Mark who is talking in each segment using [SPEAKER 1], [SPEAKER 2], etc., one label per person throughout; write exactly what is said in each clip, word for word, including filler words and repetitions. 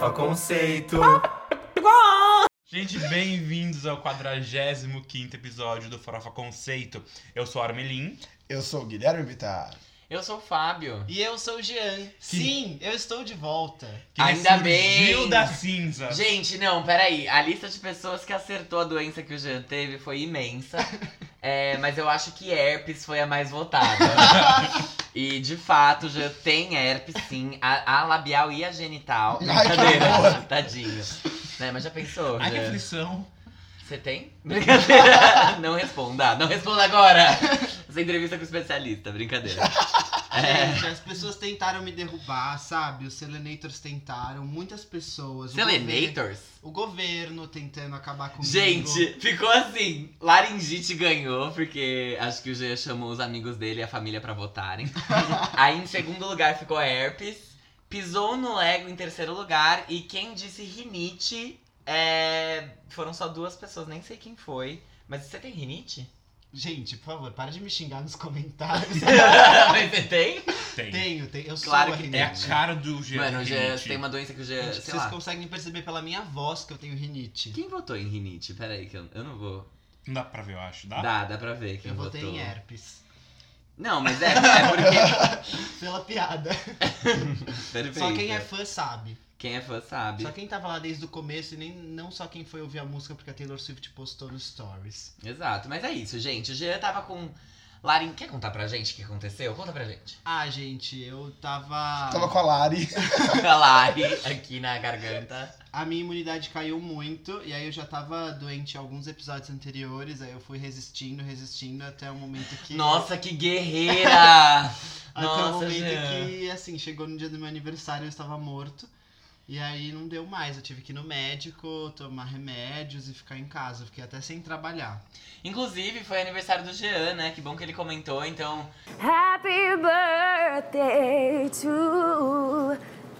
[SPEAKER 1] Farofa Conceito.
[SPEAKER 2] Gente, bem-vindos ao quadragésimo quinto episódio do Farofa Conceito. Eu sou a Armelin.
[SPEAKER 3] Eu sou o Guilherme Vittar.
[SPEAKER 4] Eu sou o Fábio.
[SPEAKER 5] E eu sou o Jean. Que... Sim, eu estou de volta.
[SPEAKER 2] Que
[SPEAKER 4] Ainda
[SPEAKER 2] ressurgiu
[SPEAKER 4] bem.
[SPEAKER 2] da cinza.
[SPEAKER 4] Gente, não, peraí. A lista de pessoas que acertou a doença que o Jean teve foi imensa. É, mas eu acho que herpes foi a mais votada. E, de fato, o Jean tem herpes, sim. A, a labial e a genital.
[SPEAKER 3] Ai,
[SPEAKER 4] Brincadeira, tadinho. Né, mas já pensou,
[SPEAKER 2] Ai, que
[SPEAKER 4] Jean?
[SPEAKER 2] aflição.
[SPEAKER 4] Você tem? Brincadeira. Não responda. Não responda agora. Essa entrevista com o especialista. Brincadeira. É.
[SPEAKER 5] Gente, as pessoas tentaram me derrubar, sabe? Os Selenators tentaram, muitas pessoas. O
[SPEAKER 4] Selenators?
[SPEAKER 5] governo, o governo tentando acabar comigo.
[SPEAKER 4] Gente, ficou assim. Laringite ganhou, porque acho que o Jean chamou os amigos dele e a família pra votarem. Aí em segundo lugar ficou herpes. Pisou no Lego em terceiro lugar. E quem disse rinite é... foram só duas pessoas, nem sei quem foi. Mas você tem rinite?
[SPEAKER 5] Gente, por favor, para de me xingar nos comentários.
[SPEAKER 4] Mas você tem?
[SPEAKER 2] Tem.
[SPEAKER 5] Tenho, tenho. Eu sou
[SPEAKER 4] Claro
[SPEAKER 5] a
[SPEAKER 4] que
[SPEAKER 5] rinite.
[SPEAKER 2] É a cara do Jean.
[SPEAKER 4] Mano, o Jean
[SPEAKER 2] rinite.
[SPEAKER 4] tem uma doença que o Jean,
[SPEAKER 5] Gente,
[SPEAKER 4] sei
[SPEAKER 5] vocês
[SPEAKER 4] lá.
[SPEAKER 5] conseguem perceber pela minha voz que eu tenho rinite.
[SPEAKER 4] Quem votou em rinite? Pera aí, que eu, eu não vou...
[SPEAKER 2] Não dá pra ver, eu acho. Dá?
[SPEAKER 4] Dá, dá pra ver quem
[SPEAKER 5] Eu
[SPEAKER 4] votou.
[SPEAKER 5] votei em herpes.
[SPEAKER 4] Não, mas é, é porque...
[SPEAKER 5] Pela piada.
[SPEAKER 4] Perfeito.
[SPEAKER 5] Só quem é fã sabe.
[SPEAKER 4] Quem é fã sabe.
[SPEAKER 5] Só quem tava lá desde o começo e nem, não só quem foi ouvir a música porque a Taylor Swift postou nos stories.
[SPEAKER 4] Exato, mas é isso, gente. O Jean tava com laring... Quer contar pra gente o que aconteceu? Conta pra gente.
[SPEAKER 5] Ah, gente, eu tava...
[SPEAKER 3] Tava com a Lari.
[SPEAKER 4] A Lari aqui na garganta.
[SPEAKER 5] A minha imunidade caiu muito e aí eu já tava doente em alguns episódios anteriores, aí eu fui resistindo, resistindo até o momento que...
[SPEAKER 4] Nossa, que guerreira!
[SPEAKER 5] Até
[SPEAKER 4] Nossa,
[SPEAKER 5] o momento
[SPEAKER 4] Jean.
[SPEAKER 5] que, assim, chegou no dia do meu aniversário eu estava morto. E aí não deu mais, eu tive que ir no médico, tomar remédios e ficar em casa. Eu fiquei até sem trabalhar.
[SPEAKER 4] Inclusive, foi aniversário do Jean, né? Que bom que ele comentou, então...
[SPEAKER 6] Happy birthday to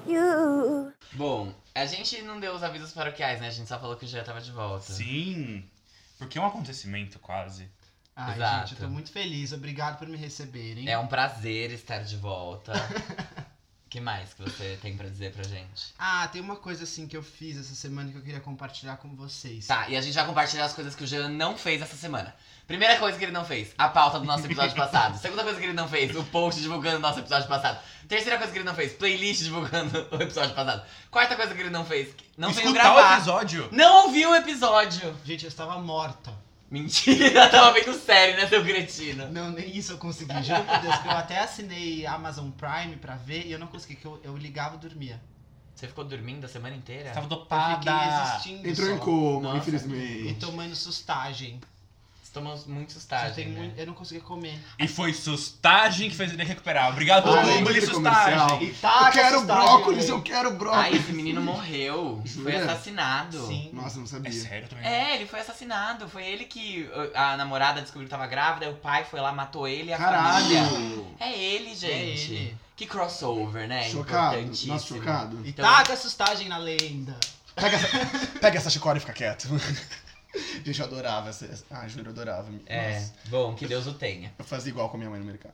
[SPEAKER 6] you.
[SPEAKER 4] Bom, a gente não deu os avisos paroquiais, né? A gente só falou que o Jean tava de volta.
[SPEAKER 2] Sim. Porque é um acontecimento, quase.
[SPEAKER 5] Ai,
[SPEAKER 4] Exato.
[SPEAKER 5] gente, eu tô muito feliz. Obrigado por me receberem.
[SPEAKER 4] É um prazer estar de volta. O que mais que você tem pra dizer pra gente?
[SPEAKER 5] Ah, tem uma coisa assim que eu fiz essa semana que eu queria compartilhar com vocês.
[SPEAKER 4] Tá, e a gente vai compartilhar as coisas que o Jean não fez essa semana. Primeira coisa que ele não fez, a pauta do nosso episódio passado. Segunda coisa que ele não fez, o post divulgando o nosso episódio passado. Terceira coisa que ele não fez, playlist divulgando o episódio passado. Quarta coisa que ele não fez, não veio
[SPEAKER 2] Escutar o
[SPEAKER 4] gravar.
[SPEAKER 2] episódio.
[SPEAKER 4] Não ouviu o episódio.
[SPEAKER 5] Gente, eu estava morta.
[SPEAKER 4] Mentira, tava vendo série, né, seu cretino?
[SPEAKER 5] Não, nem isso eu consegui. Juro por Deus, que eu até assinei Amazon Prime pra ver e eu não consegui, que eu, eu ligava e dormia.
[SPEAKER 4] Você ficou dormindo a semana inteira?
[SPEAKER 2] Você tava
[SPEAKER 5] Eu
[SPEAKER 2] dopada.
[SPEAKER 5] fiquei existindo
[SPEAKER 3] Entrou
[SPEAKER 5] só.
[SPEAKER 3] em coma,
[SPEAKER 4] Nossa,
[SPEAKER 5] E
[SPEAKER 3] infelizmente.
[SPEAKER 5] tomando sustagem.
[SPEAKER 4] Você tomou muito
[SPEAKER 5] Só
[SPEAKER 4] sustagem,
[SPEAKER 5] tem
[SPEAKER 4] né?
[SPEAKER 5] muito- Eu não conseguia comer.
[SPEAKER 2] E foi sustagem que fez ele recuperar. Obrigado pelo
[SPEAKER 3] Ai,
[SPEAKER 2] publi
[SPEAKER 3] muito comercial.
[SPEAKER 2] sustagem.
[SPEAKER 5] E tá
[SPEAKER 3] Eu quero
[SPEAKER 5] sustagem
[SPEAKER 3] brócolis,
[SPEAKER 5] ali.
[SPEAKER 3] eu quero
[SPEAKER 4] Ai,
[SPEAKER 3] brócolis.
[SPEAKER 4] esse menino morreu. Foi
[SPEAKER 3] Jura?
[SPEAKER 4] assassinado.
[SPEAKER 5] Sim.
[SPEAKER 3] Nossa, não
[SPEAKER 2] É
[SPEAKER 3] sabia.
[SPEAKER 2] sério também.
[SPEAKER 4] É, ele foi assassinado. Foi ele que uh, a namorada descobriu que tava grávida, aí o pai foi lá, matou ele e a família.
[SPEAKER 3] Caralho.
[SPEAKER 4] É ele, gente.
[SPEAKER 5] ele.
[SPEAKER 4] Que crossover, né?
[SPEAKER 3] Chocado.
[SPEAKER 4] Importantíssimo.
[SPEAKER 3] Nossa, chocado.
[SPEAKER 5] E
[SPEAKER 4] Então-
[SPEAKER 5] taca a sustagem na lenda.
[SPEAKER 3] Pega essa, pega essa chicória e fica quieto. Gente, eu adorava essa. Ah, juro, eu adorava.
[SPEAKER 4] É,
[SPEAKER 3] Nossa.
[SPEAKER 4] bom, que Deus o tenha.
[SPEAKER 3] Eu fazia igual com a minha mãe no mercado.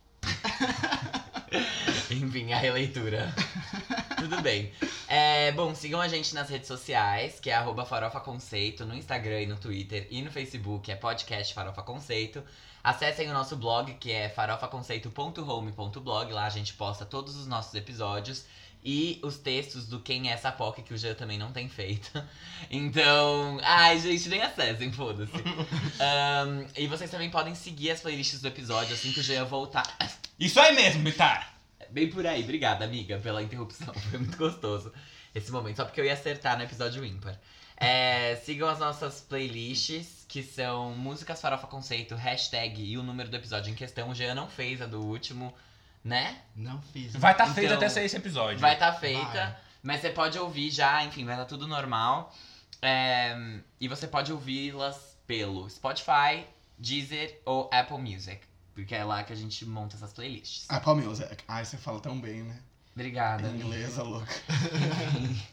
[SPEAKER 4] Enfim, a releitura. Tudo bem. É, bom, sigam a gente nas redes sociais, que é arroba Farofa Conceito, no Instagram e no Twitter e no Facebook, é podcast Farofa Conceito. Acessem o nosso blog, que é farofaconceito ponto home ponto blog, lá a gente posta todos os nossos episódios e os textos do Quem é essa P O C, que o Jean também não tem feito. Então, ai gente, nem acessem, foda-se. Um, e vocês também podem seguir as playlists do episódio assim que o Jean voltar.
[SPEAKER 2] Isso aí mesmo, Bitar.
[SPEAKER 4] Bem por aí, obrigada, amiga, pela interrupção. Foi muito gostoso esse momento, só porque eu ia acertar no episódio ímpar. É, sigam as nossas playlists, que são Músicas Farofa Conceito, hashtag e o número do episódio em questão. O Jean não fez a do último, né?
[SPEAKER 5] Não fiz.
[SPEAKER 2] Vai estar tá feito
[SPEAKER 4] Então,
[SPEAKER 2] até sair esse episódio.
[SPEAKER 4] Vai estar feita,
[SPEAKER 5] Vai.
[SPEAKER 4] mas você pode ouvir já, enfim, vai estar tudo normal. É, e você pode ouvi-las pelo Spotify, Deezer ou Apple Music, porque é lá que a gente monta essas playlists.
[SPEAKER 3] Ah, Paul Music. Ai, você fala tão bem, né?
[SPEAKER 4] Obrigada.
[SPEAKER 3] Em inglês, a louca.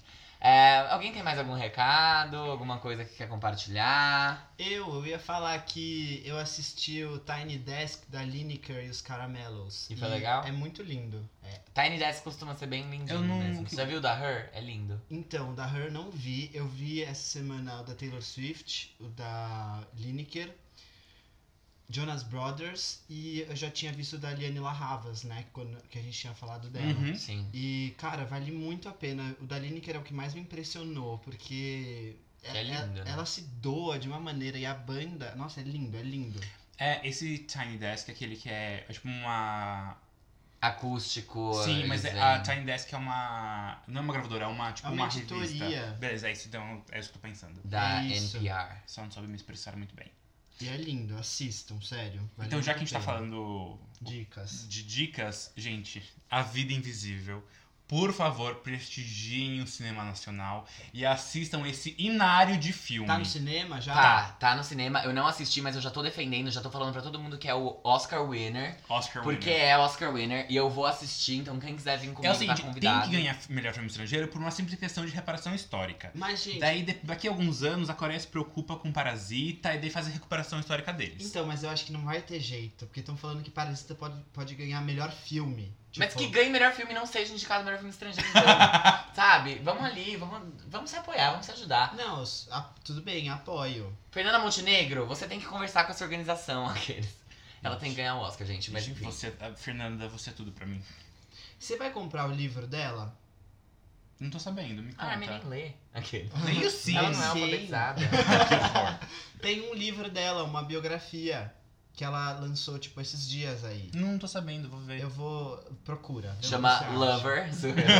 [SPEAKER 4] É, alguém tem mais algum recado? Alguma coisa que quer compartilhar?
[SPEAKER 5] Eu, eu ia falar que eu assisti o Tiny Desk da Lineker e os Caramelos.
[SPEAKER 4] E foi legal?
[SPEAKER 5] É muito lindo. É.
[SPEAKER 4] Tiny Desk costuma ser bem lindinho
[SPEAKER 2] Eu não-
[SPEAKER 4] mesmo. Você já viu o da Her? É lindo.
[SPEAKER 5] Então, da Her não vi. Eu vi essa semana o da Taylor Swift, o da Lineker, Jonas Brothers, e eu já tinha visto o da Liane La Havas, né? Quando, que a gente tinha falado dela.
[SPEAKER 2] Uhum.
[SPEAKER 4] Sim.
[SPEAKER 5] E, cara, vale muito a pena. O da Lineker é o que mais me impressionou, porque
[SPEAKER 4] É
[SPEAKER 5] ela,
[SPEAKER 4] lindo, né?
[SPEAKER 5] ela se doa de uma maneira e a banda. Nossa, é lindo, é lindo.
[SPEAKER 2] É, esse Tiny Desk é aquele que é, é tipo uma...
[SPEAKER 4] Acústico.
[SPEAKER 2] Sim, mas
[SPEAKER 4] eles
[SPEAKER 2] é- a
[SPEAKER 4] vêm
[SPEAKER 2] Tiny Desk é uma... Não é uma gravadora, é uma, tipo,
[SPEAKER 5] É
[SPEAKER 2] uma,
[SPEAKER 5] uma editoria.
[SPEAKER 2] revista. Beleza, é isso, então, é isso que eu tô pensando.
[SPEAKER 4] Da
[SPEAKER 5] É isso.
[SPEAKER 4] N P R.
[SPEAKER 2] Só não soube me expressar muito bem.
[SPEAKER 5] E é lindo, assistam, sério. Vale
[SPEAKER 2] Então, já
[SPEAKER 5] muito
[SPEAKER 2] que a gente tá
[SPEAKER 5] pena.
[SPEAKER 2] falando
[SPEAKER 5] Dicas.
[SPEAKER 2] de dicas, gente, A Vida Invisível. Por favor, prestigiem o cinema nacional e assistam esse inário de filme.
[SPEAKER 5] Tá no cinema já?
[SPEAKER 4] Tá, tá no cinema. Eu não assisti, mas eu já tô defendendo, já tô falando pra todo mundo que é o Oscar winner.
[SPEAKER 2] Oscar
[SPEAKER 4] Porque
[SPEAKER 2] winner.
[SPEAKER 4] é Oscar winner e eu vou assistir, então quem quiser vir comigo
[SPEAKER 2] É o
[SPEAKER 4] tá
[SPEAKER 2] seguinte,
[SPEAKER 4] convidado.
[SPEAKER 2] tem que ganhar melhor filme estrangeiro por uma simples questão de reparação histórica.
[SPEAKER 5] Mas, gente.
[SPEAKER 2] Daí, de- daqui a alguns anos, a Coreia se preocupa com Parasita e daí faz a recuperação histórica deles.
[SPEAKER 5] Então, mas eu acho que não vai ter jeito. Porque estão falando que Parasita pode, pode ganhar melhor filme.
[SPEAKER 4] Mas
[SPEAKER 5] Tipo,
[SPEAKER 4] que ganhe melhor filme e não seja indicado melhor filme estrangeiro, então. Sabe? Vamos ali, vamos, vamos se apoiar, vamos se ajudar.
[SPEAKER 5] Não, a- tudo bem, apoio.
[SPEAKER 4] Fernanda Montenegro, você tem que conversar com essa organização, aqueles. Ela tem que ganhar o Oscar, gente, mas enfim.
[SPEAKER 2] Você, a Fernanda, você é tudo pra mim.
[SPEAKER 5] Você vai comprar o livro dela?
[SPEAKER 2] Não tô sabendo, me
[SPEAKER 4] Ah, a
[SPEAKER 2] conta.
[SPEAKER 4] nem lê. Aquele.
[SPEAKER 2] Nem o sim.
[SPEAKER 4] Ela não é
[SPEAKER 5] sim.
[SPEAKER 4] alfabetizada.
[SPEAKER 2] Que horror.
[SPEAKER 5] Tem um livro dela, uma biografia, que ela lançou, tipo, esses dias aí.
[SPEAKER 2] Não tô sabendo, vou ver.
[SPEAKER 5] Eu vou... Procura. vê
[SPEAKER 4] Chama
[SPEAKER 5] onde você acha.
[SPEAKER 4] Lover.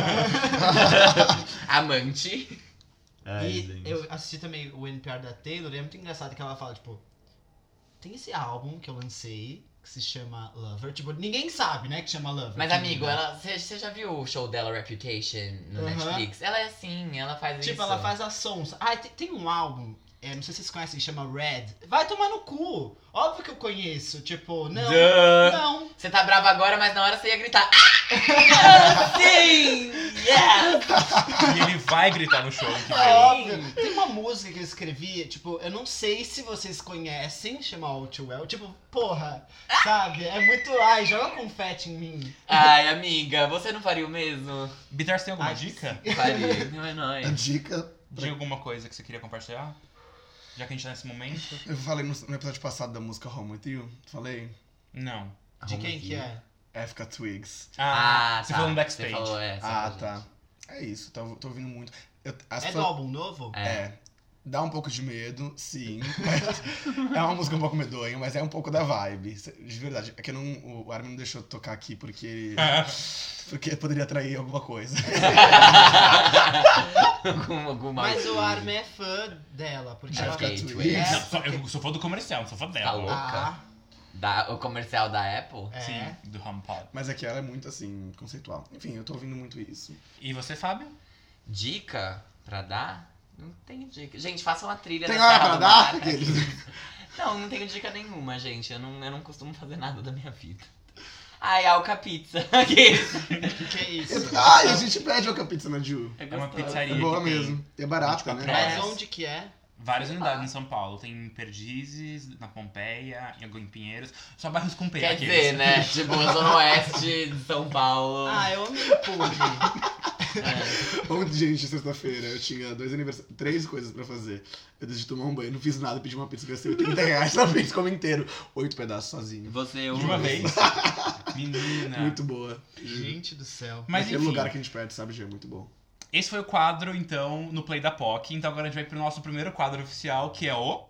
[SPEAKER 4] Amante.
[SPEAKER 5] E eu assisti também o N P R da Taylor e é muito engraçado que ela fala, tipo... Tem esse álbum que eu lancei, que se chama Lover. Tipo, ninguém sabe, né, que chama Lover.
[SPEAKER 4] Mas,
[SPEAKER 5] Que-
[SPEAKER 4] amigo, ela. Você já viu o show dela, Reputation, no
[SPEAKER 5] Aham.
[SPEAKER 4] Netflix? Ela é assim, ela faz isso.
[SPEAKER 5] Tipo, ela faz a sons. Ah, tem, tem um álbum, é, não sei se vocês conhecem, que chama Red. Vai tomar no cu. Óbvio que eu conheço. Tipo, não.
[SPEAKER 4] Duh.
[SPEAKER 5] Não.
[SPEAKER 4] Você tá brava agora, mas na hora você ia gritar. Ah! Sim! Yes!
[SPEAKER 2] E ele vai gritar no show que
[SPEAKER 5] É
[SPEAKER 2] vem.
[SPEAKER 5] óbvio. Tem uma música que eu escrevi, tipo, eu não sei se vocês conhecem, chama All Too Well. Tipo, porra, sabe? É muito ai, joga confete em mim.
[SPEAKER 4] Ai, amiga, você não faria o mesmo?
[SPEAKER 2] Bitar, você tem alguma
[SPEAKER 5] Ai,
[SPEAKER 2] dica?
[SPEAKER 4] Faria. Não é
[SPEAKER 3] A
[SPEAKER 4] nóis.
[SPEAKER 3] dica.
[SPEAKER 2] De alguma coisa que você queria compartilhar? Já que a gente tá nesse momento?
[SPEAKER 3] Eu falei no, no episódio passado da música Home With You. Falei.
[SPEAKER 2] Não.
[SPEAKER 5] De quem que é?
[SPEAKER 3] Africa Twigs.
[SPEAKER 2] Ah,
[SPEAKER 4] Ah,
[SPEAKER 2] você
[SPEAKER 4] tá.
[SPEAKER 2] falou no backstage.
[SPEAKER 4] Você falou essa.
[SPEAKER 3] Ah,
[SPEAKER 4] pra
[SPEAKER 3] tá.
[SPEAKER 4] gente.
[SPEAKER 3] É isso, tô, tô ouvindo muito. Eu, as
[SPEAKER 5] É
[SPEAKER 3] fã-
[SPEAKER 5] do álbum novo?
[SPEAKER 4] É.
[SPEAKER 3] É. Dá um pouco de medo, sim. É uma música um pouco medonha, mas é um pouco da vibe. De verdade. É que eu não, o Armin não deixou eu tocar aqui porque ele. Porque poderia atrair alguma coisa.
[SPEAKER 4] Com alguma
[SPEAKER 5] Mas o Armin é fã dela, porque
[SPEAKER 4] É,
[SPEAKER 5] ela
[SPEAKER 4] ok,
[SPEAKER 3] Twigs.
[SPEAKER 4] Twigs.
[SPEAKER 5] É,
[SPEAKER 2] Não, só- eu sou fã do comercial, não sou fã
[SPEAKER 4] Tá
[SPEAKER 2] dela.
[SPEAKER 4] louco.
[SPEAKER 5] Ah,
[SPEAKER 4] Da, o comercial da Apple?
[SPEAKER 5] é.
[SPEAKER 2] Sim, do HomePod.
[SPEAKER 3] Mas é que ela é muito assim, conceitual. Enfim, eu tô ouvindo muito isso.
[SPEAKER 2] E você, Fábio?
[SPEAKER 4] Dica pra dar? Não tenho dica. Gente, faça uma trilha
[SPEAKER 3] Tem
[SPEAKER 4] da
[SPEAKER 3] hora
[SPEAKER 4] Serra
[SPEAKER 3] pra
[SPEAKER 4] do
[SPEAKER 3] dar?
[SPEAKER 4] Mar.
[SPEAKER 3] Aqueles.
[SPEAKER 4] Não, não tenho dica nenhuma, gente. Eu não, eu não costumo fazer nada da minha vida. Ai, Alca Pizza. Aqueles.
[SPEAKER 5] O que, que é isso?
[SPEAKER 3] Ai, a gente pede Alca Pizza na Ju.
[SPEAKER 4] É
[SPEAKER 2] É uma
[SPEAKER 4] gostoso.
[SPEAKER 2] pizzaria.
[SPEAKER 3] É boa
[SPEAKER 2] que tem
[SPEAKER 3] mesmo. E é barata,
[SPEAKER 2] vinte e quatro
[SPEAKER 3] né?
[SPEAKER 2] horas.
[SPEAKER 5] Mas onde que é?
[SPEAKER 2] Várias
[SPEAKER 4] Sei
[SPEAKER 2] unidades
[SPEAKER 4] lá.
[SPEAKER 2] em São Paulo. Tem em Perdizes, na Pompeia, em em Pinheiros. Só bairros com P.
[SPEAKER 4] Quer
[SPEAKER 2] aqueles.
[SPEAKER 4] dizer, né? Tipo, a Zona Oeste de São Paulo.
[SPEAKER 5] Ah, eu amei o pub.
[SPEAKER 4] É.
[SPEAKER 3] Ontem, gente, sexta-feira, eu tinha dois aniversários, três coisas pra fazer. Eu decidi tomar um banho, não fiz nada, pedi uma pizza, gastei oitenta reais na pizza como inteiro. Oito pedaços sozinho.
[SPEAKER 4] Você,
[SPEAKER 2] De
[SPEAKER 4] eu.
[SPEAKER 2] uma vez. Menina.
[SPEAKER 3] Muito boa.
[SPEAKER 5] Gente do céu.
[SPEAKER 2] Mas
[SPEAKER 3] Aquele
[SPEAKER 2] enfim,
[SPEAKER 3] lugar que a gente pede, sabe, Ju, é muito bom.
[SPEAKER 2] esse foi o quadro, então, no Play da P O C. Então agora a gente vai pro nosso primeiro quadro oficial, que é o...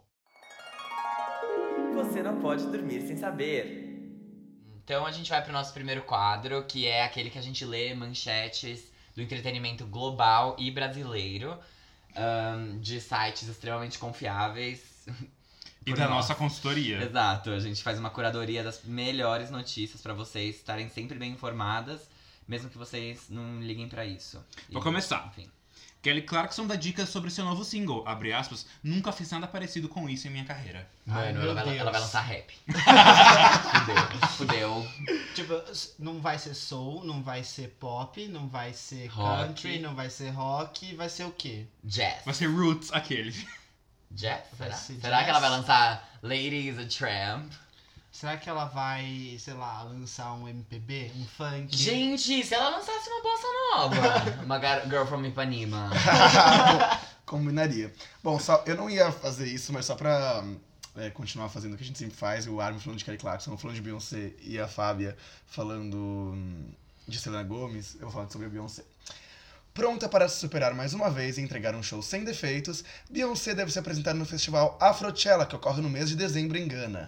[SPEAKER 1] Você não pode dormir sem saber.
[SPEAKER 4] Então a gente vai pro nosso primeiro quadro, que é aquele que a gente lê manchetes do entretenimento global e brasileiro, ahn, de sites extremamente confiáveis.
[SPEAKER 2] E
[SPEAKER 4] Por
[SPEAKER 2] da
[SPEAKER 4] nós.
[SPEAKER 2] nossa consultoria.
[SPEAKER 4] Exato, a gente faz uma curadoria das melhores notícias pra vocês estarem sempre bem informadas, mesmo que vocês não liguem pra isso.
[SPEAKER 2] Vou
[SPEAKER 4] E,
[SPEAKER 2] começar.
[SPEAKER 4] Enfim.
[SPEAKER 2] Kelly Clarkson dá dicas sobre seu novo single, abre aspas, nunca fiz nada parecido com isso em minha carreira.
[SPEAKER 5] Ai,
[SPEAKER 4] Mano,
[SPEAKER 5] meu
[SPEAKER 4] ela vai,
[SPEAKER 5] Deus.
[SPEAKER 4] ela vai lançar rap. Fudeu. Fudeu.
[SPEAKER 5] Tipo, s- não vai ser soul, não vai ser pop, não vai ser
[SPEAKER 4] Rock.
[SPEAKER 5] country, não vai ser rock, vai ser o quê?
[SPEAKER 4] Jazz.
[SPEAKER 2] Vai ser Roots, aquele.
[SPEAKER 4] Jazz?
[SPEAKER 5] Vai
[SPEAKER 4] Será?
[SPEAKER 5] ser
[SPEAKER 4] Será
[SPEAKER 5] jazz?
[SPEAKER 4] que ela vai lançar Lady is a Tramp?
[SPEAKER 5] Será que ela vai, sei lá, lançar um M P B, um funk?
[SPEAKER 4] Gente, se ela lançasse uma bossa nova. Uma gar- Girl from Ipanema.
[SPEAKER 3] Combinaria. Bom, só, eu não ia fazer isso, mas só pra é, continuar fazendo o que a gente sempre faz, o Armin falando de Kelly Clarkson, falando de Beyoncé e a Fábia falando hum, de Selena Gomez, eu vou falar sobre a Beyoncé. Pronta para se superar mais uma vez e entregar um show sem defeitos, Beyoncé deve se apresentar no festival Afrochella, que ocorre no mês de dezembro em Gana.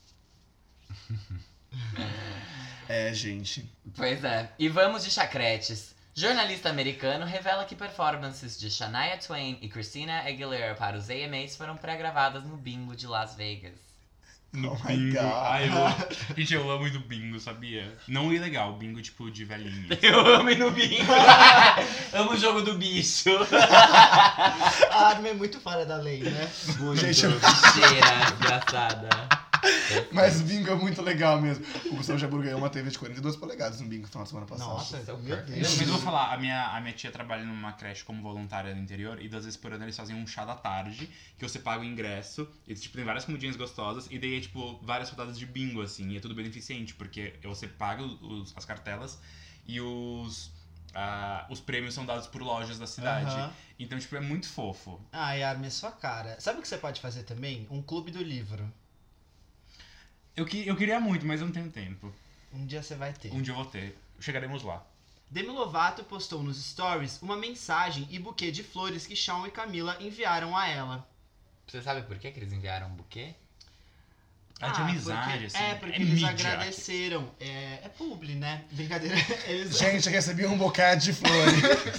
[SPEAKER 3] É, gente.
[SPEAKER 4] Pois é. E vamos de chacretes. Jornalista americano revela que performances de Shania Twain e Christina Aguilera para os A M As foram pré-gravadas no bingo de Las Vegas.
[SPEAKER 3] Oh my
[SPEAKER 2] Bingo.
[SPEAKER 3] God.
[SPEAKER 2] Ai, eu amo. Gente, eu amo ir no bingo, sabia? Não ilegal, bingo tipo de velhinho.
[SPEAKER 4] Eu amo ir no bingo. Amo o jogo do bicho.
[SPEAKER 5] A Armin é muito fora da lei, né?
[SPEAKER 4] Muito
[SPEAKER 3] Gente, eu-
[SPEAKER 4] bicheira, desgraçada.
[SPEAKER 3] Mas bingo é muito legal mesmo. O Gustavo Jabur ganhou uma T V de quarenta e duas polegadas no bingo no final de semana passada.
[SPEAKER 5] Nossa,
[SPEAKER 4] So
[SPEAKER 5] meu
[SPEAKER 4] perfect.
[SPEAKER 5] Deus.
[SPEAKER 2] Mas eu vou falar, a minha, a minha tia trabalha numa creche como voluntária no interior e duas vezes por ano eles fazem um chá da tarde, que você paga o ingresso, e tipo, tem várias comidinhas gostosas, e daí é tipo várias rodadas de bingo, assim, e é tudo beneficente, porque você paga os, as cartelas e os, ah, os prêmios são dados por lojas da cidade.
[SPEAKER 5] Aham.
[SPEAKER 2] Então, tipo, é muito fofo.
[SPEAKER 5] Ai, Armin, é sua cara. Sabe o que você pode fazer também? Um clube do livro.
[SPEAKER 2] Eu, que, eu queria muito, mas eu não tenho tempo.
[SPEAKER 5] Um dia você vai ter.
[SPEAKER 2] Um dia eu vou ter. Chegaremos lá.
[SPEAKER 5] Demi Lovato postou nos stories uma mensagem e buquê de flores que Shawn e Camila enviaram a ela.
[SPEAKER 4] Você sabe por que, que eles enviaram um buquê?
[SPEAKER 2] É de
[SPEAKER 5] Ah,
[SPEAKER 2] amizade,
[SPEAKER 5] porque-
[SPEAKER 2] assim.
[SPEAKER 5] É, porque
[SPEAKER 2] é
[SPEAKER 5] eles
[SPEAKER 2] mídia.
[SPEAKER 5] agradeceram. É, é publi, né? Brincadeira. Eles,
[SPEAKER 3] Gente, eu recebi um bocado de flores.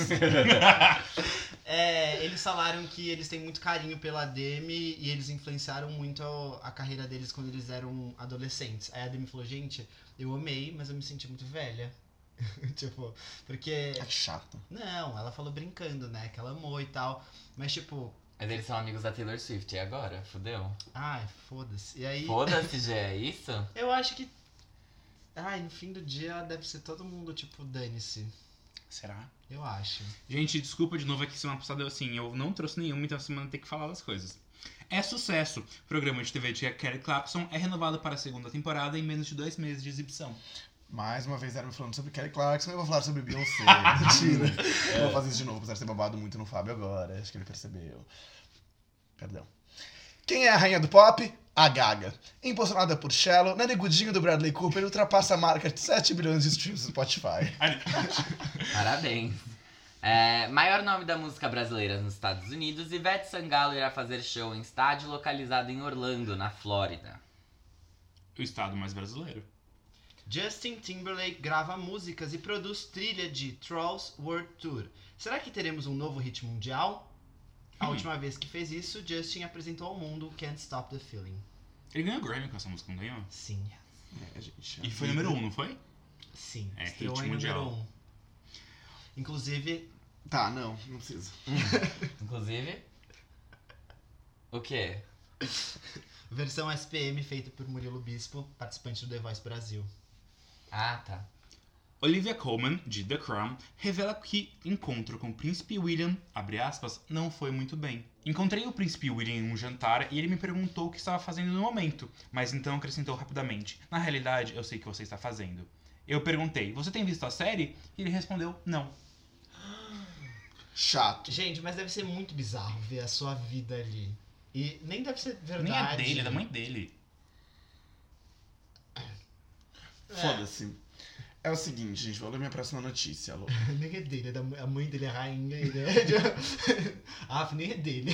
[SPEAKER 5] é, eles falaram que eles têm muito carinho pela Demi e eles influenciaram muito a, a carreira deles quando eles eram adolescentes. Aí a Demi falou, gente, eu amei, mas eu me senti muito velha. Tipo, porque...
[SPEAKER 3] Que chato.
[SPEAKER 5] Não, ela falou brincando, né? Que ela amou e tal. Mas tipo,
[SPEAKER 4] Mas eles são amigos da Taylor Swift, e agora? Fudeu.
[SPEAKER 5] ai, foda-se. E aí,
[SPEAKER 4] Foda-se, Gê, é isso?
[SPEAKER 5] eu acho que... Ai, no fim do dia deve ser todo mundo, tipo, dane-se.
[SPEAKER 2] Será?
[SPEAKER 5] Eu acho.
[SPEAKER 2] Gente, desculpa de novo, é que semana passada eu, assim, eu não trouxe nenhuma, então essa semana tem que falar das coisas. É sucesso. O programa de T V de Kelly Clarkson é renovado para a segunda temporada em menos de dois meses de exibição.
[SPEAKER 3] Mais uma vez, era me falando sobre Kelly Clarkson, eu vou falar sobre Beyoncé. Mentira. Eu vou fazer isso de novo, apesar de ter babado muito no Fábio agora. Acho que ele percebeu. Perdão. Quem é a rainha do pop? A Gaga. Impulsionada por Shallow, Narigudinho do Bradley Cooper ultrapassa a marca de sete bilhões de streams no Spotify.
[SPEAKER 4] Parabéns. É, maior nome da música brasileira nos Estados Unidos, Ivete Sangalo irá fazer show em estádio localizado em Orlando, na Flórida.
[SPEAKER 2] O estado mais brasileiro.
[SPEAKER 5] Justin Timberlake grava músicas e produz trilha de Trolls World Tour. Será que teremos um novo hit mundial? A
[SPEAKER 2] Hum.
[SPEAKER 5] última vez que fez isso, Justin apresentou ao mundo Can't Stop the Feeling.
[SPEAKER 2] Ele ganhou Grammy com essa música, não ganhou?
[SPEAKER 5] Sim,
[SPEAKER 3] É, gente.
[SPEAKER 2] E foi número um, não foi?
[SPEAKER 5] sim.
[SPEAKER 2] É,
[SPEAKER 5] estreou
[SPEAKER 2] hit
[SPEAKER 5] em número
[SPEAKER 2] mundial.
[SPEAKER 5] um. Inclusive,
[SPEAKER 3] Tá, não, não precisa.
[SPEAKER 4] Inclusive... O quê?
[SPEAKER 5] versão S P M feita por Murilo Bispo, participante do The Voice Brasil.
[SPEAKER 4] Ah, tá.
[SPEAKER 2] Olivia Colman, de The Crown, revela que encontro com o príncipe William, abre aspas, não foi muito bem. Encontrei o príncipe William em um jantar e ele me perguntou o que estava fazendo no momento, mas então acrescentou rapidamente, na realidade, eu sei o que você está fazendo. Eu perguntei, você tem visto a série? E ele respondeu, não.
[SPEAKER 3] Chato.
[SPEAKER 5] Gente, mas deve ser muito bizarro ver a sua vida ali. E nem deve ser verdade.
[SPEAKER 2] Nem é dele, é da mãe dele.
[SPEAKER 3] Foda-se. É o seguinte, gente, vou ler minha próxima notícia, alô.
[SPEAKER 5] Nem é dele, é da, a mãe dele é rainha. Ele é... ah, nem é dele.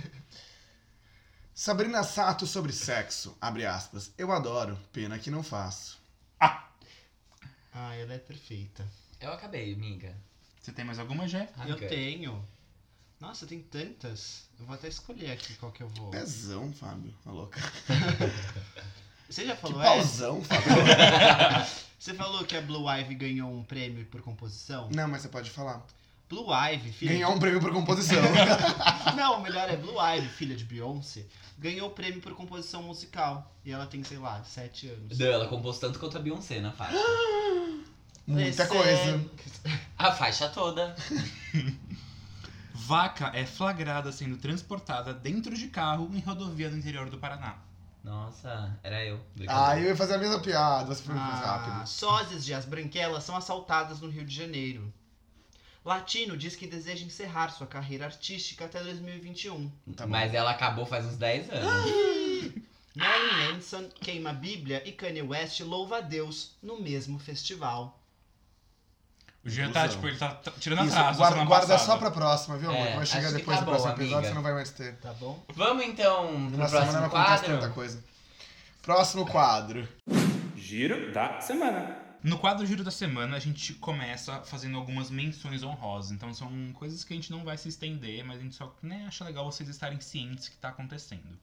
[SPEAKER 3] Sabrina Sato sobre sexo, abre aspas. Eu adoro, pena que não faço.
[SPEAKER 5] Ah, ela é perfeita.
[SPEAKER 4] Eu acabei, amiga.
[SPEAKER 2] Você tem mais alguma, Jé?
[SPEAKER 4] I'm
[SPEAKER 5] eu
[SPEAKER 4] good.
[SPEAKER 5] tenho. Nossa, tem tantas. Eu vou até escolher aqui qual que eu vou.
[SPEAKER 3] Pezão, Fábio, a louca.
[SPEAKER 5] Você já
[SPEAKER 3] Que
[SPEAKER 5] falou
[SPEAKER 3] pauzão, Fábio.
[SPEAKER 5] Você falou que a Blue Ivy ganhou um prêmio por composição?
[SPEAKER 3] Não, mas você pode falar.
[SPEAKER 5] Blue Ivy, filha
[SPEAKER 3] Ganhou um prêmio por composição.
[SPEAKER 5] de... Não, o melhor é Blue Ivy, filha de Beyoncé, ganhou o prêmio por composição musical. E ela tem, sei lá, sete anos.
[SPEAKER 4] Não, ela compôs tanto quanto a Beyoncé na faixa.
[SPEAKER 3] Muita
[SPEAKER 5] Esse
[SPEAKER 3] coisa.
[SPEAKER 4] A faixa toda.
[SPEAKER 2] Vaca é flagrada sendo transportada dentro de carro em rodovia no interior do Paraná.
[SPEAKER 4] Nossa, era eu.
[SPEAKER 3] Ah,
[SPEAKER 4] Brincadeira.
[SPEAKER 3] eu ia fazer a mesma piada, você foi mais
[SPEAKER 5] Ah,
[SPEAKER 3] rápido.
[SPEAKER 5] sósias de As Branquelas são assaltadas no Rio de Janeiro. Latino diz que deseja encerrar sua carreira artística até dois mil e vinte e um.
[SPEAKER 3] Tá bom.
[SPEAKER 4] Mas ela acabou faz uns dez anos.
[SPEAKER 5] Marilyn Manson queima a Bíblia e Kanye West louva a Deus no mesmo festival.
[SPEAKER 2] O Jean tá,
[SPEAKER 3] Conclusão.
[SPEAKER 2] tipo, ele tá t- tirando
[SPEAKER 3] Isso,
[SPEAKER 2] atraso.
[SPEAKER 3] guarda,
[SPEAKER 2] semana
[SPEAKER 3] guarda
[SPEAKER 2] passada.
[SPEAKER 3] só pra próxima, viu, amor?
[SPEAKER 4] É,
[SPEAKER 3] Que vai chegar
[SPEAKER 4] acho que
[SPEAKER 3] depois
[SPEAKER 4] tá
[SPEAKER 3] do próximo
[SPEAKER 4] bom,
[SPEAKER 3] episódio,
[SPEAKER 4] amiga.
[SPEAKER 3] você não vai mais ter.
[SPEAKER 5] Tá bom?
[SPEAKER 4] Vamos então pro
[SPEAKER 3] Na semana
[SPEAKER 4] próximo
[SPEAKER 3] não acontece
[SPEAKER 4] quadro?
[SPEAKER 3] tanta coisa. Próximo quadro.
[SPEAKER 1] Giro da semana.
[SPEAKER 2] No quadro Giro da Semana, a gente começa fazendo algumas menções honrosas. Então são coisas que a gente não vai se estender, mas a gente só né, acha legal vocês estarem cientes que tá acontecendo.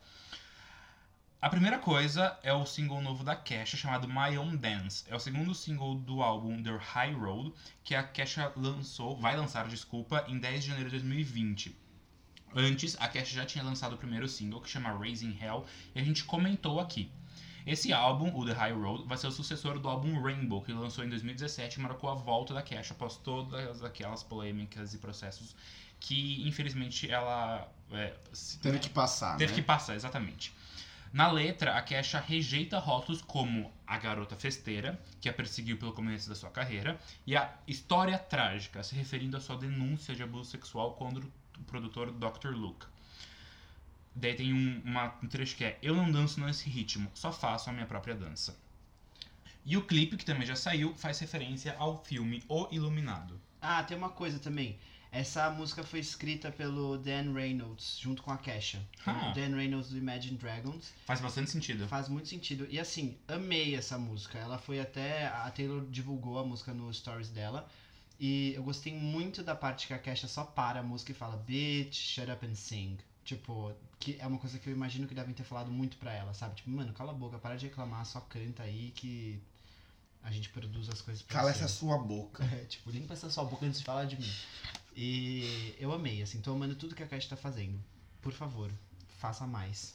[SPEAKER 2] A primeira coisa é o single novo da Kesha, chamado My Own Dance. É o segundo single do álbum The High Road, que a Kesha lançou, vai lançar, desculpa, em dez de janeiro de dois mil e vinte. Antes, a Kesha já tinha lançado o primeiro single, que chama Raising Hell, e a gente comentou aqui. Esse álbum, o The High Road, vai ser o sucessor do álbum Rainbow, que lançou em dois mil e dezessete e marcou a volta da Kesha após todas aquelas polêmicas e processos que, infelizmente, ela é, se-
[SPEAKER 3] Teve que passar,
[SPEAKER 2] teve
[SPEAKER 3] né?
[SPEAKER 2] que passar, exatamente. Na letra, a Kesha rejeita rótulos como a garota festeira, que a perseguiu pelo começo da sua carreira, e a história trágica, se referindo à sua denúncia de abuso sexual contra o produtor doutor Luke. Daí tem um, uma, um trecho que é: eu não danço nesse ritmo, só faço a minha própria dança. E o clipe, que também já saiu, faz referência ao filme O Iluminado.
[SPEAKER 5] Ah, tem uma coisa também. Essa música foi escrita pelo Dan Reynolds, junto com a Kesha.
[SPEAKER 2] Ah.
[SPEAKER 5] O Dan Reynolds do Imagine Dragons.
[SPEAKER 2] Faz bastante sentido.
[SPEAKER 5] Faz muito sentido. E assim, amei essa música. Ela foi até... A Taylor divulgou a música no stories dela. E eu gostei muito da parte que a Kesha só para a música e fala Bitch, shut up and sing. Tipo, que é uma coisa que eu imagino que devem ter falado muito pra ela, sabe? Tipo, mano, cala a boca, para de reclamar, só canta aí que a gente produz as coisas pra
[SPEAKER 3] Cala
[SPEAKER 5] você.
[SPEAKER 3] essa sua boca.
[SPEAKER 5] É, tipo, limpa essa sua boca antes de falar de mim. E eu amei, assim, tô amando tudo que a Kesha tá fazendo. Por favor, faça mais.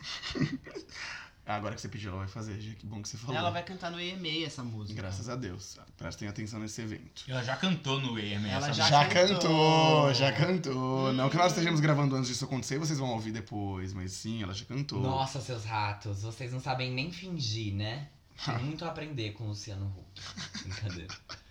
[SPEAKER 3] Agora que você pediu, ela vai fazer, Gia. Que bom que você falou.
[SPEAKER 5] Ela vai cantar no E M A essa música.
[SPEAKER 3] Graças a Deus. Prestem atenção nesse evento.
[SPEAKER 2] Ela já cantou no E M.
[SPEAKER 5] Ela
[SPEAKER 2] essa
[SPEAKER 5] já
[SPEAKER 3] Já
[SPEAKER 5] cantou.
[SPEAKER 3] cantou, já cantou. Não que nós
[SPEAKER 5] Hum.
[SPEAKER 3] estejamos gravando antes disso acontecer, vocês vão ouvir depois, mas sim, ela já cantou.
[SPEAKER 4] Nossa, seus ratos, vocês não sabem nem fingir, né? Tem muito a aprender com o Luciano Huck. Brincadeira.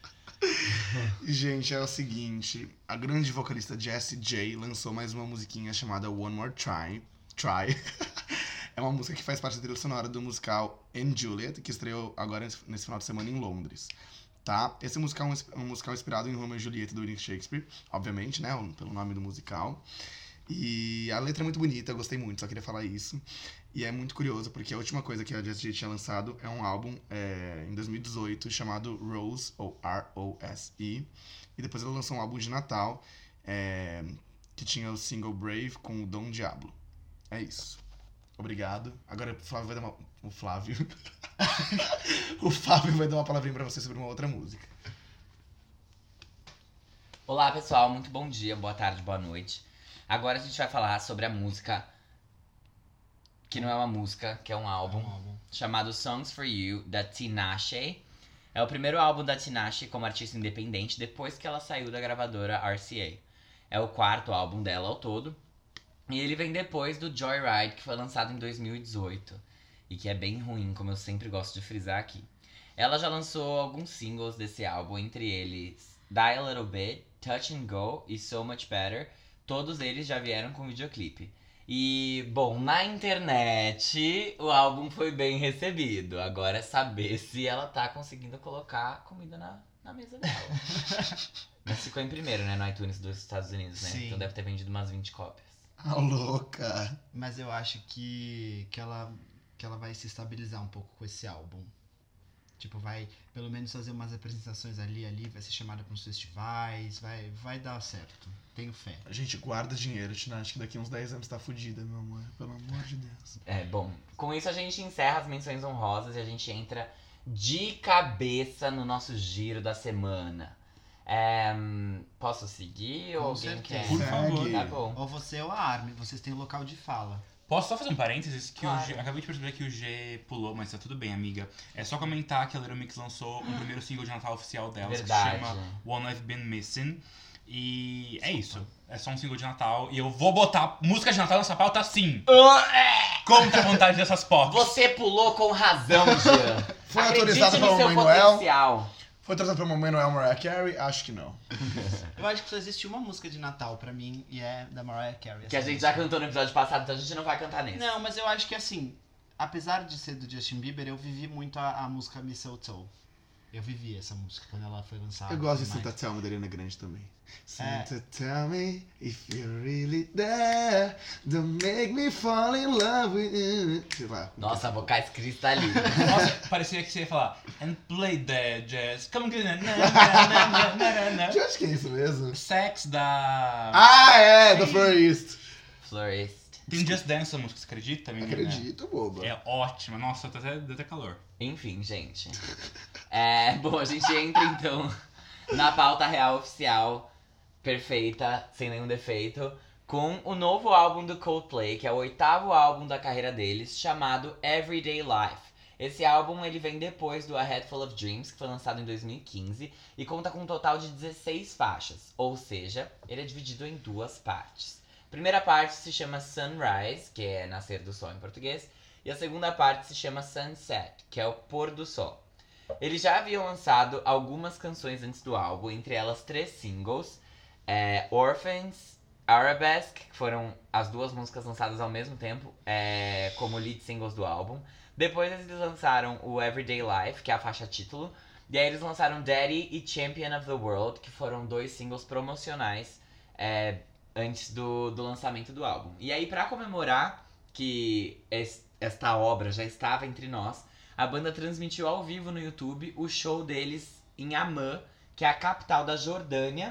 [SPEAKER 3] Gente, é o seguinte, a grande vocalista Jessie J lançou mais uma musiquinha chamada One More Try. Try. É uma música que faz parte da trilha sonora do musical And Juliet, que estreou agora nesse final de semana em Londres. Tá? Esse musical é um musical inspirado em Romeo e Julieta do William Shakespeare, obviamente, né? Pelo nome do musical. E a letra é muito bonita, eu gostei muito, só queria falar isso. E é muito curioso, porque a última coisa que a Jessie J tinha lançado é um álbum é, em dois mil e dezoito chamado Rose, ou R O S E. E depois ela lançou um álbum de Natal é, que tinha o single Brave com o Dom Diablo. É isso. Obrigado. Agora o Flávio vai dar uma... O Flávio... o Flávio vai dar uma palavrinha pra você sobre uma outra música.
[SPEAKER 4] Olá, pessoal, muito bom dia, boa tarde, boa noite. Agora a gente vai falar sobre a música, que não é uma música, que é um álbum, chamado Songs for You, da Tinashe. É o primeiro álbum da Tinashe como artista independente depois que ela saiu da gravadora R C A. É o quarto álbum dela ao todo. E ele vem depois do Joyride, que foi lançado em dois mil e dezoito. E que é bem ruim, como eu sempre gosto de frisar aqui. Ela já lançou alguns singles desse álbum, entre eles Die a Little Bit, Touch and Go e So Much Better. Todos eles já vieram com videoclipe. E, bom, na internet o álbum foi bem recebido. Agora é saber se ela tá conseguindo colocar comida na, na mesa dela. Mas ficou em primeiro, né, no iTunes dos Estados Unidos, né?
[SPEAKER 5] Sim.
[SPEAKER 4] Então deve ter vendido umas vinte cópias.
[SPEAKER 3] Ah, louca.
[SPEAKER 5] Mas eu acho que, que, ela, que ela vai se estabilizar um pouco com esse álbum. Tipo, vai pelo menos fazer umas apresentações ali ali, vai ser chamada para uns festivais, vai, vai dar certo. Tenho fé.
[SPEAKER 3] A gente guarda dinheiro, Tina. Acho que daqui uns dez anos tá fudida, meu amor. Pelo amor de Deus.
[SPEAKER 4] É, bom, com isso a gente encerra as menções honrosas e a gente entra de cabeça no nosso giro da semana. É, posso seguir ou
[SPEAKER 5] Com
[SPEAKER 4] alguém
[SPEAKER 5] certeza.
[SPEAKER 4] quer?
[SPEAKER 2] Por favor.
[SPEAKER 3] Segue.
[SPEAKER 4] Tá bom.
[SPEAKER 5] Ou você ou a Armin, vocês têm local de fala.
[SPEAKER 2] Posso só fazer um parênteses? Que
[SPEAKER 4] Claro.
[SPEAKER 2] o G, acabei de perceber que o G pulou, mas tá tudo bem, amiga. É só comentar que a Little Mix lançou o primeiro single de Natal oficial delas,
[SPEAKER 4] Verdade.
[SPEAKER 2] que chama One I've Been Missing. E é isso. É só um single de Natal. E eu vou botar música de Natal nessa pauta sim. Contra a vontade dessas pop.
[SPEAKER 4] Você pulou com razão, Jean.
[SPEAKER 3] Foi
[SPEAKER 4] Acredite
[SPEAKER 3] autorizado
[SPEAKER 4] no
[SPEAKER 3] pelo
[SPEAKER 4] seu
[SPEAKER 3] Manuel?
[SPEAKER 4] potencial.
[SPEAKER 3] Foi trazendo pelo Manuel Mariah Carey? Acho que não.
[SPEAKER 5] Eu acho que só existe uma música de Natal pra mim e é da Mariah Carey.
[SPEAKER 4] Que a
[SPEAKER 5] essa
[SPEAKER 4] gente já
[SPEAKER 5] música.
[SPEAKER 4] cantou no episódio passado, então a gente não vai cantar nesse.
[SPEAKER 5] Não, mas eu acho que assim, apesar de ser do Justin Bieber, eu vivi muito a, a música Mistletoe. Eu vivi essa música quando ela foi lançada.
[SPEAKER 3] Eu gosto
[SPEAKER 5] e
[SPEAKER 3] de
[SPEAKER 5] tudo
[SPEAKER 3] Santa
[SPEAKER 5] mais.
[SPEAKER 3] Thelma da Ariana Grande também.
[SPEAKER 5] É.
[SPEAKER 3] Santa, tell me if you're really there. Don't make me fall in love with you. Sei lá.
[SPEAKER 4] Nossa, vocais cristalinos.
[SPEAKER 2] Nossa, parecia que você ia falar And play that jazz. Come on, na, na, na, na, na, na.
[SPEAKER 3] Eu acho que é isso mesmo.
[SPEAKER 2] Sex da...
[SPEAKER 3] Ah, é! The Florist.
[SPEAKER 4] Florist.
[SPEAKER 2] Tem Just Dance essa música, você acredita, menina?
[SPEAKER 3] Acredito, boba.
[SPEAKER 2] É ótima. Nossa, tá até, deu até calor.
[SPEAKER 4] Enfim, gente. É, bom, a gente entra então na pauta real oficial, perfeita, sem nenhum defeito, com o novo álbum do Coldplay, que é o oitavo álbum da carreira deles, chamado Everyday Life. Esse álbum ele vem depois do A Head Full of Dreams, que foi lançado em dois mil e quinze, e conta com um total de dezesseis faixas, ou seja, ele é dividido em duas partes. A primeira parte se chama Sunrise, que é Nascer do Sol em português, e a segunda parte se chama Sunset, que é o Pôr do Sol. Eles já haviam lançado algumas canções antes do álbum, entre elas três singles, é, Orphans, Arabesque, que foram as duas músicas lançadas ao mesmo tempo, é, como lead singles do álbum. Depois eles lançaram o Everyday Life, que é a faixa título, e aí eles lançaram Daddy e Champion of the World, que foram dois singles promocionais é, antes do, do lançamento do álbum. E aí, pra comemorar que es, esta obra já estava entre nós, a banda transmitiu ao vivo no YouTube o show deles em Amman, que é a capital da Jordânia,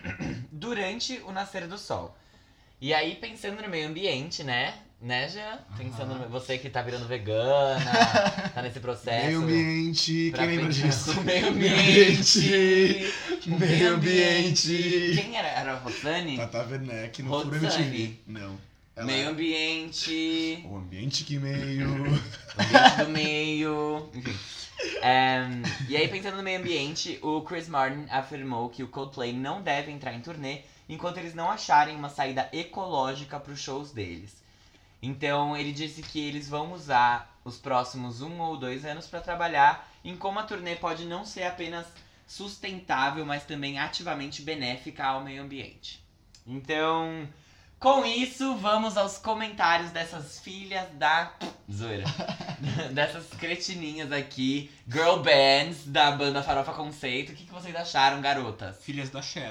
[SPEAKER 4] durante o nascer do sol. E aí, pensando no meio ambiente, né? Né, Jean? Pensando no... Você que tá virando vegana, tá nesse processo.
[SPEAKER 3] Meio ambiente,
[SPEAKER 4] pra
[SPEAKER 3] quem lembra
[SPEAKER 4] pensar
[SPEAKER 3] disso?
[SPEAKER 4] no meio ambiente. O
[SPEAKER 3] Meio ambiente.
[SPEAKER 4] Quem era? Era a Rossani?
[SPEAKER 3] Tata Werneck no Furo
[SPEAKER 4] Roxane.
[SPEAKER 3] M T V. Não. Ela
[SPEAKER 4] Meio
[SPEAKER 3] é
[SPEAKER 4] ambiente.
[SPEAKER 3] o ambiente que meio...
[SPEAKER 4] Ambiente do meio. Enfim. É, e aí, pensando no meio ambiente, o Chris Martin afirmou que o Coldplay não deve entrar em turnê enquanto eles não acharem uma saída ecológica para os shows deles. Então, ele disse que eles vão usar os próximos um ou dois anos para trabalhar em como a turnê pode não ser apenas sustentável, mas também ativamente benéfica ao meio ambiente. Então, com isso, vamos aos comentários dessas filhas da... Zoeira. Dessas cretininhas aqui, girl bands da banda Farofa Conceito. O que, que vocês acharam, garotas?
[SPEAKER 2] Filhas da Cher.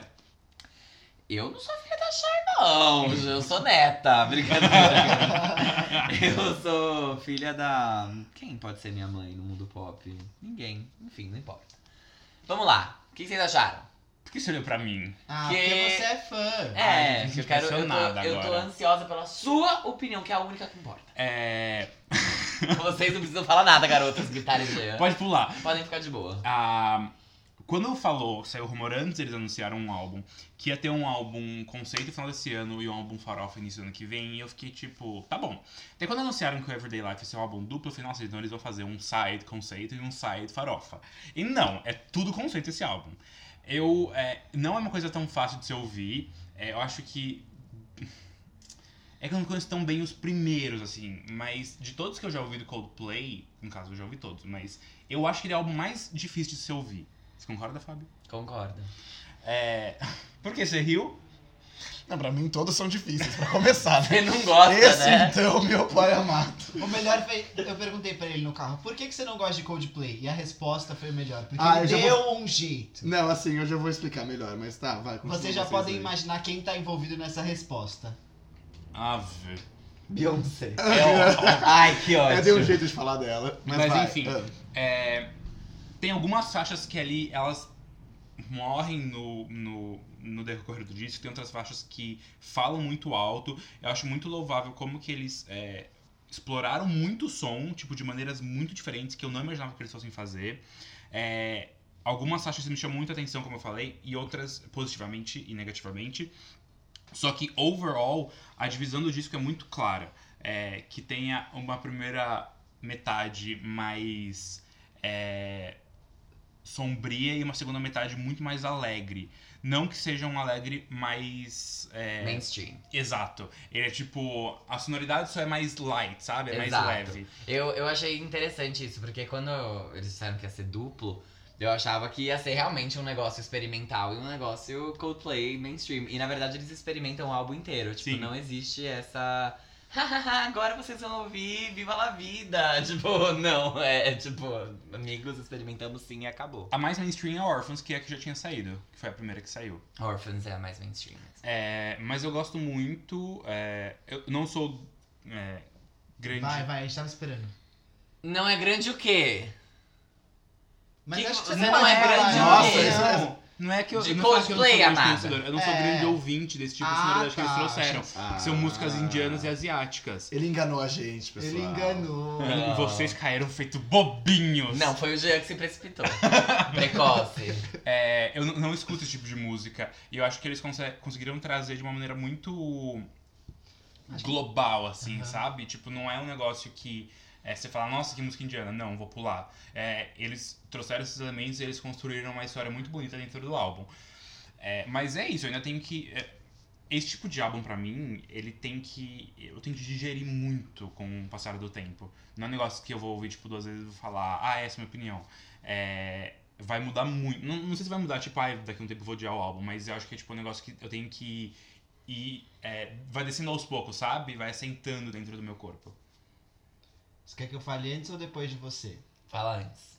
[SPEAKER 4] Eu não sou filha da Cher, não. Eu sou neta. Brincadeira. Eu sou filha da... Quem pode ser minha mãe no mundo pop? Ninguém. Enfim, não importa. Vamos lá. O que vocês acharam?
[SPEAKER 2] Por que você olhou pra mim?
[SPEAKER 5] Ah,
[SPEAKER 4] Que-
[SPEAKER 5] porque você é fã.
[SPEAKER 4] É,
[SPEAKER 2] Ai,
[SPEAKER 4] que eu quero... Eu tô,
[SPEAKER 2] impressionada
[SPEAKER 4] eu tô
[SPEAKER 2] agora.
[SPEAKER 4] ansiosa pela sua opinião, que é a única que importa.
[SPEAKER 2] É...
[SPEAKER 4] Vocês não precisam falar nada, garotas, gritarem de...
[SPEAKER 2] Pode pular.
[SPEAKER 4] Podem ficar de boa.
[SPEAKER 2] Ah, quando falou, saiu o rumor antes, eles anunciaram um álbum, que ia ter um álbum conceito no final desse ano e um álbum farofa início do ano que vem, e eu fiquei tipo, tá bom. Até quando anunciaram que o Everyday Life ia ser um álbum duplo, eu falei, nossa, então eles vão fazer um side conceito e um side farofa. E não, é tudo conceito esse álbum. Eu, é, não é uma coisa tão fácil de se ouvir, é, eu acho que... É que eu não conheço tão bem os primeiros, assim, mas de todos que eu já ouvi do Coldplay, no caso eu já ouvi todos, mas eu acho que ele é o álbum mais difícil de se ouvir. Você concorda, Fábio?
[SPEAKER 4] Concordo.
[SPEAKER 2] É... Por que você riu?
[SPEAKER 3] Não, pra mim todos são difíceis, pra começar, né?
[SPEAKER 4] Você não gosta,
[SPEAKER 3] Esse,
[SPEAKER 4] né?
[SPEAKER 3] então, meu pai amado.
[SPEAKER 5] O melhor foi, eu perguntei pra ele no carro, por que, que você não gosta de Coldplay? E a resposta foi melhor, porque
[SPEAKER 3] Ah, eu
[SPEAKER 5] ele
[SPEAKER 3] já
[SPEAKER 5] deu
[SPEAKER 3] vou-
[SPEAKER 5] um jeito.
[SPEAKER 3] Não, assim, eu já vou explicar melhor, mas tá, vai. continua
[SPEAKER 5] Vocês já
[SPEAKER 3] vocês
[SPEAKER 5] podem
[SPEAKER 3] aí.
[SPEAKER 5] imaginar quem tá envolvido nessa resposta.
[SPEAKER 2] Ave.
[SPEAKER 4] Beyoncé.
[SPEAKER 2] É, ó,
[SPEAKER 4] Ai, que ótimo.
[SPEAKER 3] É, deu um jeito de falar dela, mas,
[SPEAKER 2] Mas,
[SPEAKER 3] vai.
[SPEAKER 2] enfim.
[SPEAKER 3] Ah.
[SPEAKER 2] é, tem algumas faixas que ali, elas morrem no, no, no decorrer do disco. Tem outras faixas que falam muito alto. Eu acho muito louvável como que eles é, exploraram muito o som, tipo, de maneiras muito diferentes que eu não imaginava que eles fossem fazer. É, algumas faixas me chamam muita atenção, como eu falei, e outras positivamente e negativamente. Só que, overall, a divisão do disco é muito clara. É, que tenha uma primeira metade mais é, sombria e uma segunda metade muito mais alegre. Não que seja um alegre mais... É,
[SPEAKER 4] Mainstream.
[SPEAKER 2] Exato. Ele é tipo... A sonoridade só é mais light, sabe? É mais
[SPEAKER 4] Exato.
[SPEAKER 2] leve.
[SPEAKER 4] Eu, eu achei interessante isso, porque quando eles disseram que ia ser duplo, eu achava que ia ser realmente um negócio experimental e um negócio Coldplay mainstream. E na verdade eles experimentam o álbum inteiro. Tipo,
[SPEAKER 2] Sim.
[SPEAKER 4] não existe essa... agora vocês vão ouvir Viva la Vida. Tipo, não. É, é tipo, amigos, experimentamos sim e acabou.
[SPEAKER 2] A mais mainstream é a Orphans, que é a que já tinha saído. Que foi a primeira que saiu.
[SPEAKER 4] Orphans é a mais mainstream.
[SPEAKER 2] É, mas eu gosto muito... É, eu não sou é, grande...
[SPEAKER 5] Vai, vai, a gente tava esperando.
[SPEAKER 4] Não é grande o quê?
[SPEAKER 5] Mas
[SPEAKER 4] Que-
[SPEAKER 5] acho que você
[SPEAKER 4] não
[SPEAKER 5] pode
[SPEAKER 4] é
[SPEAKER 5] falar.
[SPEAKER 4] grande
[SPEAKER 5] Nossa,
[SPEAKER 4] mesmo.
[SPEAKER 5] isso é-
[SPEAKER 2] Não, não é que eu,
[SPEAKER 4] De
[SPEAKER 2] eu não falo que eu não sou
[SPEAKER 4] Coldplay,
[SPEAKER 2] grande
[SPEAKER 4] amada.
[SPEAKER 2] conhecedor, eu não sou
[SPEAKER 5] É.
[SPEAKER 2] grande ouvinte desse tipo de
[SPEAKER 5] Ah,
[SPEAKER 2] sonoridade que eles
[SPEAKER 5] tá,
[SPEAKER 2] trouxeram.
[SPEAKER 3] Ah.
[SPEAKER 2] Que são músicas indianas e asiáticas.
[SPEAKER 3] Ele enganou a gente, pessoal.
[SPEAKER 5] Ele enganou.
[SPEAKER 2] E vocês caíram feito bobinhos.
[SPEAKER 4] Não, foi o Jean que se precipitou. Precoce.
[SPEAKER 2] É, eu não, não escuto esse tipo de música. E eu acho que eles conse- conseguiram trazer de uma maneira muito global, assim,
[SPEAKER 5] Aham.
[SPEAKER 2] sabe? Tipo, não é um negócio que é, você fala, nossa, que música indiana. Não, vou pular. É, eles trouxeram esses elementos e eles construíram uma história muito bonita dentro do álbum. É, mas é isso, eu ainda tenho que... é, esse tipo de álbum, pra mim, ele tem que... Eu tenho que digerir muito com o passar do tempo. Não é um negócio que eu vou ouvir, tipo, duas vezes e vou falar, ah, essa é a minha opinião. É, vai mudar muito. Não, não sei se vai mudar, tipo, ah, daqui a um tempo eu vou odiar o álbum, mas eu acho que é, tipo, um negócio que eu tenho que ir... É, vai descendo aos poucos, sabe? Vai assentando dentro do meu corpo.
[SPEAKER 5] Você quer que eu fale antes ou depois de você?
[SPEAKER 4] Fala antes.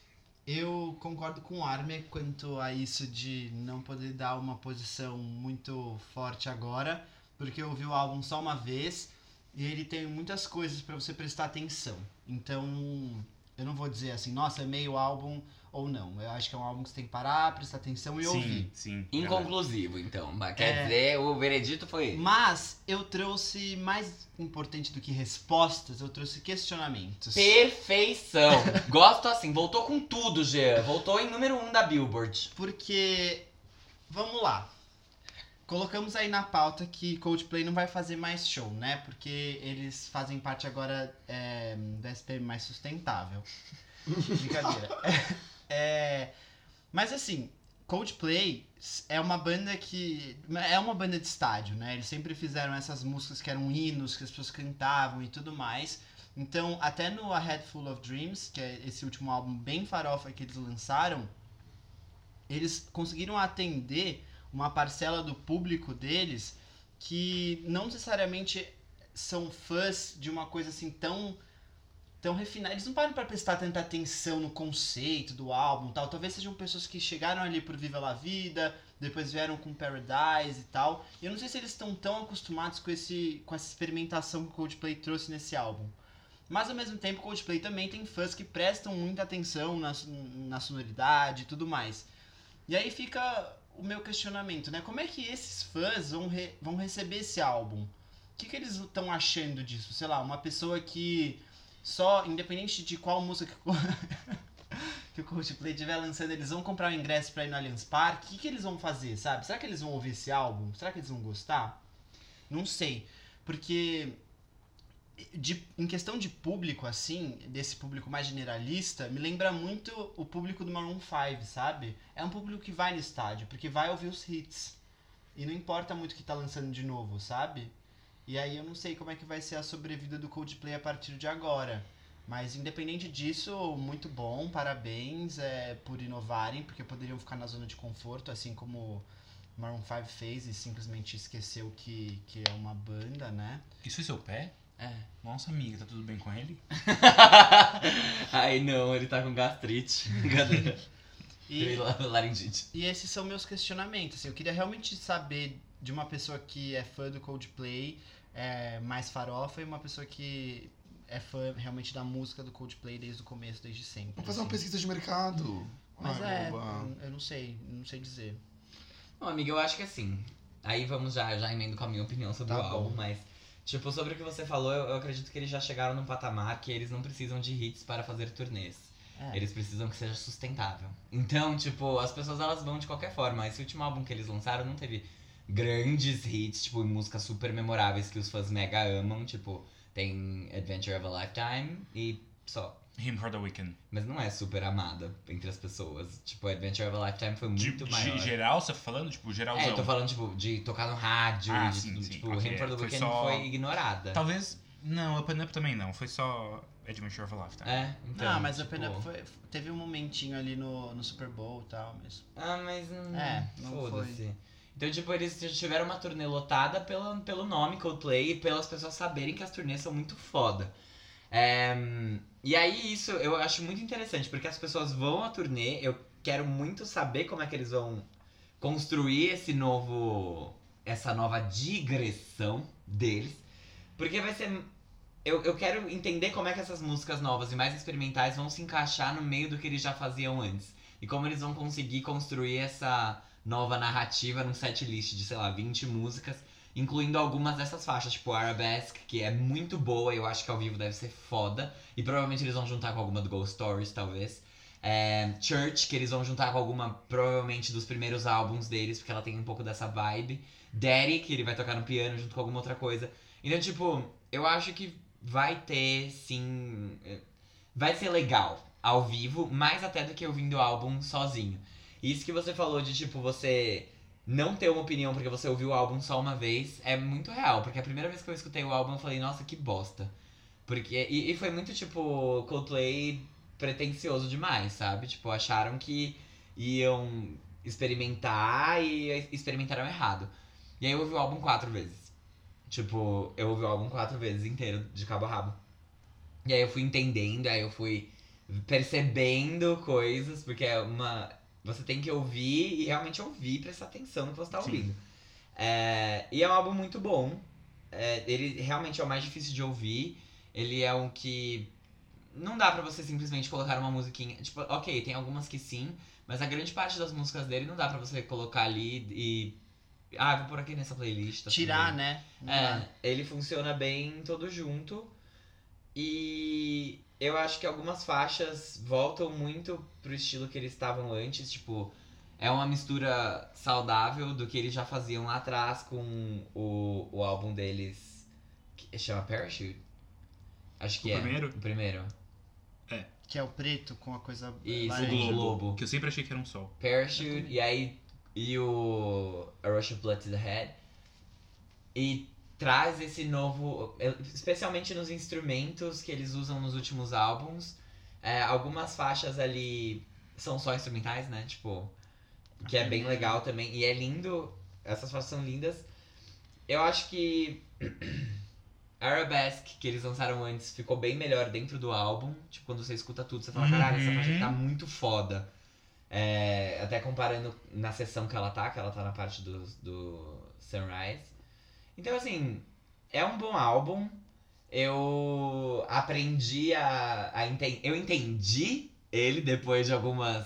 [SPEAKER 5] Eu concordo com o Armin quanto a isso de não poder dar uma posição muito forte agora, porque eu ouvi o álbum só uma vez e ele tem muitas coisas pra você prestar atenção. Então, eu não vou dizer assim, nossa, é meio álbum ou não. Eu acho que é um álbum que você tem que parar, prestar atenção e ouvir.
[SPEAKER 2] Sim, sim.
[SPEAKER 4] Inconclusivo, então. Mas Quer
[SPEAKER 5] É.
[SPEAKER 4] dizer, o veredito foi esse.
[SPEAKER 5] Mas eu trouxe, mais importante do que respostas, eu trouxe questionamentos.
[SPEAKER 4] Perfeição. Gosto assim. Voltou com tudo, Jean. Voltou em número um da Billboard.
[SPEAKER 5] Porque, vamos lá. Colocamos aí na pauta que Coldplay não vai fazer mais show, né? Porque eles fazem parte agora é, da S P M mais sustentável. Brincadeira. É, mas assim, Coldplay é uma banda que... É uma banda de estádio, né? Eles sempre fizeram essas músicas que eram hinos, que as pessoas cantavam e tudo mais. Então, até no A Head Full of Dreams, que é esse último álbum bem farofa que eles lançaram, eles conseguiram atender uma parcela do público deles que não necessariamente são fãs de uma coisa assim tão, tão refinada. Eles não param pra prestar tanta atenção no conceito do álbum e tal. Talvez sejam pessoas que chegaram ali por Viva la Vida, depois vieram com Paradise e tal. E eu não sei se eles estão tão acostumados com, esse, com essa experimentação que o Coldplay trouxe nesse álbum. Mas ao mesmo tempo, o Coldplay também tem fãs que prestam muita atenção na, na sonoridade e tudo mais. E aí fica o meu questionamento, né? Como é que esses fãs vão, re- vão receber esse álbum? O que, que eles estão achando disso? Sei lá, uma pessoa que só, independente de qual música que o, que o Coldplay estiver lançando, eles vão comprar o ingresso pra ir no Allianz Parque. O que, que eles vão fazer, sabe? Será que eles vão ouvir esse álbum? Será que eles vão gostar? Não sei. Porque... De, em questão de público, assim, desse público mais generalista, me lembra muito o público do Maroon five, sabe? É um público que vai no estádio, porque vai ouvir os hits. E não importa muito o que tá lançando de novo, sabe? E aí eu não sei como é que vai ser a sobrevida do Coldplay a partir de agora. Mas independente disso, muito bom, parabéns é, por inovarem, porque poderiam ficar na zona de conforto, assim como Maroon five fez e simplesmente esqueceu que, que é uma banda, né?
[SPEAKER 2] Isso é seu pé?
[SPEAKER 4] É.
[SPEAKER 2] Nossa, amiga, tá tudo bem com ele?
[SPEAKER 4] Ai, não, ele tá com gastrite.
[SPEAKER 5] E,
[SPEAKER 4] Laringite.
[SPEAKER 5] E esses são meus questionamentos. Assim, eu queria realmente saber de uma pessoa que é fã do Coldplay, é, mais farofa, e uma pessoa que é fã realmente da música do Coldplay desde o começo, desde sempre.
[SPEAKER 3] Vamos fazer uma
[SPEAKER 5] assim.
[SPEAKER 3] pesquisa de mercado.
[SPEAKER 5] Mas
[SPEAKER 3] Ai,
[SPEAKER 5] é,
[SPEAKER 3] boba.
[SPEAKER 5] eu não sei, não sei dizer.
[SPEAKER 4] Bom, amiga, eu acho que assim. Aí vamos já, já emendo com a minha opinião sobre
[SPEAKER 5] Tá
[SPEAKER 4] o
[SPEAKER 5] bom.
[SPEAKER 4] álbum, mas. Tipo, sobre o que você falou, eu, eu acredito que eles já chegaram num patamar que eles não precisam de hits para fazer turnês.
[SPEAKER 5] É.
[SPEAKER 4] Eles precisam que seja sustentável. Então, tipo, as pessoas elas vão de qualquer forma. Esse último álbum que eles lançaram não teve grandes hits, tipo, músicas super memoráveis que os fãs mega amam. Tipo, tem Adventure of a Lifetime e só.
[SPEAKER 2] Him for the Weeknd.
[SPEAKER 4] Mas não é super amada entre as pessoas. Tipo, Adventure of a Lifetime foi
[SPEAKER 2] De,
[SPEAKER 4] muito
[SPEAKER 2] de
[SPEAKER 4] maior.
[SPEAKER 2] geral, você tá falando? Tipo, geralzão.
[SPEAKER 4] É, eu tô falando, tipo, de tocar no rádio,
[SPEAKER 2] Ah,
[SPEAKER 4] de,
[SPEAKER 2] sim, sim,
[SPEAKER 4] tipo,
[SPEAKER 2] ok.
[SPEAKER 4] Him for the
[SPEAKER 2] Foi
[SPEAKER 4] Weeknd
[SPEAKER 2] só-
[SPEAKER 4] foi ignorada.
[SPEAKER 2] Talvez... Não, Open Up também não. Foi só Adventure of a Lifetime.
[SPEAKER 4] É, então.
[SPEAKER 5] Não, mas
[SPEAKER 4] tipo...
[SPEAKER 5] a Pena foi, teve um momentinho ali no, no Super Bowl e tal, mas...
[SPEAKER 4] Ah, mas hum,
[SPEAKER 5] É, não
[SPEAKER 4] foda-se. Então, tipo, eles tiveram uma turnê lotada pela, pelo nome Coldplay e pelas pessoas saberem que as turnês são muito foda. É, e aí, isso eu acho muito interessante, porque as pessoas vão à turnê, eu quero muito saber como é que eles vão construir esse novo... essa nova digressão deles, porque vai ser... Eu, eu quero entender como é que essas músicas novas e mais experimentais vão se encaixar no meio do que eles já faziam antes. E como eles vão conseguir construir essa nova narrativa num setlist de, sei lá, vinte músicas, incluindo algumas dessas faixas, tipo Arabesque, que é muito boa e eu acho que ao vivo deve ser foda. E provavelmente eles vão juntar com alguma do Ghost Stories, talvez. É, Church, que eles vão juntar com alguma, provavelmente, dos primeiros álbuns deles, porque ela tem um pouco dessa vibe. Daddy, que ele vai tocar no piano junto com alguma outra coisa. Então, tipo, eu acho que vai ter, sim... Vai ser legal ao vivo, mais até do que ouvindo o álbum sozinho. Isso que você falou de, tipo, você não ter uma opinião porque você ouviu o álbum só uma vez, é muito real. Porque a primeira vez que eu escutei o álbum, eu falei, nossa, que bosta. Porque, e, e foi muito, tipo, Coldplay pretencioso demais, sabe? Tipo, acharam que iam experimentar e experimentaram errado. E aí eu ouvi o álbum quatro vezes. Tipo, eu ouvi o álbum quatro vezes inteiro, de cabo a rabo. E aí eu fui entendendo, aí eu fui percebendo coisas, porque é uma... Você tem que ouvir e realmente ouvir e prestar atenção no que você tá
[SPEAKER 2] Sim.
[SPEAKER 4] ouvindo. É, e é um álbum muito bom. É, ele realmente é o mais difícil de ouvir. Ele é um que... Não dá pra você simplesmente colocar uma musiquinha... Tipo, ok, tem algumas que sim, mas a grande parte das músicas dele não dá pra você colocar ali e... Ah, vou pôr aqui nessa playlist. Tá
[SPEAKER 5] Tirar,
[SPEAKER 4] tudo bem.
[SPEAKER 5] né? Não
[SPEAKER 4] É,
[SPEAKER 5] dá.
[SPEAKER 4] ele funciona bem todo junto. E eu acho que algumas faixas voltam muito pro estilo que eles estavam antes. Tipo, é uma mistura saudável do que eles já faziam lá atrás com o, o álbum deles, que chama Parachute? Acho que
[SPEAKER 2] O
[SPEAKER 4] é.
[SPEAKER 2] primeiro?
[SPEAKER 4] O primeiro.
[SPEAKER 5] Que é o preto com a coisa
[SPEAKER 4] Isso,
[SPEAKER 2] O
[SPEAKER 5] laranja.
[SPEAKER 4] Globo.
[SPEAKER 2] Globo. Que eu sempre achei que era um sol.
[SPEAKER 4] Parachute, e aí e o A Rush of Blood to the Head. E traz esse novo, especialmente nos instrumentos que eles usam nos últimos álbuns. É, algumas faixas ali são só instrumentais, né? Tipo, que é bem legal também. E é lindo, essas faixas são lindas. Eu acho que Arabesque, que eles lançaram antes, ficou bem melhor dentro do álbum. Tipo, quando você escuta tudo, você fala,
[SPEAKER 2] Uhum.
[SPEAKER 4] caralho, essa faixa aqui tá muito foda. É, até comparando na sessão que ela tá, que ela tá na parte do, do Sunrise. Então, assim, é um bom álbum. Eu aprendi a, a entender. Eu entendi ele depois de algumas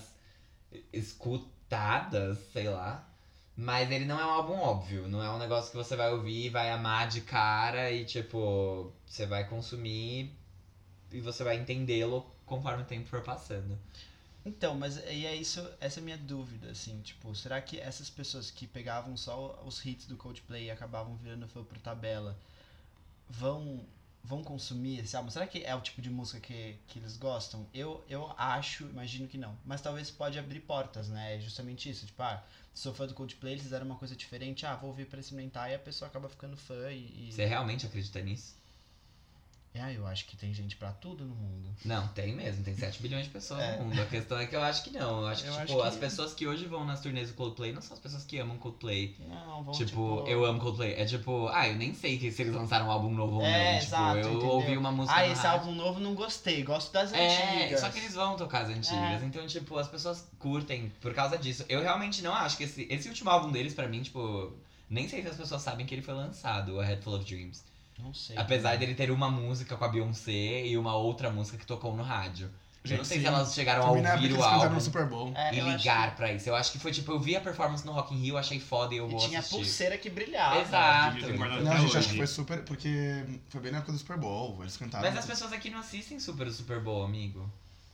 [SPEAKER 4] escutadas, sei lá. Mas ele não é um álbum óbvio. Não é um negócio que você vai ouvir e vai amar de cara e, tipo, você vai consumir e você vai entendê-lo conforme o tempo for passando.
[SPEAKER 5] Então, mas e é isso, essa é a minha dúvida, assim, tipo, será que essas pessoas que pegavam só os hits do Coldplay e acabavam virando fã por tabela vão, vão consumir esse álbum? Será que é o tipo de música que, que eles gostam? Eu, eu acho, imagino que não, mas talvez pode abrir portas, né? É justamente isso, tipo, ah, sou fã do Coldplay, eles fizeram uma coisa diferente, ah, vou ouvir pra experimentar, e a pessoa acaba ficando fã e... e...
[SPEAKER 4] Você realmente acredita nisso?
[SPEAKER 5] É, eu acho que tem gente pra tudo no mundo.
[SPEAKER 4] Não, tem mesmo, tem sete bilhões de pessoas
[SPEAKER 5] É.
[SPEAKER 4] no mundo. A questão é que eu acho que não. Eu acho que,
[SPEAKER 5] Eu
[SPEAKER 4] tipo,
[SPEAKER 5] acho que-
[SPEAKER 4] as pessoas que hoje vão nas turnês do Coldplay não são as pessoas que amam Coldplay.
[SPEAKER 5] Não, vão,
[SPEAKER 4] Tipo,
[SPEAKER 5] tipo...
[SPEAKER 4] eu amo Coldplay. É tipo, ah, eu nem sei que, se eles lançaram um álbum novo ou
[SPEAKER 5] É,
[SPEAKER 4] não. Tipo,
[SPEAKER 5] exato,
[SPEAKER 4] eu
[SPEAKER 5] entendeu?
[SPEAKER 4] ouvi uma música
[SPEAKER 5] Ah,
[SPEAKER 4] na
[SPEAKER 5] esse
[SPEAKER 4] rádio.
[SPEAKER 5] álbum novo não gostei, gosto das
[SPEAKER 4] É,
[SPEAKER 5] antigas.
[SPEAKER 4] só que eles vão tocar as antigas.
[SPEAKER 5] É.
[SPEAKER 4] Então, tipo, as pessoas curtem por causa disso. Eu realmente não acho que esse, esse último álbum deles, pra mim, tipo... Nem sei se as pessoas sabem que ele foi lançado, o A Head Full of Dreams.
[SPEAKER 5] Não sei.
[SPEAKER 4] Apesar dele ter uma música com a Beyoncé e uma outra música que tocou no rádio. Eu não sei
[SPEAKER 3] Sim.
[SPEAKER 4] se elas chegaram a
[SPEAKER 3] Também na época
[SPEAKER 4] ouvir
[SPEAKER 3] que
[SPEAKER 4] o
[SPEAKER 3] eles cantaram
[SPEAKER 4] álbum
[SPEAKER 3] no Super Bowl.
[SPEAKER 5] É,
[SPEAKER 4] e
[SPEAKER 5] eu acho
[SPEAKER 4] ligar pra isso. Eu acho que foi tipo, eu vi a performance no Rock in Rio, achei foda e eu
[SPEAKER 5] que-
[SPEAKER 4] vou
[SPEAKER 5] E tinha
[SPEAKER 4] assistir.
[SPEAKER 5] pulseira que brilhava.
[SPEAKER 4] Exato.
[SPEAKER 2] Devia ter guardado
[SPEAKER 3] Não,
[SPEAKER 2] até
[SPEAKER 3] gente,
[SPEAKER 2] hoje.
[SPEAKER 3] acho que foi super, porque foi bem na época do Super Bowl, eles cantaram.
[SPEAKER 4] Mas as pessoas aqui não assistem super o Super Bowl, amigo.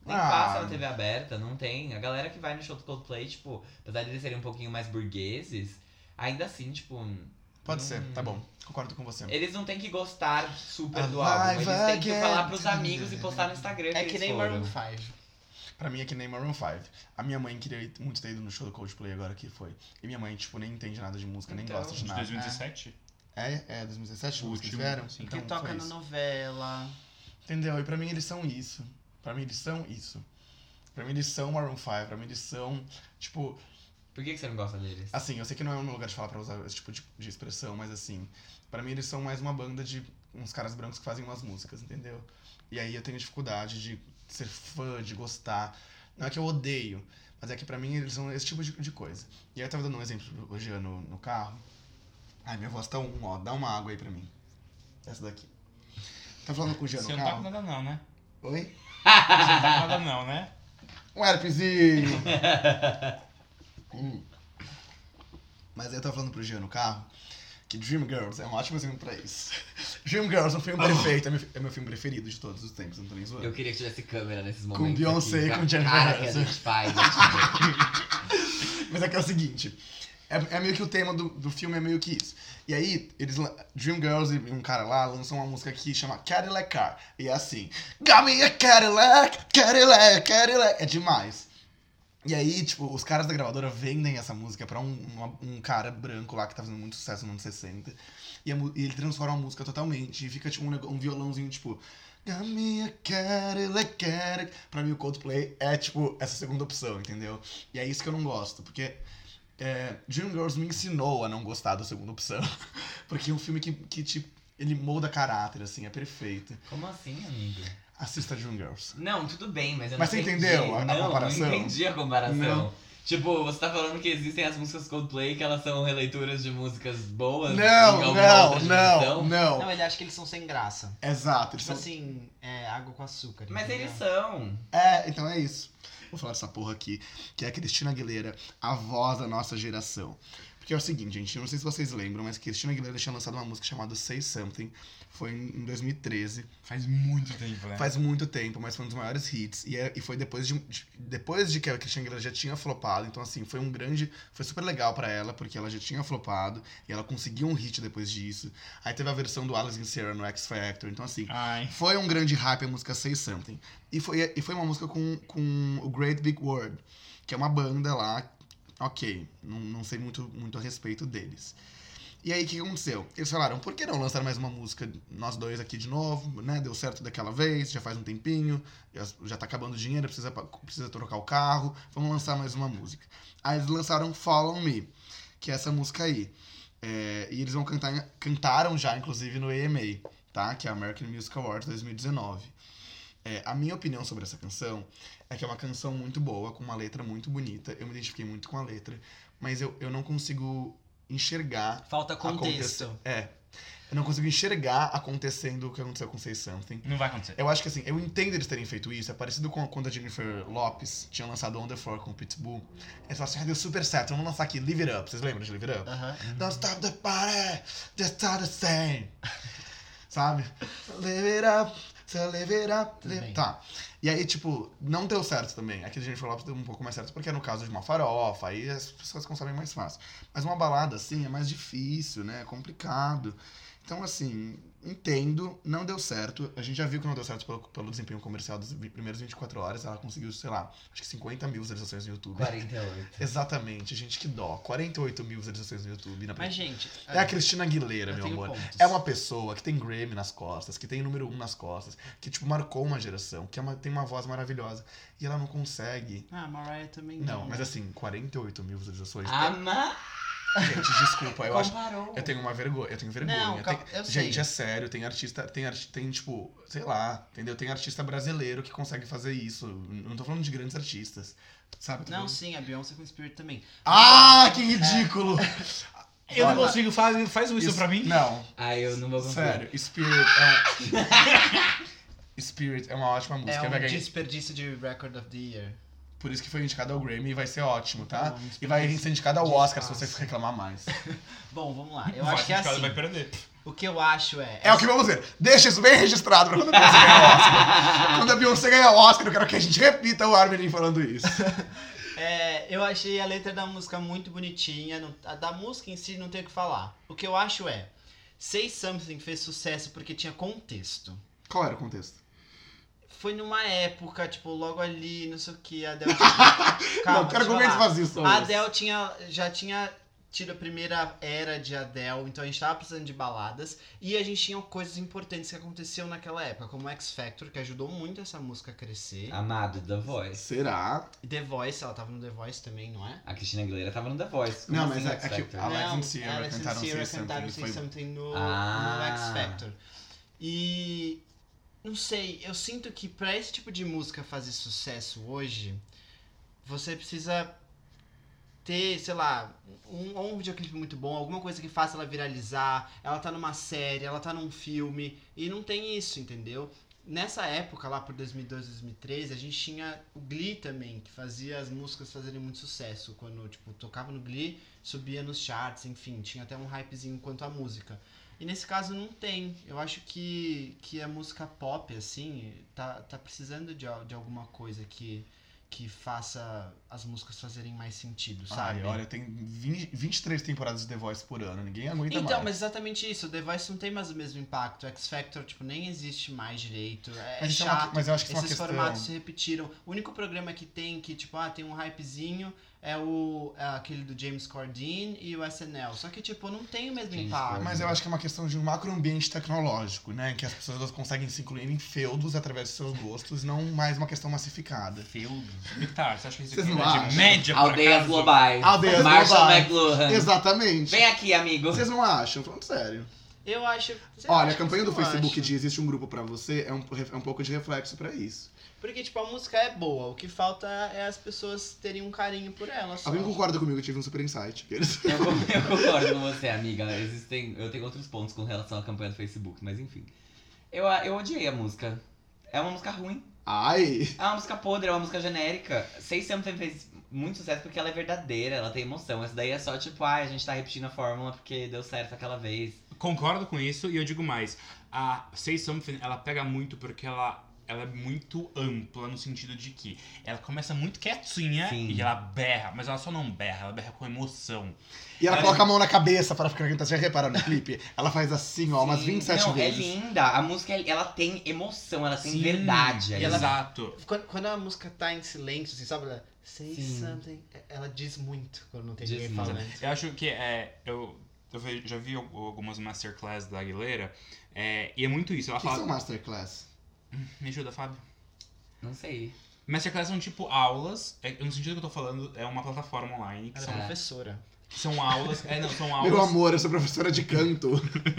[SPEAKER 4] Nem
[SPEAKER 3] Ah.
[SPEAKER 4] passa na T V aberta, não tem. A galera que vai no show do Coldplay, tipo, apesar de eles serem um pouquinho mais burgueses, ainda assim, tipo...
[SPEAKER 3] Pode
[SPEAKER 4] não-
[SPEAKER 3] ser, tá bom. Concordo com você.
[SPEAKER 4] Eles não tem que gostar super do
[SPEAKER 3] Alive
[SPEAKER 4] álbum, eles têm que
[SPEAKER 3] again.
[SPEAKER 4] falar pros amigos e postar no Instagram
[SPEAKER 5] É
[SPEAKER 4] que
[SPEAKER 5] que
[SPEAKER 4] eles
[SPEAKER 5] nem
[SPEAKER 4] foram.
[SPEAKER 5] Maroon five.
[SPEAKER 3] Pra mim é que nem Maroon five. A minha mãe queria ir- muito ter ido no show do Coldplay agora que foi. E minha mãe, tipo, nem entende nada de música, nem
[SPEAKER 4] Então,
[SPEAKER 3] gosta de
[SPEAKER 2] De
[SPEAKER 3] nada.
[SPEAKER 2] dois mil e dezessete?
[SPEAKER 3] É, é, dois mil e dezessete,
[SPEAKER 2] O
[SPEAKER 3] os que
[SPEAKER 2] último,
[SPEAKER 3] vieram?
[SPEAKER 2] sim.
[SPEAKER 3] Então,
[SPEAKER 5] Que toca
[SPEAKER 3] foi
[SPEAKER 5] na
[SPEAKER 3] isso.
[SPEAKER 5] novela.
[SPEAKER 3] Entendeu? E pra mim eles são isso. Pra mim eles são isso. Pra mim eles são Maroon five. Pra mim eles são, tipo...
[SPEAKER 4] Por que, que você não gosta deles?
[SPEAKER 3] Assim, eu sei que não é o meu lugar de falar pra usar esse tipo de, de expressão, mas assim... Pra mim eles são mais uma banda de uns caras brancos que fazem umas músicas, entendeu? E aí eu tenho dificuldade de ser fã, de gostar. Não é que eu odeio, mas é que pra mim eles são esse tipo de, de coisa. E aí eu tava dando um exemplo hoje no, no carro. Ai, minha voz tá um, ó, dá uma água aí pra mim. Essa daqui. Tá falando com o Jean
[SPEAKER 2] Você
[SPEAKER 3] no
[SPEAKER 2] não tá com
[SPEAKER 3] carro?
[SPEAKER 2] nada não, né?
[SPEAKER 3] Oi?
[SPEAKER 2] Você não tá com nada não, né?
[SPEAKER 3] Um herpesinho! hum. Mas aí eu tava falando pro Jean no carro que Dreamgirls é um ótimo exemplo pra isso. Dreamgirls é um filme perfeito, é meu, é meu filme preferido de todos os tempos, não tô nem zoando.
[SPEAKER 4] Eu queria que tivesse câmera nesses
[SPEAKER 3] Com
[SPEAKER 4] momentos.
[SPEAKER 3] Beyoncé
[SPEAKER 4] aqui,
[SPEAKER 3] e com
[SPEAKER 4] pra
[SPEAKER 3] Jennifer
[SPEAKER 4] cara que a
[SPEAKER 3] Aniston.
[SPEAKER 4] gente faz. Né?
[SPEAKER 3] Mas é que é o seguinte, é, é meio que o tema do, do filme é meio que isso. E aí, eles, lan- Dreamgirls e um cara lá lançam uma música que chama Cadillac Car. E é assim, got me a Cadillac, Cadillac, Cadillac. É demais. E aí, tipo, os caras da gravadora vendem essa música pra um, uma- um cara branco lá que tá fazendo muito sucesso nos anos sessenta. E, a mu- e ele transforma a música totalmente. E fica, tipo, um, nego- um violãozinho, tipo... Got me a Cadillac, Cadillac. Pra mim, o Coldplay é, tipo, essa segunda opção, entendeu? E é isso que eu não gosto, porque... É, Dreamgirls me ensinou a não gostar da segunda opção. Porque é um filme que, que tipo, ele molda caráter, assim, é perfeito.
[SPEAKER 4] Como assim, amigo?
[SPEAKER 3] Assista Dreamgirls.
[SPEAKER 4] Não, tudo bem, mas eu
[SPEAKER 3] Mas
[SPEAKER 4] não
[SPEAKER 3] você
[SPEAKER 4] entendi.
[SPEAKER 3] entendeu a- a
[SPEAKER 4] não,
[SPEAKER 3] comparação?
[SPEAKER 4] Não entendi a comparação.
[SPEAKER 3] Não.
[SPEAKER 4] Tipo, você tá falando que existem as músicas Coldplay que elas são releituras de músicas boas? em
[SPEAKER 3] Não,
[SPEAKER 4] alguma
[SPEAKER 3] não,
[SPEAKER 4] outra
[SPEAKER 3] não,
[SPEAKER 4] divisão?
[SPEAKER 3] não.
[SPEAKER 5] Não, ele acha que eles são sem graça.
[SPEAKER 3] Exato. Eles
[SPEAKER 5] Tipo
[SPEAKER 3] são...
[SPEAKER 5] assim, é água com açúcar.
[SPEAKER 4] Mas
[SPEAKER 5] entendeu?
[SPEAKER 4] eles são.
[SPEAKER 3] É, então é isso. Vou falar dessa porra aqui, que é a Cristina Aguilera, a voz da nossa geração. Porque é o seguinte, gente, eu não sei se vocês lembram, mas Cristina Aguilera tinha lançado uma música chamada Say Something. Foi em dois mil e treze.
[SPEAKER 2] Faz muito tempo, né?
[SPEAKER 3] Faz muito tempo, mas foi um dos maiores hits. E, é, e foi depois de, de- depois de que a Cristina Aguilera já tinha flopado. Então, assim, foi um grande... Foi super legal pra ela, porque ela já tinha flopado. E ela conseguiu um hit depois disso. Aí teve a versão do Alex Sierra no X Factor. Então, assim,
[SPEAKER 2] Ai.
[SPEAKER 3] foi um grande hype a música Say Something. E foi, e foi uma música com, com o Great Big World, que é uma banda lá. Ok, não, não sei muito, muito a respeito deles. E aí, o que aconteceu? Eles falaram, por que não lançar mais uma música, nós dois aqui de novo, né? Deu certo daquela vez, já faz um tempinho, já, já tá acabando o dinheiro, precisa, pa- precisa trocar o carro, vamos lançar mais uma música. Aí eles lançaram Follow Me, que é essa música aí. É, e eles vão cantar, cantaram já, inclusive, no A M A, tá? Que é a American Music Awards dois mil e dezenove. É, a minha opinião sobre essa canção é que é uma canção muito boa, com uma letra muito bonita. Eu me identifiquei muito com a letra, mas eu, eu não consigo enxergar...
[SPEAKER 5] Falta contexto.
[SPEAKER 3] acontecer- É. Eu não consigo enxergar acontecendo o que aconteceu com Say Something.
[SPEAKER 2] Não vai acontecer.
[SPEAKER 3] Eu acho que assim, eu entendo eles terem feito isso. É parecido com quando a Jennifer Lopez tinha lançado On The Floor com o Pitbull. Eles falaram assim, ah, deu super certo, vamos lançar aqui Live It Up. Vocês lembram de Live It Up?
[SPEAKER 5] Aham.
[SPEAKER 3] Don't stop the party, just start the same. Sabe? Live it up, so live it up.
[SPEAKER 5] Tudo
[SPEAKER 3] Live...
[SPEAKER 5] bem.
[SPEAKER 3] Tá. E aí, tipo, não deu certo também. Aqui a Jennifer Lopez deu um pouco mais certo, porque é no caso de uma farofa, aí as pessoas consomem mais fácil. Mas uma balada, assim, é mais difícil, né? É complicado. Então, assim, entendo, não deu certo. A gente já viu que não deu certo pelo, pelo desempenho comercial das vi- primeiras vinte e quatro horas. Ela conseguiu, sei lá, acho que cinquenta mil visualizações no YouTube.
[SPEAKER 4] quarenta e oito.
[SPEAKER 3] Exatamente, gente, que dó. quarenta e oito mil visualizações no YouTube. Na
[SPEAKER 5] Mas, gente...
[SPEAKER 3] é a Cristina Aguilera,
[SPEAKER 5] eu
[SPEAKER 3] meu
[SPEAKER 5] tenho
[SPEAKER 3] amor.
[SPEAKER 5] pontos.
[SPEAKER 3] É uma pessoa que tem Grammy nas costas, que tem número um nas costas, que, tipo, marcou uma geração, que é uma- tem uma voz maravilhosa. E ela não consegue.
[SPEAKER 5] Ah, a Mariah também
[SPEAKER 3] Não,
[SPEAKER 5] não.
[SPEAKER 3] mas assim, quarenta e oito mil visualizações.
[SPEAKER 4] Ama...
[SPEAKER 3] Gente, desculpa, eu acho.
[SPEAKER 4] Comparou.
[SPEAKER 3] Eu tenho uma vergonha, eu tenho vergonha.
[SPEAKER 5] Não,
[SPEAKER 3] Eu
[SPEAKER 5] calma,
[SPEAKER 3] tenho-
[SPEAKER 5] eu sei.
[SPEAKER 3] Gente, é sério, tem artista, tem, arti- tem tipo, sei lá, entendeu? Tem artista brasileiro que consegue fazer isso. Não tô falando de grandes artistas, sabe? Tô
[SPEAKER 5] Não,
[SPEAKER 3] falando-
[SPEAKER 5] sim, a Beyoncé com Spirit também.
[SPEAKER 3] Ah, que ridículo!
[SPEAKER 2] Eu não
[SPEAKER 3] Olha,
[SPEAKER 2] consigo, faz, faz isso, pra mim.
[SPEAKER 3] Não,
[SPEAKER 4] Ai, eu não vou conseguir.
[SPEAKER 3] sério, Spirit é um... Spirit é uma ótima música,
[SPEAKER 5] É
[SPEAKER 3] vai
[SPEAKER 5] um
[SPEAKER 3] ganhar-
[SPEAKER 5] desperdício de Record of the Year.
[SPEAKER 3] Por isso que foi indicado ao Grammy e vai ser ótimo, tá?
[SPEAKER 5] Bom,
[SPEAKER 3] E vai ser indicado ao
[SPEAKER 5] de
[SPEAKER 3] Oscar se
[SPEAKER 5] espaço.
[SPEAKER 3] você reclamar mais.
[SPEAKER 5] Bom, vamos lá. Eu
[SPEAKER 2] Vai
[SPEAKER 5] acho que é
[SPEAKER 2] ficar,
[SPEAKER 5] assim.
[SPEAKER 2] vai perder.
[SPEAKER 5] O que eu acho é...
[SPEAKER 3] É o que vamos dizer. Deixa isso bem registrado pra quando a Beyoncé ganhar o Oscar. Quando a Beyoncé ganhar o Oscar, eu quero que a gente repita o Armin falando isso.
[SPEAKER 5] É, eu achei a letra da música muito bonitinha. Não, a da música em si não tem o que falar. O que eu acho é... Say Something fez sucesso porque tinha contexto.
[SPEAKER 3] Qual era o contexto?
[SPEAKER 5] Foi numa época, tipo, logo ali, não sei o que, a Adele tinha... Calma,
[SPEAKER 3] Não, quero
[SPEAKER 5] deixa eu
[SPEAKER 3] argumentos
[SPEAKER 5] falar.
[SPEAKER 3] vazios só
[SPEAKER 5] A
[SPEAKER 3] isso.
[SPEAKER 5] Adele tinha, já tinha tido a primeira era de Adele, então a gente tava precisando de baladas. E a gente tinha coisas importantes que aconteciam naquela época, como X Factor, que ajudou muito essa música a crescer.
[SPEAKER 4] Amado, The Voice.
[SPEAKER 3] Será?
[SPEAKER 5] The Voice, ela tava no The Voice também, não é?
[SPEAKER 4] A Cristina Aguilera tava no The Voice. Como
[SPEAKER 3] Não,
[SPEAKER 4] assim,
[SPEAKER 3] mas é-
[SPEAKER 4] X
[SPEAKER 3] é que
[SPEAKER 4] Factor?
[SPEAKER 3] a- Alex
[SPEAKER 5] Não,
[SPEAKER 3] and Sierra
[SPEAKER 5] Alex and
[SPEAKER 3] cantaram
[SPEAKER 5] Sierra
[SPEAKER 3] Say
[SPEAKER 5] cantaram
[SPEAKER 3] Something,
[SPEAKER 5] Say
[SPEAKER 3] foi-
[SPEAKER 5] Something no,
[SPEAKER 4] Ah.
[SPEAKER 5] no X Factor. E... Não sei, eu sinto que pra esse tipo de música fazer sucesso hoje, você precisa ter, sei lá, um, ou um videoclipe muito bom, alguma coisa que faça ela viralizar, ela tá numa série, ela tá num filme, e não tem isso, entendeu? Nessa época, lá por dois mil e doze, dois mil e treze, a gente tinha o Glee também, que fazia as músicas fazerem muito sucesso. Quando, tipo, tocava no Glee, subia nos charts, enfim, tinha até um hypezinho quanto à música. E nesse caso não tem. Eu acho que, que a música pop, assim, tá, tá precisando de, al- de alguma coisa que, que faça as músicas fazerem mais sentido, sabe?
[SPEAKER 3] Ai, olha, tem vinte, vinte e três temporadas de The Voice por ano, ninguém aguenta
[SPEAKER 5] Então,
[SPEAKER 3] mais.
[SPEAKER 5] mas exatamente isso. O The Voice não tem mais o mesmo impacto. O X Factor, tipo, nem existe mais direito. É,
[SPEAKER 3] Mas
[SPEAKER 5] é
[SPEAKER 3] isso é uma-
[SPEAKER 5] chato.
[SPEAKER 3] mas eu acho que isso é uma
[SPEAKER 5] Esses
[SPEAKER 3] questão-
[SPEAKER 5] formatos se repetiram. O único programa que tem, que, tipo, ah, tem um hypezinho, é o é aquele do James Corden e o S N L. Só que, tipo, não tem o mesmo
[SPEAKER 4] James
[SPEAKER 5] impacto.
[SPEAKER 4] Corden.
[SPEAKER 3] Mas eu acho que é uma questão de um macroambiente tecnológico, né? Que as pessoas conseguem se incluir em feudos através dos seus gostos, não mais uma questão massificada.
[SPEAKER 2] Feudo. Victor, você acha que isso
[SPEAKER 3] Vocês
[SPEAKER 2] aqui
[SPEAKER 3] não
[SPEAKER 2] é de
[SPEAKER 3] acham?
[SPEAKER 2] média, por
[SPEAKER 4] Aldeias
[SPEAKER 2] acaso?
[SPEAKER 4] Globais.
[SPEAKER 3] Aldeias
[SPEAKER 4] Marshall
[SPEAKER 3] Globais.
[SPEAKER 4] McLuhan.
[SPEAKER 3] Exatamente.
[SPEAKER 4] Vem aqui, amigo.
[SPEAKER 3] Vocês não acham? Falando sério.
[SPEAKER 5] Eu acho... você
[SPEAKER 3] Olha, a
[SPEAKER 5] acha?
[SPEAKER 3] campanha do
[SPEAKER 5] Eu
[SPEAKER 3] Facebook
[SPEAKER 5] acho.
[SPEAKER 3] de Existe um Grupo Pra Você é um, é um pouco de reflexo pra isso.
[SPEAKER 5] Porque, tipo, a música é boa. O que falta é as pessoas terem um carinho por ela. Só.
[SPEAKER 3] Alguém concorda comigo? Eu tive um super insight. Aqueles-
[SPEAKER 4] Eu, co- eu concordo com você, amiga. Existem, eu tenho outros pontos com relação à campanha do Facebook, mas enfim. Eu, a- eu odiei a música. É uma música ruim.
[SPEAKER 3] Ai!
[SPEAKER 4] É uma música podre, é uma música genérica. Say Something fez muito sucesso porque ela é verdadeira, ela tem emoção. Essa daí é só tipo, ai, a gente tá repetindo a fórmula porque deu certo aquela vez.
[SPEAKER 2] Concordo com isso e eu digo mais. A Say Something, ela pega muito porque ela, ela é muito ampla no sentido de que ela começa muito quietinha
[SPEAKER 4] Sim.
[SPEAKER 2] e ela berra, mas ela só não berra, ela berra com emoção.
[SPEAKER 3] E ela
[SPEAKER 2] Ai.
[SPEAKER 3] coloca a mão na cabeça para ficar cantando. Você já repararam no clipe? Ela faz assim, ó, umas
[SPEAKER 4] Sim.
[SPEAKER 3] vinte e sete
[SPEAKER 4] Não,
[SPEAKER 3] vezes.
[SPEAKER 4] é linda. A música, ela tem emoção, ela tem
[SPEAKER 2] Sim,
[SPEAKER 4] verdade. ali.
[SPEAKER 2] Exato.
[SPEAKER 5] Quando, quando a música tá em silêncio, assim, sabe? Ela, Say
[SPEAKER 4] Sim.
[SPEAKER 5] something. Ela diz muito quando não tem
[SPEAKER 4] Diz
[SPEAKER 5] ninguém
[SPEAKER 4] muito.
[SPEAKER 5] falando.
[SPEAKER 2] Eu acho que é. Eu, eu ve- já vi al- algumas masterclass da Aguilera é, e é muito isso. Ela
[SPEAKER 3] O que são
[SPEAKER 2] fala.
[SPEAKER 3] masterclass?
[SPEAKER 2] Me ajuda, Fábio.
[SPEAKER 4] Não sei.
[SPEAKER 2] Masterclass são tipo aulas, é, no sentido que eu tô falando, é uma plataforma online que
[SPEAKER 5] Ela
[SPEAKER 2] são,
[SPEAKER 5] é
[SPEAKER 4] É.
[SPEAKER 5] professora.
[SPEAKER 2] que são aulas. É, não, são aulas.
[SPEAKER 3] Meu amor, eu sou professora de canto.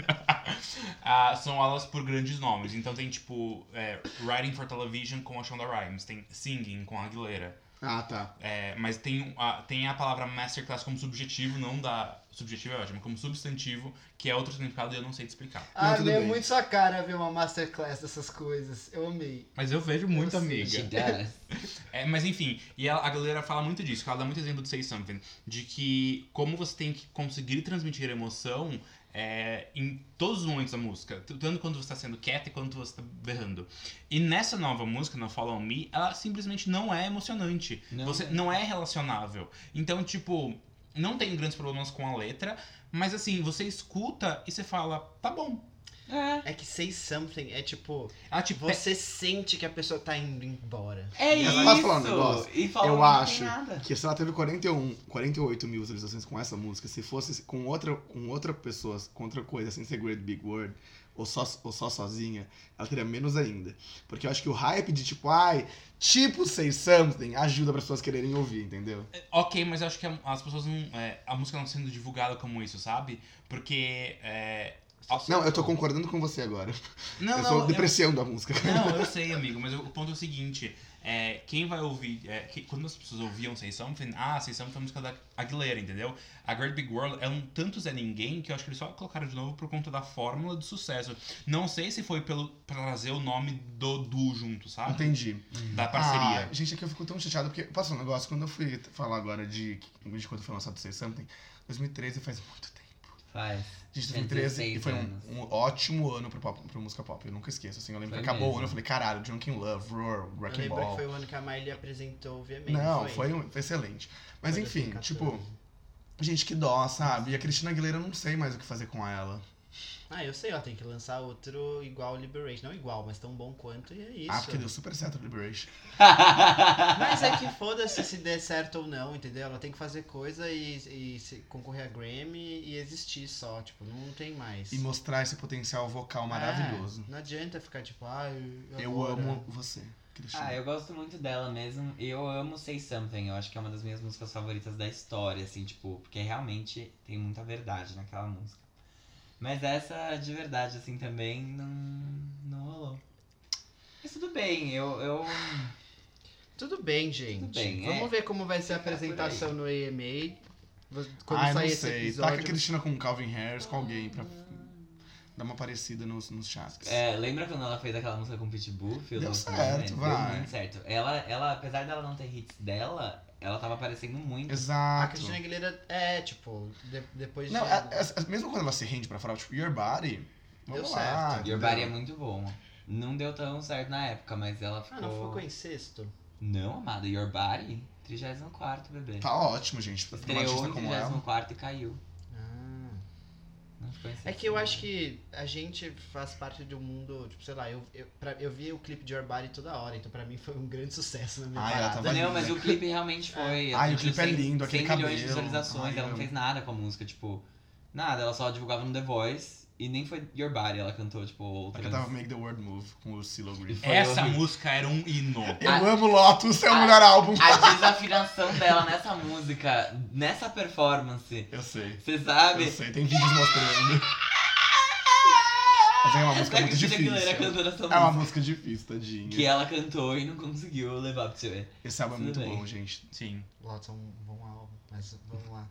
[SPEAKER 2] Ah, são aulas por grandes nomes. Então tem tipo é, Writing for Television com a Shonda Rhimes, tem Singing com a Aguilera.
[SPEAKER 3] Ah, tá.
[SPEAKER 2] É, mas tem a, tem a palavra Masterclass como subjetivo, não da. Subjetivo é ótimo, como substantivo, que é outro significado e eu não sei te explicar.
[SPEAKER 5] Ah,
[SPEAKER 3] tudo
[SPEAKER 5] meu,
[SPEAKER 3] bem.
[SPEAKER 5] muito sua cara ver uma masterclass dessas coisas. Eu amei.
[SPEAKER 2] Mas eu vejo muito,
[SPEAKER 5] Eu sei.
[SPEAKER 4] She
[SPEAKER 2] amiga.
[SPEAKER 4] does.
[SPEAKER 2] É, mas enfim, e ela- a galera fala muito disso, que ela dá muito exemplo de Say Something, de que como você tem que conseguir transmitir emoção é, em todos os momentos da música, t- tanto quando você está sendo quieta quanto você está berrando. E nessa nova música, no Follow Me, ela simplesmente não é emocionante.
[SPEAKER 4] Não.
[SPEAKER 2] Você não é relacionável. Então, tipo, não tem grandes problemas com a letra, mas assim, você escuta e você fala, tá bom.
[SPEAKER 4] É.
[SPEAKER 5] É que Say Something é tipo...
[SPEAKER 2] Ah, tipo,
[SPEAKER 5] Você sente que a pessoa tá indo embora.
[SPEAKER 4] É
[SPEAKER 3] Mas
[SPEAKER 4] isso.
[SPEAKER 3] posso falar um negócio?
[SPEAKER 4] E fala,
[SPEAKER 3] Eu
[SPEAKER 4] não
[SPEAKER 3] acho
[SPEAKER 4] tem nada.
[SPEAKER 3] que se ela teve quarenta e um, quarenta e oito mil visualizações com essa música, se fosse com outra, com outra pessoa, com outra coisa, sem ser Great Big Word, ou só, ou só sozinha, ela teria menos ainda. Porque eu acho que o hype de tipo, ai, tipo Say Something, ajuda para as pessoas quererem ouvir, entendeu?
[SPEAKER 2] ok, mas eu acho que a- as pessoas não. é, a música não tá sendo divulgada como isso, sabe? Porque é,
[SPEAKER 3] Não, eu tô concordando com você agora.
[SPEAKER 2] Não,
[SPEAKER 3] eu
[SPEAKER 2] não,
[SPEAKER 3] tô
[SPEAKER 2] eu-
[SPEAKER 3] depreciando a música.
[SPEAKER 2] Não, eu sei, amigo, mas o ponto é o seguinte. É, quem vai ouvir... É, que- quando as pessoas ouviam Say Something, ah, Say Something foi a música da Aguilera, entendeu? A Great Big World é um tanto Zé Ninguém que eu acho que eles só colocaram de novo por conta da fórmula do sucesso. Não sei se foi pelo, pra trazer o nome do Du junto, sabe?
[SPEAKER 3] Entendi.
[SPEAKER 2] Da parceria.
[SPEAKER 3] Ah, gente, aqui eu fico tão chateado, porque, posso falar um negócio? Quando eu fui falar agora de, de quando foi lançado Say Something, dois mil e treze faz muito tempo.
[SPEAKER 4] Faz.
[SPEAKER 3] Gente,
[SPEAKER 4] Tem
[SPEAKER 3] dois mil e treze e
[SPEAKER 4] dezesseis
[SPEAKER 3] foi um,
[SPEAKER 4] anos.
[SPEAKER 3] um ótimo ano pro, pop, pro música pop. Eu nunca esqueço, assim. Eu lembro
[SPEAKER 4] Foi
[SPEAKER 3] que acabou o
[SPEAKER 4] mesmo.
[SPEAKER 3] ano, eu falei, caralho, Drunken Love, Roar,
[SPEAKER 5] Eu
[SPEAKER 3] Wrecking
[SPEAKER 5] lembro
[SPEAKER 3] Ball.
[SPEAKER 5] que foi o ano que a Miley apresentou o V M A.
[SPEAKER 3] Não, foi, um, foi excelente. Mas
[SPEAKER 5] Foi
[SPEAKER 3] enfim,
[SPEAKER 5] dois mil e quatorze.
[SPEAKER 3] tipo, gente, que dó, sabe? E a Cristina Aguilera, eu não sei mais o que fazer com ela.
[SPEAKER 5] Ah, eu sei, ó, tem que lançar outro igual Liberation. Não igual, mas tão bom quanto e é isso.
[SPEAKER 3] Ah, porque deu super certo o Liberation.
[SPEAKER 5] Mas é que foda-se se der certo ou não, entendeu? Ela tem que fazer coisa e, e se- concorrer a Grammy e existir só, tipo, não tem mais.
[SPEAKER 3] E mostrar esse potencial vocal maravilhoso.
[SPEAKER 5] É, não adianta ficar tipo, ai,
[SPEAKER 3] Eu
[SPEAKER 5] agora.
[SPEAKER 3] amo você, Cristina.
[SPEAKER 4] Ah, eu gosto muito dela mesmo. E eu amo Say Something. Eu acho que é uma das minhas músicas favoritas da história, assim, tipo, porque realmente tem muita verdade naquela música. Mas essa, de verdade, assim, também não, não rolou. Mas tudo bem, eu... eu...
[SPEAKER 5] Tudo bem, gente.
[SPEAKER 4] Tudo bem,
[SPEAKER 5] Vamos
[SPEAKER 4] é.
[SPEAKER 5] ver como vai ser a
[SPEAKER 4] Fica por
[SPEAKER 5] apresentação no A M A. Quando
[SPEAKER 3] Ai,
[SPEAKER 5] sair
[SPEAKER 3] não
[SPEAKER 5] esse
[SPEAKER 3] sei.
[SPEAKER 5] episódio.
[SPEAKER 3] Taca a Cristina com Calvin Harris, com alguém, pra dar uma parecida nos, nos chats.
[SPEAKER 4] É, lembra quando ela fez aquela música com o Pitbull? Feel
[SPEAKER 3] Deu
[SPEAKER 4] Those
[SPEAKER 3] certo,
[SPEAKER 4] Moments?
[SPEAKER 3] vai.
[SPEAKER 4] Deu muito certo. Ela, ela, apesar dela não ter hits dela, ela tava aparecendo muito.
[SPEAKER 5] A
[SPEAKER 3] Exato.
[SPEAKER 5] Cristina Aguilera é, tipo, de- depois
[SPEAKER 3] Não,
[SPEAKER 5] de.
[SPEAKER 3] é- é- mesmo quando ela se rende pra falar, tipo, Your Body, vamos
[SPEAKER 5] Deu
[SPEAKER 3] lá.
[SPEAKER 5] certo.
[SPEAKER 3] entendeu?
[SPEAKER 4] Your Body é muito bom. Não deu tão certo na época, mas ela ficou...
[SPEAKER 5] Ah, não ficou em sexto?
[SPEAKER 4] Não, amada, Your Body, trigésimo quarto, bebê.
[SPEAKER 3] Tá ótimo, gente. Pra uma
[SPEAKER 4] Estreou
[SPEAKER 3] artista
[SPEAKER 4] em
[SPEAKER 3] como
[SPEAKER 4] trigésimo
[SPEAKER 3] ela.
[SPEAKER 4] quarto e caiu.
[SPEAKER 5] Ah.
[SPEAKER 4] Não ficou em
[SPEAKER 5] É
[SPEAKER 4] sexto,
[SPEAKER 5] que eu
[SPEAKER 4] não.
[SPEAKER 5] acho que a gente faz parte de um mundo, tipo, sei lá, eu, eu, pra, eu vi o clipe de Your Body toda hora, então pra mim foi um grande sucesso na minha
[SPEAKER 3] Ai, ela
[SPEAKER 5] parada.
[SPEAKER 3] tava
[SPEAKER 4] Não, mas o clipe realmente foi.
[SPEAKER 3] Ai, o
[SPEAKER 4] atingiu
[SPEAKER 3] clipe é
[SPEAKER 4] cem
[SPEAKER 3] lindo, aquele
[SPEAKER 4] cem milhões de
[SPEAKER 3] cabelo.
[SPEAKER 4] visualizações,
[SPEAKER 3] Ai,
[SPEAKER 4] ela não
[SPEAKER 3] eu-
[SPEAKER 4] fez nada com a música, tipo, nada, ela só divulgava no The Voice e nem foi Your Body, ela cantou, tipo,
[SPEAKER 3] Ela
[SPEAKER 4] outras.
[SPEAKER 3] cantava Make the World Move com o Silo Green.
[SPEAKER 4] Foi
[SPEAKER 2] Essa
[SPEAKER 4] horrível.
[SPEAKER 2] música era um hino.
[SPEAKER 3] Eu
[SPEAKER 4] A-
[SPEAKER 3] amo Lotus, é o
[SPEAKER 4] a-
[SPEAKER 3] melhor álbum.
[SPEAKER 4] A desafinação dela nessa música, nessa performance,
[SPEAKER 3] Eu sei.
[SPEAKER 4] você sabe?
[SPEAKER 3] Eu sei, tem vídeos mostrando. Mas é uma música
[SPEAKER 4] Da
[SPEAKER 3] muito
[SPEAKER 4] Cristina
[SPEAKER 3] difícil.
[SPEAKER 4] Aguilera cantando essa
[SPEAKER 3] É uma
[SPEAKER 4] música.
[SPEAKER 3] música difícil, tadinha.
[SPEAKER 4] Que ela cantou e não conseguiu levar pro seu.
[SPEAKER 3] Esse álbum é
[SPEAKER 4] Tudo
[SPEAKER 3] muito
[SPEAKER 4] bem.
[SPEAKER 3] bom, gente.
[SPEAKER 2] Sim.
[SPEAKER 5] Lotus é um bom álbum, mas vamos lá.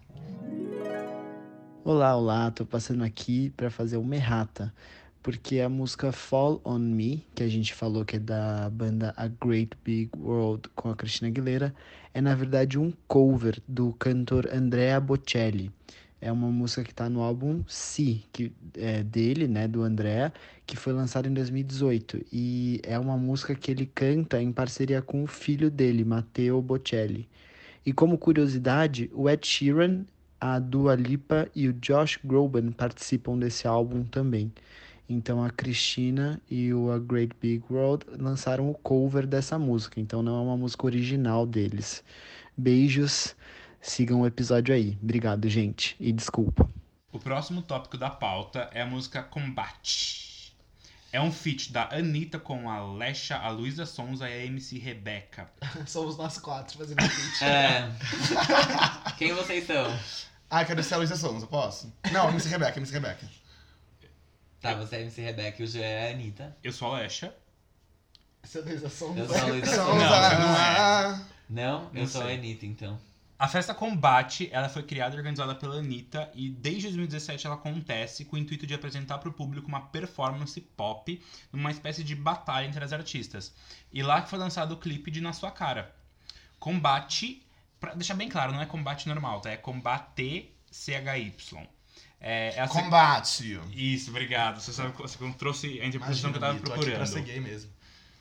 [SPEAKER 7] Olá, olá, tô passando aqui pra fazer uma errata, porque a música Fall On Me, que a gente falou que é da banda A Great Big World com a Cristina Aguilera, é na verdade um cover do cantor Andrea Bocelli. É uma música que tá no álbum Si, que é dele, né, do Andrea, que foi lançado em dois mil e dezoito, e é uma música que ele canta em parceria com o filho dele, Matteo Bocelli. E como curiosidade, o Ed Sheeran, a Dua Lipa e o Josh Groban participam desse álbum também. Então a Cristina e o A Great Big World lançaram o cover dessa música, então não é uma música original deles. Beijos, sigam o episódio aí. Obrigado, gente, e desculpa.
[SPEAKER 2] O próximo tópico da pauta é a música Combate. É um feat da Anitta com a Alexa, a Luísa Sonza e a M C Rebeca.
[SPEAKER 5] Somos nós quatro fazendo feat.
[SPEAKER 4] É. Quem vocês são?
[SPEAKER 3] Ah, quero ser a Luísa Sonza, posso? Não, M C Rebeca, M C Rebeca.
[SPEAKER 4] Tá, você é M C Rebeca e o G é a Anitta.
[SPEAKER 2] Eu sou a Alexa.
[SPEAKER 5] Você é
[SPEAKER 4] Eu sou a
[SPEAKER 5] Sonza.
[SPEAKER 4] Luísa
[SPEAKER 3] Sonza.
[SPEAKER 4] Sonza.
[SPEAKER 2] Não, não é.
[SPEAKER 4] Não? Eu
[SPEAKER 2] Não
[SPEAKER 4] sou a
[SPEAKER 2] sei.
[SPEAKER 4] Anitta, então.
[SPEAKER 2] A festa Combate, ela foi criada e organizada pela Anitta e desde dois mil e dezessete ela acontece com o intuito de apresentar para o público uma performance pop numa espécie de batalha entre as artistas. E lá que foi lançado o clipe de Na Sua Cara. Combate, pra deixar bem claro, não é combate normal, tá? É combate C H Y. É, é a se-
[SPEAKER 3] Combate.
[SPEAKER 2] Isso, obrigado. Você sabe, você trouxe a interpretação que eu tava
[SPEAKER 3] Imagina, tô aqui pra
[SPEAKER 2] procurando.
[SPEAKER 3] ser gay mesmo.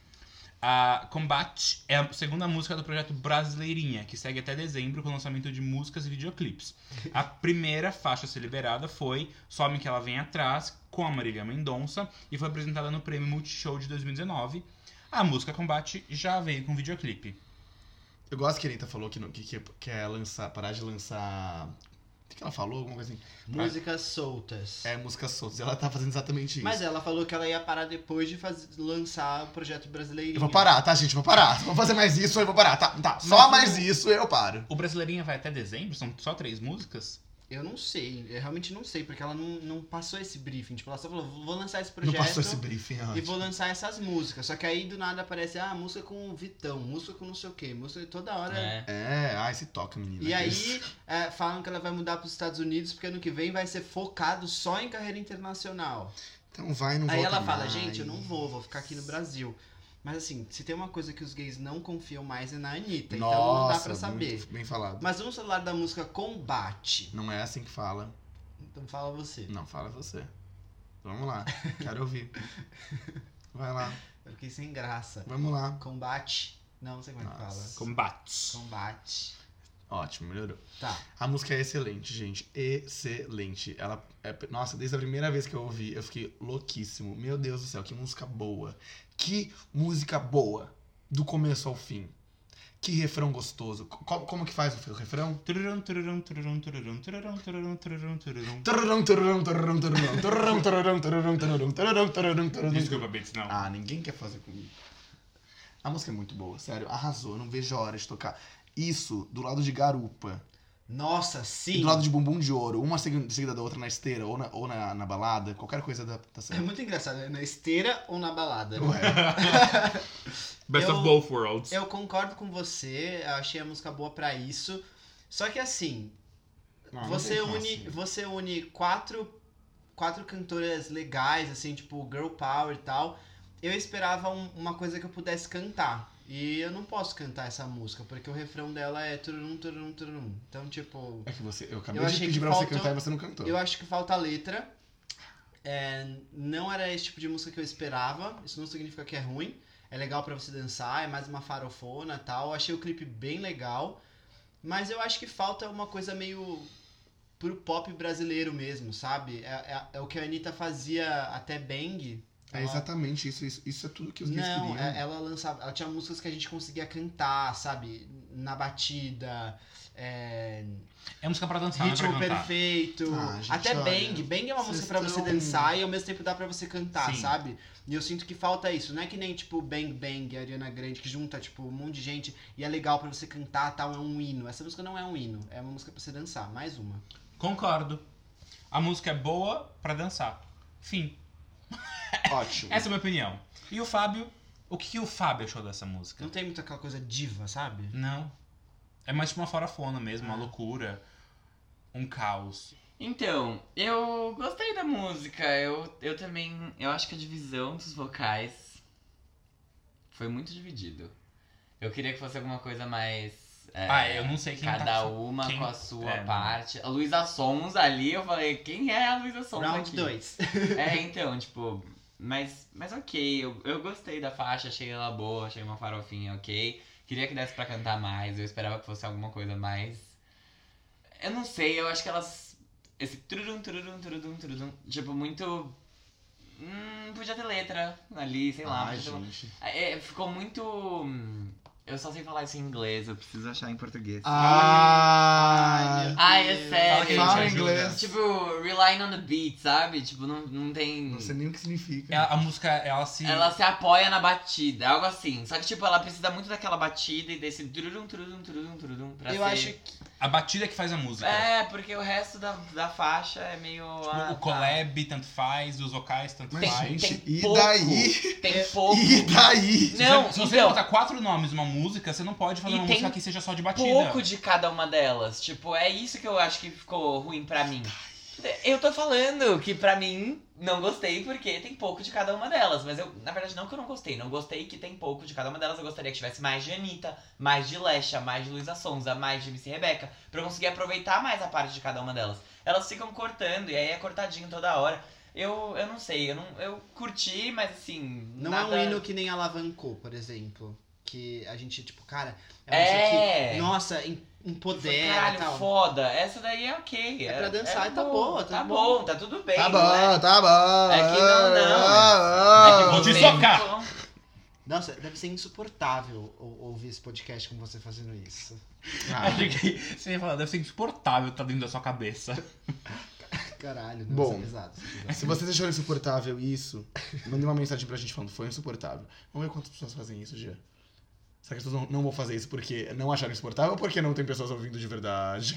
[SPEAKER 2] A Combate é a segunda música do projeto Brasileirinha, que segue até dezembro com o lançamento de músicas e videoclipes. A primeira faixa a ser liberada foi Some Que Ela Vem Atrás, com a Marília Mendonça, e foi apresentada no Prêmio Multishow de dois mil e dezenove. A música Combate já veio com videoclipe.
[SPEAKER 3] Eu gosto que a Anitta falou que, não, que, que quer lançar, parar de lançar... O que, que ela falou? Alguma coisa assim?
[SPEAKER 5] Músicas soltas.
[SPEAKER 3] É, músicas soltas. Ela tá fazendo exatamente isso.
[SPEAKER 5] Mas ela falou que ela ia parar depois de faz... lançar o projeto brasileirinho.
[SPEAKER 3] Eu vou parar, tá, gente? Vou parar. Vou fazer mais isso, eu vou parar. Tá, tá. Só
[SPEAKER 2] Mas
[SPEAKER 3] mais
[SPEAKER 2] o-
[SPEAKER 3] isso, eu paro.
[SPEAKER 2] O Brasileirinha vai até dezembro? São só três músicas?
[SPEAKER 5] Eu não sei, eu realmente não sei, porque ela não, não passou esse briefing. Tipo, ela só falou, vou lançar esse
[SPEAKER 3] Não
[SPEAKER 5] projeto
[SPEAKER 3] passou esse briefing, é
[SPEAKER 5] e
[SPEAKER 3] ótimo.
[SPEAKER 5] vou lançar essas músicas. Só que aí do nada aparece, ah, música com o Vitão, música com não sei o quê, música toda hora.
[SPEAKER 4] É.
[SPEAKER 3] É, ai, se toca, menina.
[SPEAKER 5] E aí é, falam que ela vai mudar pros Estados Unidos, porque ano que vem vai ser focado só em carreira internacional.
[SPEAKER 3] Então vai, não
[SPEAKER 5] Aí
[SPEAKER 3] volta
[SPEAKER 5] ela fala,
[SPEAKER 3] mais.
[SPEAKER 5] gente, eu não vou, vou ficar aqui no Brasil. Mas assim, se tem uma coisa que os gays não confiam mais é na Anitta, então não dá pra saber.
[SPEAKER 3] muito bem falado.
[SPEAKER 5] Mas vamos falar da música Combate.
[SPEAKER 3] Não é assim que fala.
[SPEAKER 5] Então fala você.
[SPEAKER 3] Não, fala você. Vamos lá, quero ouvir. Vai lá,
[SPEAKER 5] Eu fiquei sem graça.
[SPEAKER 3] vamos lá.
[SPEAKER 5] Combate. Não, não sei como é que
[SPEAKER 3] Nossa.
[SPEAKER 5] fala.
[SPEAKER 2] Combates.
[SPEAKER 5] Combate.
[SPEAKER 3] Ótimo, melhorou.
[SPEAKER 5] Tá.
[SPEAKER 3] A música é excelente, gente. Excelente. Ela é... Nossa, desde a primeira vez que eu ouvi, eu fiquei louquíssimo. Meu Deus do céu, que música boa. Que música boa. Do começo ao fim. Que refrão gostoso. Co- Como que faz o refrão?
[SPEAKER 2] Tururum, tururum, tururum, tururum, tururum, tururum, tururum, tururum.
[SPEAKER 3] Tururum, tururum, tururum, tururum, tururum, tururum, tururum, tururum, tururum, tururum, tururum.
[SPEAKER 2] Desculpa, Bits, não.
[SPEAKER 3] Ah, ninguém quer fazer comigo. A música é muito boa, sério. Arrasou, eu não vejo a hora de tocar. Isso, do lado de Garupa.
[SPEAKER 5] Nossa,
[SPEAKER 3] E
[SPEAKER 5] sim.
[SPEAKER 3] do lado de Bumbum de Ouro. Uma segui- seguida da outra na esteira ou na, ou na, na balada. Qualquer coisa dá, tá
[SPEAKER 5] É
[SPEAKER 3] certo.
[SPEAKER 5] muito engraçado, né? Na esteira ou na balada.
[SPEAKER 3] Ué.
[SPEAKER 2] Best
[SPEAKER 5] Eu-
[SPEAKER 2] of both worlds.
[SPEAKER 5] Eu concordo com você, eu achei a música boa pra isso. Só que assim,
[SPEAKER 3] Não, não
[SPEAKER 5] você
[SPEAKER 3] tem como
[SPEAKER 5] une,
[SPEAKER 3] assim.
[SPEAKER 5] você une quatro, quatro cantoras legais, assim, tipo girl power e tal. Eu esperava um- uma coisa que eu pudesse cantar. E eu não posso cantar essa música, porque o refrão dela é tururum, tururum, tururum. Então, tipo,
[SPEAKER 3] É que você, eu acabei
[SPEAKER 5] Eu
[SPEAKER 3] de
[SPEAKER 5] achei
[SPEAKER 3] pedir
[SPEAKER 5] que
[SPEAKER 3] pra você
[SPEAKER 5] faltou-
[SPEAKER 3] cantar e você não cantou.
[SPEAKER 5] eu acho que falta a letra. É, não era esse tipo de música que eu esperava. Isso não significa que é ruim. É legal pra você dançar, é mais uma farofona e tal. Eu achei o clipe bem legal. Mas eu acho que falta uma coisa meio pro pop brasileiro mesmo, sabe? É, é- é o que a Anitta fazia até Bang.
[SPEAKER 3] É
[SPEAKER 5] Ela-
[SPEAKER 3] exatamente isso, isso. Isso é tudo que os gays
[SPEAKER 5] Não,
[SPEAKER 3] queriam.
[SPEAKER 5] é- ela lançava. Ela tinha músicas que a gente conseguia cantar, sabe? Na batida. É,
[SPEAKER 2] É música pra dançar,
[SPEAKER 5] ritmo
[SPEAKER 2] não é pra cantar.
[SPEAKER 5] perfeito.
[SPEAKER 3] Ah, gente,
[SPEAKER 5] Até
[SPEAKER 3] olha,
[SPEAKER 5] Bang. Bang é uma
[SPEAKER 3] vocês
[SPEAKER 5] música pra você
[SPEAKER 3] estão-
[SPEAKER 5] dançar e ao mesmo tempo dá pra você cantar,
[SPEAKER 2] Sim.
[SPEAKER 5] sabe? E eu sinto que falta isso. Não é que nem, tipo, Bang Bang, a Ariana Grande, que junta, tipo, um monte de gente e é legal pra você cantar, tal, é um hino. Essa música não é um hino, é uma música pra você dançar. Mais uma.
[SPEAKER 2] Concordo. A música é boa pra dançar. Fim.
[SPEAKER 3] Ótimo.
[SPEAKER 2] Essa é a minha opinião. E o Fábio? O que, que o Fábio achou dessa música?
[SPEAKER 5] Não tem muito aquela coisa diva, sabe?
[SPEAKER 2] Não. É mais tipo uma farofona mesmo, uma
[SPEAKER 5] Ah.
[SPEAKER 2] loucura. Um caos.
[SPEAKER 4] Então, eu gostei da música. Eu, eu também. Eu acho que a divisão dos vocais foi muito dividido. Eu queria que fosse alguma coisa mais. é,
[SPEAKER 2] Ah, eu não sei quem
[SPEAKER 4] Cada
[SPEAKER 2] tá...
[SPEAKER 4] uma
[SPEAKER 2] quem-
[SPEAKER 4] com a sua
[SPEAKER 2] é, não.
[SPEAKER 4] parte. A Luísa Sons ali, eu falei, quem é a Luísa Sons
[SPEAKER 5] Round
[SPEAKER 4] aqui?
[SPEAKER 5] dois.
[SPEAKER 4] É, então, tipo. Mas, mas ok, eu, eu gostei da faixa, achei ela boa, achei uma farofinha ok. Queria que desse pra cantar mais, eu esperava que fosse alguma coisa mais. Eu não sei, eu acho que elas. Esse tururum, tururum, tururum, tururum. Tipo, muito. Hum, podia ter letra ali, sei lá.
[SPEAKER 3] Ai,
[SPEAKER 4] podia ter-
[SPEAKER 3] gente.
[SPEAKER 4] É, ficou muito. hum, Eu só sei falar isso em inglês, eu preciso achar em português.
[SPEAKER 3] Ah,
[SPEAKER 4] Ai, é sério.
[SPEAKER 3] Fala
[SPEAKER 2] gente,
[SPEAKER 3] inglês.
[SPEAKER 4] Tipo, relying on the beat, sabe? Tipo, não, não tem.
[SPEAKER 3] Não sei nem o que significa.
[SPEAKER 2] Ela- a música, ela se...
[SPEAKER 4] Ela se apoia na batida, algo assim. Só que, tipo, ela precisa muito daquela batida e desse tururum, tururum, tururum, tururum pra
[SPEAKER 5] Eu
[SPEAKER 4] ser...
[SPEAKER 5] acho que.
[SPEAKER 2] A batida que faz a música.
[SPEAKER 4] É, porque o resto da, da faixa é meio...
[SPEAKER 2] Tipo,
[SPEAKER 4] ah,
[SPEAKER 2] o
[SPEAKER 4] tá.
[SPEAKER 2] collab tanto faz, os vocais tanto
[SPEAKER 3] Mas,
[SPEAKER 2] faz.
[SPEAKER 3] gente,
[SPEAKER 4] tem
[SPEAKER 3] e
[SPEAKER 4] pouco.
[SPEAKER 3] daí?
[SPEAKER 4] Tem pouco.
[SPEAKER 3] E daí?
[SPEAKER 2] Se
[SPEAKER 4] Não,
[SPEAKER 2] você, se você
[SPEAKER 4] então,
[SPEAKER 2] botar quatro nomes numa música, você não pode fazer
[SPEAKER 4] E
[SPEAKER 2] uma
[SPEAKER 4] tem
[SPEAKER 2] música que seja só de batida.
[SPEAKER 4] pouco de cada uma delas. Tipo, é isso que eu acho que ficou ruim pra mim. Eu tô falando que pra mim não gostei porque tem pouco de cada uma delas. Mas eu, na verdade, não que eu não gostei. Não gostei que tem pouco de cada uma delas. Eu gostaria que tivesse mais de Anitta, mais de Lesha, mais de Luísa Sonza, mais de M C Rebeca. Pra eu conseguir aproveitar mais a parte de cada uma delas. Elas ficam cortando e aí é cortadinho toda hora. Eu, eu não sei, eu, não, eu curti, mas assim.
[SPEAKER 5] Não
[SPEAKER 4] nada...
[SPEAKER 5] é um hino que nem alavancou, por exemplo. Que a gente, tipo, cara, é uma
[SPEAKER 4] É.
[SPEAKER 5] música que, nossa, em-
[SPEAKER 4] Foi,
[SPEAKER 5] empodera e
[SPEAKER 4] caralho,
[SPEAKER 5] tal.
[SPEAKER 4] foda. Essa daí é ok.
[SPEAKER 5] É pra dançar e tá boa, tá
[SPEAKER 4] Tá
[SPEAKER 5] bom.
[SPEAKER 4] bom, tá tudo bem.
[SPEAKER 3] Tá
[SPEAKER 4] não é?
[SPEAKER 3] bom, tá bom.
[SPEAKER 4] É que não, não.
[SPEAKER 3] Ah,
[SPEAKER 4] É que
[SPEAKER 2] Vou te
[SPEAKER 4] você-
[SPEAKER 2] socar.
[SPEAKER 5] Nossa, deve ser insuportável ou- ouvir esse podcast com você fazendo isso.
[SPEAKER 3] ah.
[SPEAKER 2] Achei que você ia falar, deve ser insuportável tá dentro da sua cabeça.
[SPEAKER 5] Caralho, não,
[SPEAKER 3] Bom,
[SPEAKER 5] isso é pesado. isso é pesado.
[SPEAKER 3] Se vocês acharam insuportável isso, mandem uma mensagem pra gente falando foi insuportável. Vamos ver quantas pessoas fazem isso, Gia. Será que as pessoas não, não vão fazer isso porque não acharam insuportável ou porque não tem pessoas ouvindo de verdade?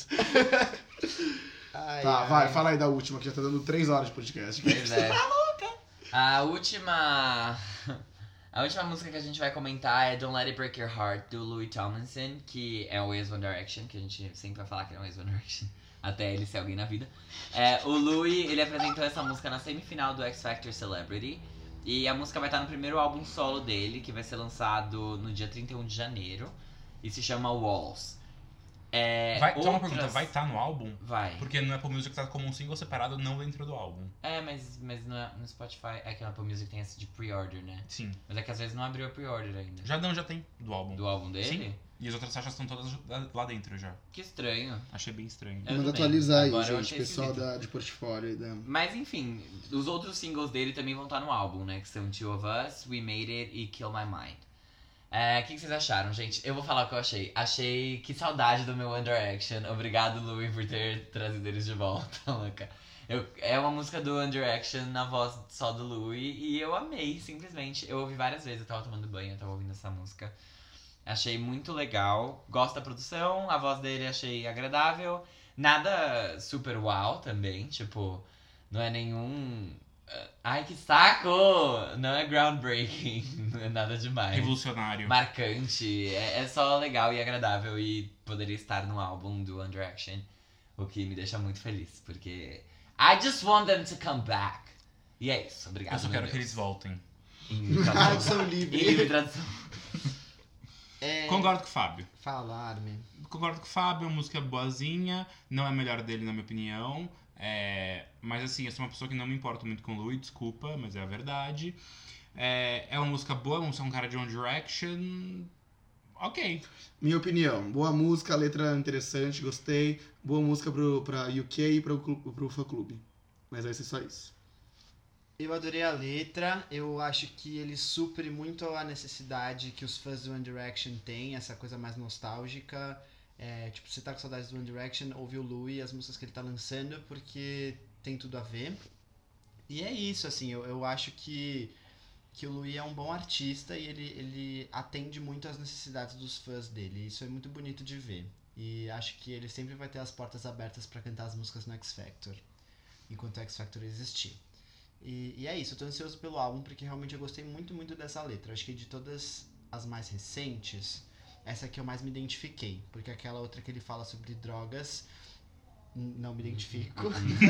[SPEAKER 5] Ai,
[SPEAKER 3] Tá,
[SPEAKER 5] ai.
[SPEAKER 3] vai, fala aí da última, que já tá dando três horas de podcast.
[SPEAKER 4] Pois é. A última. A última música que a gente vai comentar é Don't Let It Break Your Heart, do Louis Tomlinson, que é o ex One Direction, que a gente sempre vai falar que ele é o ex One Direction, até ele ser alguém na vida. É, o Louis, ele apresentou essa música na semifinal do X Factor Celebrity, e a música vai estar no primeiro álbum solo dele, que vai ser lançado no dia trinta e um de janeiro, e se chama Walls. É,
[SPEAKER 2] Vai, só uma
[SPEAKER 4] outras-
[SPEAKER 2] pergunta, vai estar no álbum?
[SPEAKER 4] Vai.
[SPEAKER 2] Porque no Apple Music tá como um single separado, não dentro do álbum.
[SPEAKER 4] É, mas, mas no, no Spotify, é que no Apple Music tem essa de pre-order, né?
[SPEAKER 2] Sim.
[SPEAKER 4] Mas é que às vezes não abriu a pre-order ainda.
[SPEAKER 2] Já não, já tem do álbum.
[SPEAKER 4] Do álbum dele?
[SPEAKER 2] Sim. E as outras faixas estão todas lá dentro já.
[SPEAKER 4] Que estranho.
[SPEAKER 2] Achei bem estranho.
[SPEAKER 4] Eu
[SPEAKER 3] Manda
[SPEAKER 4] também.
[SPEAKER 3] atualizar aí,
[SPEAKER 4] Agora eu
[SPEAKER 3] gente,
[SPEAKER 4] achei
[SPEAKER 3] pessoal
[SPEAKER 4] esquisito.
[SPEAKER 3] da, de portfólio aí da...
[SPEAKER 4] Mas enfim, os outros singles dele também vão estar no álbum, né? Que são Two of Us, We Made It e Kill My Mind. É, o que, que vocês acharam, gente? Eu vou falar o que eu achei. Achei que saudade do meu One Direction. Obrigado, Louis, por ter trazido eles de volta, louca. Eu, é uma música do One Direction na voz só do Louis e eu amei, simplesmente. Eu ouvi várias vezes, eu tava tomando banho, eu tava ouvindo essa música. Achei muito legal. Gosto da produção, a voz dele achei agradável. Nada super uau também, tipo, não é nenhum... Ai, que saco! Não é groundbreaking, não é nada demais.
[SPEAKER 2] Revolucionário.
[SPEAKER 4] Marcante, é, é só legal e agradável e poderia estar no álbum do One Direction, o que me deixa muito feliz, porque I just want them to come back. E é isso, obrigado.
[SPEAKER 2] Eu só
[SPEAKER 4] meu
[SPEAKER 2] quero que
[SPEAKER 4] Deus.
[SPEAKER 2] eles voltem.
[SPEAKER 4] Em
[SPEAKER 5] Tradução
[SPEAKER 4] tradução. Em
[SPEAKER 5] livre.
[SPEAKER 4] livre tradução.
[SPEAKER 5] É...
[SPEAKER 2] Concordo com o Fábio.
[SPEAKER 5] Fala, Armin.
[SPEAKER 2] Concordo com o Fábio, a música é boazinha, não é a melhor dele na minha opinião. É, mas assim, eu sou uma pessoa que não me importa muito com o Louis, desculpa, mas é a verdade. É, é uma música boa, é um cara de One Direction. Ok.
[SPEAKER 3] Minha opinião, boa música, letra interessante, gostei. Boa música pro, pra U K e pro, clu- pro fã clube. Mas vai ser só isso.
[SPEAKER 5] Eu adorei a letra, eu acho que ele supre muito a necessidade que os fãs do One Direction têm, essa coisa mais nostálgica. É, tipo, você tá com saudades do One Direction, ouve o Louis e as músicas que ele tá lançando, porque tem tudo a ver. E é isso, assim, eu, eu acho que, que o Louis é um bom artista e ele, ele atende muito às necessidades dos fãs dele. Isso é muito bonito de ver. E acho que ele sempre vai ter as portas abertas pra cantar as músicas no X Factor, enquanto o X Factor existir. E, e é isso, eu tô ansioso pelo álbum porque realmente eu gostei muito, muito dessa letra. Acho que de todas as mais recentes, essa que eu mais me identifiquei. Porque aquela outra que ele fala sobre drogas, n- não me identifico.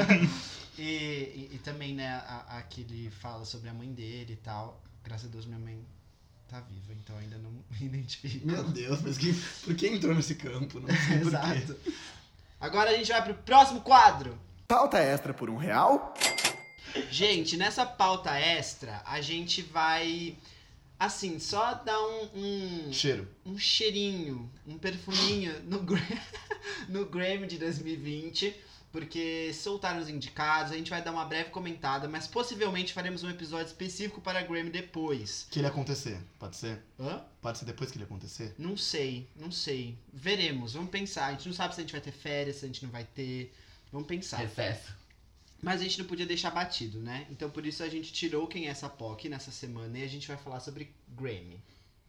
[SPEAKER 5] e, e, e também, né, a, a que ele fala sobre a mãe dele e tal. Graças a Deus minha mãe tá viva, então ainda não me identifico.
[SPEAKER 3] Meu Deus, mas que, por que entrou nesse campo? Não sei por quê.
[SPEAKER 5] Exato. Agora a gente vai pro próximo quadro.
[SPEAKER 3] Pauta extra por um real?
[SPEAKER 5] Gente, nessa pauta extra, a gente vai, assim, só dar um, um,
[SPEAKER 3] Cheiro.
[SPEAKER 5] um cheirinho, um perfuminho no, Gra- no Grammy de dois mil e vinte, porque soltaram os indicados, a gente vai dar uma breve comentada, mas possivelmente faremos um episódio específico para Grammy depois.
[SPEAKER 3] Que ele acontecer, pode ser?
[SPEAKER 5] Hã?
[SPEAKER 3] Pode ser depois que ele acontecer?
[SPEAKER 5] Não sei, não sei. Veremos, vamos pensar. A gente não sabe se a gente vai ter férias, se a gente não vai ter. Vamos pensar.
[SPEAKER 4] Recesso.
[SPEAKER 5] Mas a gente não podia deixar batido, né? Então por isso a gente tirou Quem é essa P O C nessa semana e a gente vai falar sobre Grammy.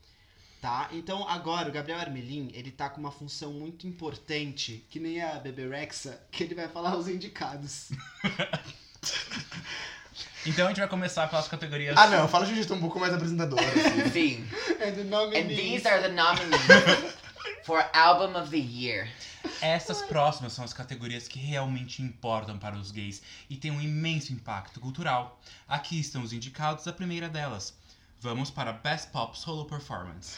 [SPEAKER 5] Tá? Então agora o Gabriel Armelin, ele tá com uma função muito importante, que nem a Bebê Rexha, que ele vai falar os indicados.
[SPEAKER 2] Então a gente vai começar pelas categorias.
[SPEAKER 3] Ah, não, fala de um jeito um pouco mais apresentador. Assim.
[SPEAKER 4] Sim.
[SPEAKER 5] É do nome
[SPEAKER 4] And these are the nominees for Album of the Year.
[SPEAKER 2] Essas próximas são as categorias que realmente importam para os gays e têm um imenso impacto cultural. Aqui estão os indicados, a primeira delas. Vamos para Best Pop Solo Performance.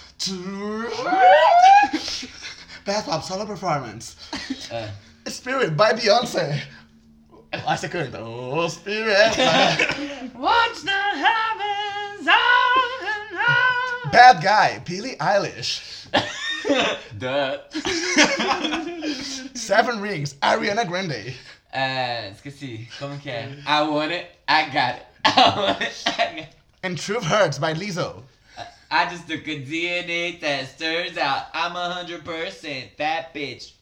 [SPEAKER 3] Best Pop Solo Performance.
[SPEAKER 4] É.
[SPEAKER 3] Spirit by Beyoncé. Lá você canta. Oh, Spirit.
[SPEAKER 4] Watch the heavens open up.
[SPEAKER 3] Bad Guy, Billie Eilish.
[SPEAKER 4] Duh.
[SPEAKER 3] Seven Rings, Ariana Grande.
[SPEAKER 4] É, esqueci. Como que é? I want it, I got it. I want it, I got it.
[SPEAKER 3] And Truth Hurts by Lizzo.
[SPEAKER 4] I just took a D N A test. Turns out I'm a hundred percent that bitch.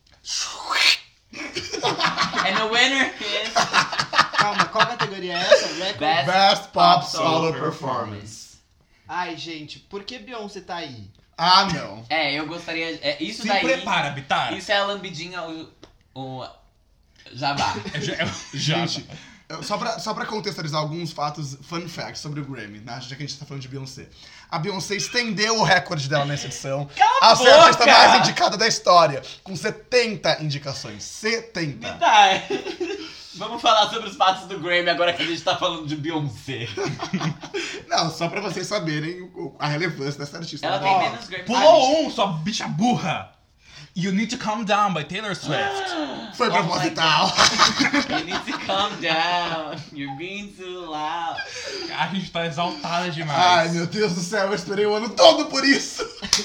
[SPEAKER 4] And the winner is
[SPEAKER 5] Calma, qual categoria é essa? Record?
[SPEAKER 4] Best
[SPEAKER 3] Best Pop
[SPEAKER 4] Pop
[SPEAKER 3] Solo
[SPEAKER 4] Solo
[SPEAKER 3] Performance.
[SPEAKER 5] Ai, gente, por que Beyoncé tá aí?
[SPEAKER 3] Ah, não.
[SPEAKER 4] É, eu gostaria. É, isso
[SPEAKER 2] Se
[SPEAKER 4] daí.
[SPEAKER 2] prepara, Bitar.
[SPEAKER 4] Isso é a lambidinha, o. o jabá.
[SPEAKER 2] É, já- é- já.
[SPEAKER 3] Gente, eu- só pra, só pra contextualizar alguns fatos, fun facts sobre o Grammy, né? Já que a gente tá falando de Beyoncé. A Beyoncé estendeu o recorde dela nessa edição.
[SPEAKER 4] Cala
[SPEAKER 3] a ser a
[SPEAKER 4] boca!
[SPEAKER 3] artista mais indicada da história, com setenta indicações. setenta.
[SPEAKER 4] Tá. Vamos falar sobre os fatos do Grammy agora que a gente tá falando de Beyoncé.
[SPEAKER 3] Não, só pra vocês saberem o- a relevância dessa artista.
[SPEAKER 4] Ela
[SPEAKER 3] Ó,
[SPEAKER 4] tem menos Grammy.
[SPEAKER 2] Pulou um, sua bicha burra. You Need to Calm Down by Taylor Swift.
[SPEAKER 3] Foi
[SPEAKER 4] Oh
[SPEAKER 3] proposital.
[SPEAKER 4] You need to calm down. You're being too loud.
[SPEAKER 2] A gente tá exaltada demais.
[SPEAKER 3] Ai, meu Deus do céu, eu esperei o ano todo por isso.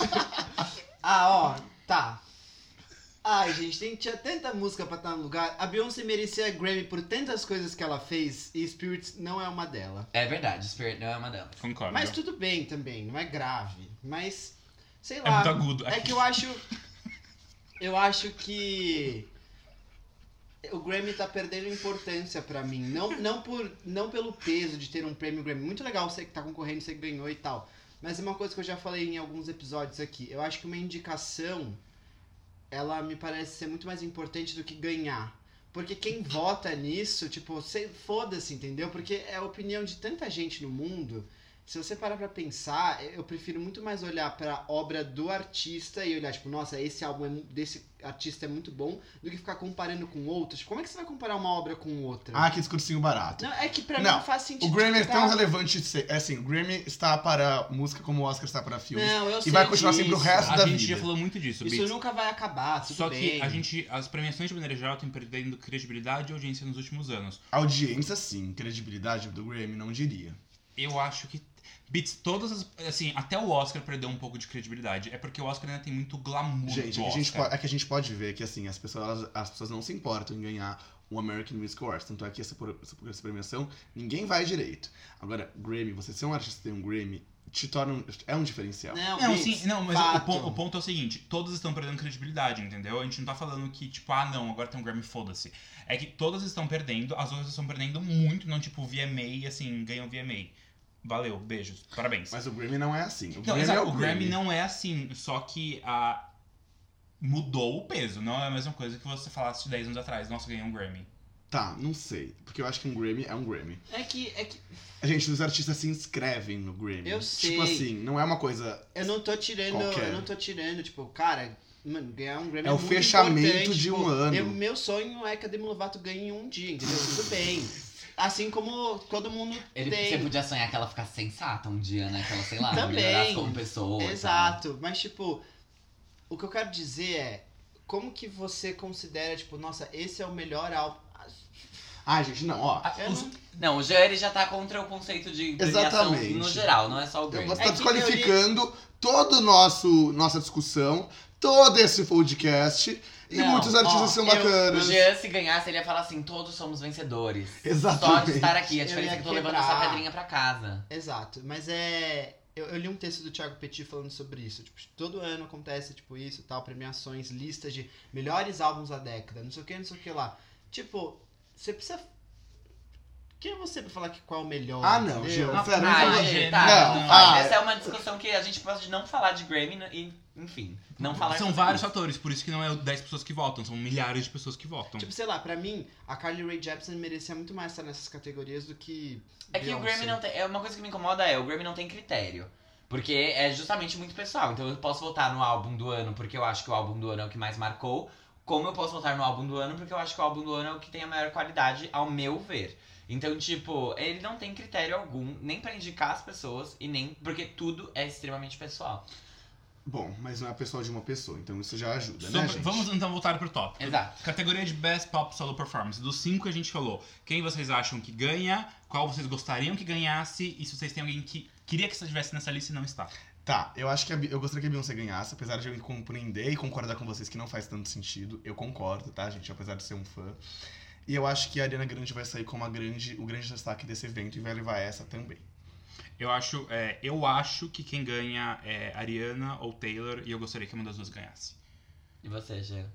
[SPEAKER 5] Ah, ó, tá. Ai, gente, tem, tinha tanta música pra estar no lugar. A Beyoncé merecia Grammy por tantas coisas que ela fez e Spirit não é uma delas.
[SPEAKER 4] É verdade, Spirit não é uma delas.
[SPEAKER 2] Concordo.
[SPEAKER 5] Mas tudo bem também, não é grave. Mas, sei
[SPEAKER 2] É
[SPEAKER 5] lá.
[SPEAKER 2] muito agudo.
[SPEAKER 5] É que eu acho. Eu acho que. O Grammy tá perdendo importância pra mim. Não, não, por, não pelo peso de ter um prêmio Grammy. Muito legal você que tá concorrendo, você que ganhou e tal. Mas é uma coisa que eu já falei em alguns episódios aqui. Eu acho que uma indicação, ela me parece ser muito mais importante do que ganhar. Porque quem vota nisso, tipo, cê- foda-se, entendeu? Porque é a opinião de tanta gente no mundo. Se você parar pra pensar, eu prefiro muito mais olhar pra obra do artista e olhar, tipo, nossa, esse álbum é mu- desse artista é muito bom, do que ficar comparando com outros. Como é que você vai comparar uma obra com outra?
[SPEAKER 3] Ah, que discursinho barato.
[SPEAKER 5] Não, é que pra mim
[SPEAKER 3] Não,
[SPEAKER 5] não faz sentido.
[SPEAKER 3] O Grammy é
[SPEAKER 5] tipo,
[SPEAKER 3] tão
[SPEAKER 5] tá-
[SPEAKER 3] relevante, se- é assim, o Grammy está para música como o Oscar está para filmes.
[SPEAKER 5] Não, eu
[SPEAKER 3] e
[SPEAKER 5] sei
[SPEAKER 3] vai continuar assim pro
[SPEAKER 5] disso.
[SPEAKER 3] resto
[SPEAKER 2] A
[SPEAKER 3] da
[SPEAKER 2] gente
[SPEAKER 3] vida.
[SPEAKER 2] já falou muito disso,
[SPEAKER 5] Isso
[SPEAKER 2] Bits.
[SPEAKER 5] nunca vai acabar, tudo
[SPEAKER 2] Só
[SPEAKER 5] bem.
[SPEAKER 2] que a gente, as premiações de maneira geral têm perdendo credibilidade e audiência nos últimos anos.
[SPEAKER 3] Audiência, sim. Credibilidade do Grammy, não diria.
[SPEAKER 2] Eu acho que Beats, todas as. Assim, até o Oscar perdeu um pouco de credibilidade. É porque o Oscar ainda tem muito glamour.
[SPEAKER 3] Gente,
[SPEAKER 2] do
[SPEAKER 3] é que, a gente
[SPEAKER 2] Oscar.
[SPEAKER 3] po- é que a gente pode ver que assim, as pessoas, elas- as pessoas não se importam em ganhar o American Music Awards. Tanto é que essa, por- essa, essa premiação, ninguém vai direito. Agora, Grammy, você ser um artista que tem um Grammy, te torna um, é um diferencial.
[SPEAKER 5] Não,
[SPEAKER 2] Não,
[SPEAKER 5] Beats,
[SPEAKER 2] sim, não, mas o
[SPEAKER 5] fato.
[SPEAKER 2] ponto, o ponto é o seguinte, todas estão perdendo credibilidade, entendeu? A gente não tá falando que, tipo, ah, não, agora tem um Grammy, foda-se. É que todas estão perdendo, as outras estão perdendo muito, não tipo V M A, assim, ganham V M A. Valeu, beijos, parabéns.
[SPEAKER 3] Mas o Grammy não é assim. O
[SPEAKER 2] Não,
[SPEAKER 3] Grammy
[SPEAKER 2] exato,
[SPEAKER 3] é
[SPEAKER 2] o Grammy não é assim, só que a... mudou o peso, não é a mesma coisa que você falasse dez anos atrás, nossa, ganhei um Grammy.
[SPEAKER 3] Tá, não sei. Porque eu acho que um Grammy é um Grammy.
[SPEAKER 5] É que, é que
[SPEAKER 3] Gente, os artistas se inscrevem no Grammy.
[SPEAKER 5] Eu sei.
[SPEAKER 3] Tipo assim, não é uma coisa...
[SPEAKER 5] eu não tô tirando,
[SPEAKER 3] Qualquer.
[SPEAKER 5] eu não tô tirando, tipo, cara, mano, ganhar um Grammy
[SPEAKER 3] É
[SPEAKER 5] é,
[SPEAKER 3] o
[SPEAKER 5] muito
[SPEAKER 3] fechamento
[SPEAKER 5] importante,
[SPEAKER 3] de um
[SPEAKER 5] tipo,
[SPEAKER 3] ano.
[SPEAKER 5] eu- meu sonho é que a Demi Lovato ganhe em um dia, entendeu? Tudo bem. Assim como todo mundo
[SPEAKER 4] Ele,
[SPEAKER 5] tem.
[SPEAKER 4] Você podia sonhar que ela ficasse sensata um dia, né? Que ela, sei lá,
[SPEAKER 5] Também.
[SPEAKER 4] melhorasse como pessoa. e tal.
[SPEAKER 5] Exato, mas tipo, o que eu quero dizer é, como que você considera, tipo, nossa, esse é o melhor álbum?
[SPEAKER 3] Ah, gente, não, ó.
[SPEAKER 2] Ah,
[SPEAKER 5] Eu
[SPEAKER 2] os-
[SPEAKER 5] não-
[SPEAKER 4] Não, o Jean ele já tá contra o conceito de premiação
[SPEAKER 3] Exatamente.
[SPEAKER 4] no geral, não é só o Grammy.
[SPEAKER 3] Você
[SPEAKER 5] É
[SPEAKER 3] tá
[SPEAKER 5] que
[SPEAKER 3] desqualificando toda nosso nossa discussão, todo esse podcast, e
[SPEAKER 4] Não,
[SPEAKER 3] muitos artistas
[SPEAKER 4] ó,
[SPEAKER 3] são
[SPEAKER 4] eu-
[SPEAKER 3] bacanas.
[SPEAKER 4] O Jean, se ganhasse, ele ia falar assim, todos somos vencedores. Só
[SPEAKER 3] Exatamente.
[SPEAKER 4] de estar aqui, a
[SPEAKER 5] Eu
[SPEAKER 4] diferença é
[SPEAKER 5] ia
[SPEAKER 4] que eu tô levando
[SPEAKER 5] quebrar.
[SPEAKER 4] essa pedrinha pra casa.
[SPEAKER 5] Exato, mas é. Eu, eu li um texto do Thiago Petit falando sobre isso. Tipo, todo ano acontece, tipo, isso tal, premiações, listas de melhores álbuns da década, não sei o que, não sei o que lá. Tipo, você precisa. Quem é você pra falar que qual é o melhor?
[SPEAKER 3] Ah, não,
[SPEAKER 5] entendeu?
[SPEAKER 3] Jean, sério,
[SPEAKER 4] Ah,
[SPEAKER 3] não vou-
[SPEAKER 4] gente, tá,
[SPEAKER 3] Não,
[SPEAKER 4] não faz.
[SPEAKER 3] ah,
[SPEAKER 4] Essa é uma discussão que a gente pode não falar de Grammy e, enfim, não falar
[SPEAKER 2] São
[SPEAKER 4] sobre
[SPEAKER 2] vários
[SPEAKER 4] isso.
[SPEAKER 2] fatores, por isso que não é dez pessoas que votam, são milhares de pessoas que votam.
[SPEAKER 5] Tipo, sei lá, pra mim, a Carly Rae Jepsen merecia muito mais estar nessas categorias do que.
[SPEAKER 4] É que o
[SPEAKER 5] Beyoncé.
[SPEAKER 4] Grammy não tem. É uma coisa que me incomoda é, o Grammy não tem critério. Porque é justamente muito pessoal. Então eu posso votar no álbum do ano porque eu acho que o álbum do ano é o que mais marcou. Como eu posso votar no álbum do ano porque eu acho que o álbum do ano é o que tem a maior qualidade, ao meu ver. Então, tipo, ele não tem critério algum, nem pra indicar as pessoas, e nem. Porque tudo é extremamente pessoal.
[SPEAKER 3] Bom, mas não é pessoal de uma pessoa, então isso já ajuda, né,
[SPEAKER 2] Sobre-
[SPEAKER 3] gente?
[SPEAKER 2] vamos então voltar pro tópico.
[SPEAKER 4] Exato.
[SPEAKER 2] Categoria de Best Pop Solo Performance. Dos cinco que a gente falou, quem vocês acham que ganha, qual vocês gostariam que ganhasse, e se vocês têm alguém que queria que estivesse nessa lista e não está.
[SPEAKER 3] Tá, eu acho que a Bi- eu gostaria que a Beyoncé ganhasse, apesar de eu compreender e concordar com vocês que não faz tanto sentido. Eu concordo, tá, gente? Apesar de ser um fã. E eu acho que a Ariana Grande vai sair como a grande, o grande destaque desse evento e vai levar essa também.
[SPEAKER 2] Eu acho, é, eu acho que quem ganha é Ariana ou Taylor, e eu gostaria que uma das duas ganhasse.
[SPEAKER 4] E você, Jean?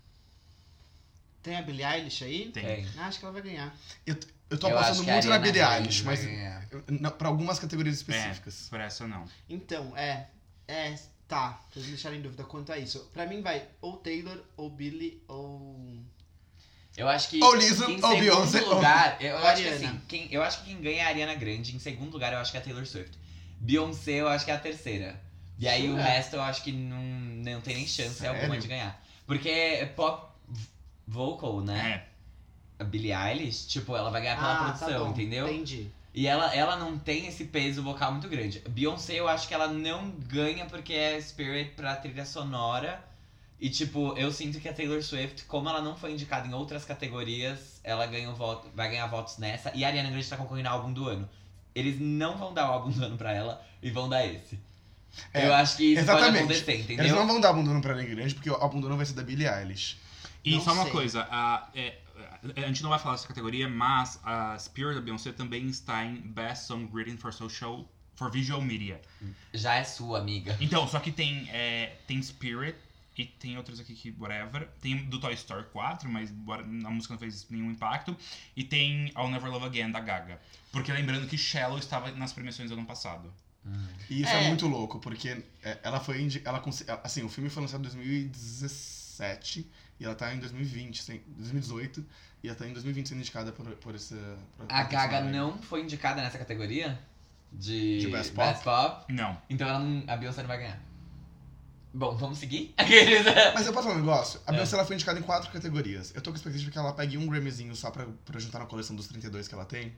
[SPEAKER 5] Tem a Billie Eilish aí?
[SPEAKER 2] Tem.
[SPEAKER 5] Ah, acho que ela vai ganhar.
[SPEAKER 3] Eu, eu tô
[SPEAKER 4] Eu
[SPEAKER 3] apostando
[SPEAKER 4] acho que a
[SPEAKER 3] muito na
[SPEAKER 4] Ariana
[SPEAKER 3] Billie
[SPEAKER 4] Grande
[SPEAKER 3] Eilish,
[SPEAKER 4] vai
[SPEAKER 3] mas
[SPEAKER 4] ganhar.
[SPEAKER 3] eu- não, pra algumas categorias específicas.
[SPEAKER 2] Por essa não.
[SPEAKER 5] Então, é. É. Tá, vocês me deixaram em dúvida quanto a isso. Pra mim vai ou Taylor, ou Billie, ou...
[SPEAKER 4] Eu acho que
[SPEAKER 3] Ou Lizzo,
[SPEAKER 4] em
[SPEAKER 3] ou
[SPEAKER 4] segundo
[SPEAKER 3] Beyoncé, ou-
[SPEAKER 4] lugar, eu, eu acho que
[SPEAKER 5] Ariana.
[SPEAKER 4] assim, quem, eu acho que quem ganha é a Ariana Grande. Em segundo lugar, eu acho que é a Taylor Swift. Beyoncé, eu acho que é a terceira. E aí o
[SPEAKER 5] Jura?
[SPEAKER 4] resto eu acho que não, não tem nem chance
[SPEAKER 3] Sério?
[SPEAKER 4] alguma de ganhar. Porque é pop vocal, né?
[SPEAKER 2] É.
[SPEAKER 4] A Billie Eilish, tipo, ela vai ganhar pela
[SPEAKER 5] Ah,
[SPEAKER 4] produção,
[SPEAKER 5] tá bom,
[SPEAKER 4] entendeu?
[SPEAKER 5] entendi.
[SPEAKER 4] E ela, ela não tem esse peso vocal muito grande. Beyoncé, eu acho que ela não ganha porque é Spirit pra trilha sonora. E, tipo, eu sinto que a Taylor Swift, como ela não foi indicada em outras categorias, ela ganha o voto, vai ganhar votos nessa. E a Ariana Grande tá concorrendo ao álbum do ano. Eles não vão dar o álbum do ano pra ela e vão dar esse.
[SPEAKER 3] É,
[SPEAKER 4] eu acho que isso pode
[SPEAKER 3] exatamente.
[SPEAKER 4] acontecer, entendeu?
[SPEAKER 3] Eles não vão dar álbum do ano pra ninguém grande, porque o álbum do ano vai ser da Billie Eilish.
[SPEAKER 2] E
[SPEAKER 5] Não
[SPEAKER 2] só uma
[SPEAKER 5] sei.
[SPEAKER 2] coisa, a, é, a gente não vai falar dessa categoria, mas a Spirit da Beyoncé também está em Best Song Written for Social for Visual Media.
[SPEAKER 4] Já é sua, amiga.
[SPEAKER 2] Então, só que tem, é, tem Spirit e tem outros aqui que whatever. Tem do Toy Story quatro, mas bora- a música não fez nenhum impacto. E tem I'll Never Love Again, da Gaga. Porque lembrando que Shallow estava nas premiações do ano passado.
[SPEAKER 3] E isso é,
[SPEAKER 5] É.
[SPEAKER 3] muito louco, porque é, ela foi indi- ela cons- assim, o filme foi lançado em dois mil e dezessete e ela tá em dois mil e vinte, sem- dois mil e dezoito, e ela tá em dois mil e vinte sendo indicada por, por esse... por-
[SPEAKER 4] A
[SPEAKER 3] por
[SPEAKER 4] Gaga
[SPEAKER 3] personagem.
[SPEAKER 4] não foi indicada nessa categoria? De,
[SPEAKER 3] De Best Pop?
[SPEAKER 4] Pop?
[SPEAKER 2] Não.
[SPEAKER 4] Então ela não, a Beyoncé não vai ganhar. Bom, vamos seguir?
[SPEAKER 3] Mas eu posso falar um negócio? A
[SPEAKER 4] É.
[SPEAKER 3] Beyoncé ela foi indicada em quatro categorias. Eu tô com a expectativa que ela pegue um Grammyzinho só pra, pra juntar na coleção dos trinta e dois que ela tem.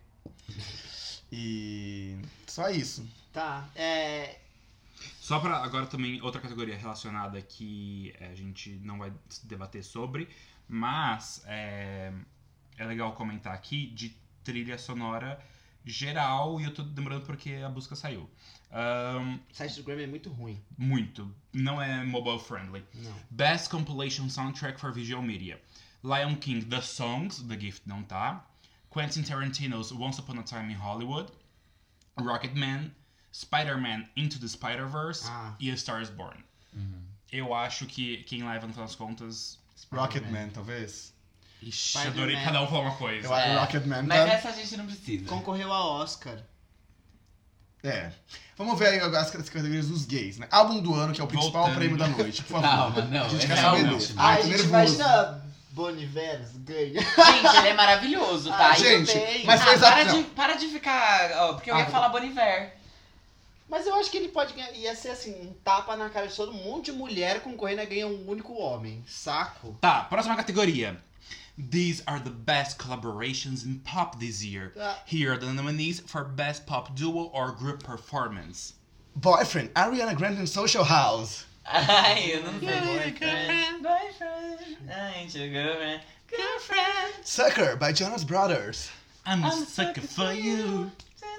[SPEAKER 3] E... só isso.
[SPEAKER 5] Tá, é...
[SPEAKER 2] Só pra agora também outra categoria relacionada que é, a gente não vai debater sobre, mas é, é legal comentar aqui de trilha sonora geral, e eu tô demorando porque a busca saiu. Ahn,
[SPEAKER 5] O site do Grammy é muito ruim.
[SPEAKER 2] muito. Não é mobile friendly.
[SPEAKER 5] Não.
[SPEAKER 2] Best Compilation Soundtrack for Visual Media. Lion King, The Songs, The Gift não tá. Quentin Tarantino's Once Upon a Time in Hollywood. Rocketman. Spider-Man Into the Spider-Verse.
[SPEAKER 5] Ah.
[SPEAKER 2] E A Star is Born. Eu acho que quem leva, no final das contas...
[SPEAKER 3] Rocketman, talvez.
[SPEAKER 2] Ixi,
[SPEAKER 5] Spider-Man.
[SPEAKER 2] adorei cada um falar uma coisa.
[SPEAKER 3] Eu acho
[SPEAKER 4] É,
[SPEAKER 3] que Rocketman
[SPEAKER 4] Mas
[SPEAKER 3] tá...
[SPEAKER 4] essa a gente não precisa.
[SPEAKER 5] Concorreu a Oscar.
[SPEAKER 3] É. Vamos ver aí agora as categorias dos gays, né? Álbum do ano, que é o principal
[SPEAKER 2] Voltando.
[SPEAKER 3] prêmio da noite, por favor.
[SPEAKER 4] Calma, não,
[SPEAKER 3] A gente
[SPEAKER 4] esse
[SPEAKER 3] quer
[SPEAKER 4] é
[SPEAKER 3] saber
[SPEAKER 4] o
[SPEAKER 3] dele.
[SPEAKER 4] último.
[SPEAKER 3] Ai,
[SPEAKER 5] a
[SPEAKER 3] tô
[SPEAKER 5] gente
[SPEAKER 3] nervoso.
[SPEAKER 5] imagina Bon Iver ganha.
[SPEAKER 4] Gente, ele é maravilhoso, tá?
[SPEAKER 5] Ah,
[SPEAKER 4] E-
[SPEAKER 3] gente,
[SPEAKER 5] bem.
[SPEAKER 3] mas
[SPEAKER 4] Ah,
[SPEAKER 3] fez
[SPEAKER 4] para,
[SPEAKER 3] a...
[SPEAKER 4] de,
[SPEAKER 3] não.
[SPEAKER 4] para de ficar... ó, porque eu ia
[SPEAKER 3] Ah,
[SPEAKER 4] falar Boniver.
[SPEAKER 5] Mas eu acho que ele pode ganhar. Ia ser assim, um tapa na cara de todo um monte de mulher concorrendo a ganhar um único homem. Saco.
[SPEAKER 2] Tá, próxima categoria. These are the best collaborations in pop this year.
[SPEAKER 5] Ah.
[SPEAKER 2] Here are the nominees for Best Pop Duo or Group Performance.
[SPEAKER 3] Boyfriend, Ariana Grande and Social House.
[SPEAKER 4] Ai, eu não sei. Boyfriend, boyfriend, I ain't your girlfriend, girlfriend.
[SPEAKER 3] Sucker, by Jonas Brothers.
[SPEAKER 2] I'm a sucker for you.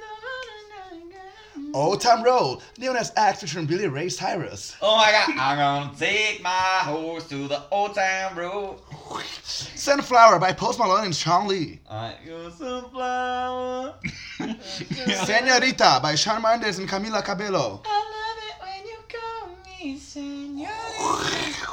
[SPEAKER 3] Old Time Road, Lil Nas X featuring Billy Ray Cyrus.
[SPEAKER 4] Oh my god, I'm gonna take my horse to the old town road.
[SPEAKER 3] Sunflower by Post Malone and Sean Lee.
[SPEAKER 4] I got some flower.
[SPEAKER 3] Señorita by Shawn Mendes and Camila Cabello.
[SPEAKER 4] I love it when you call me senhorita.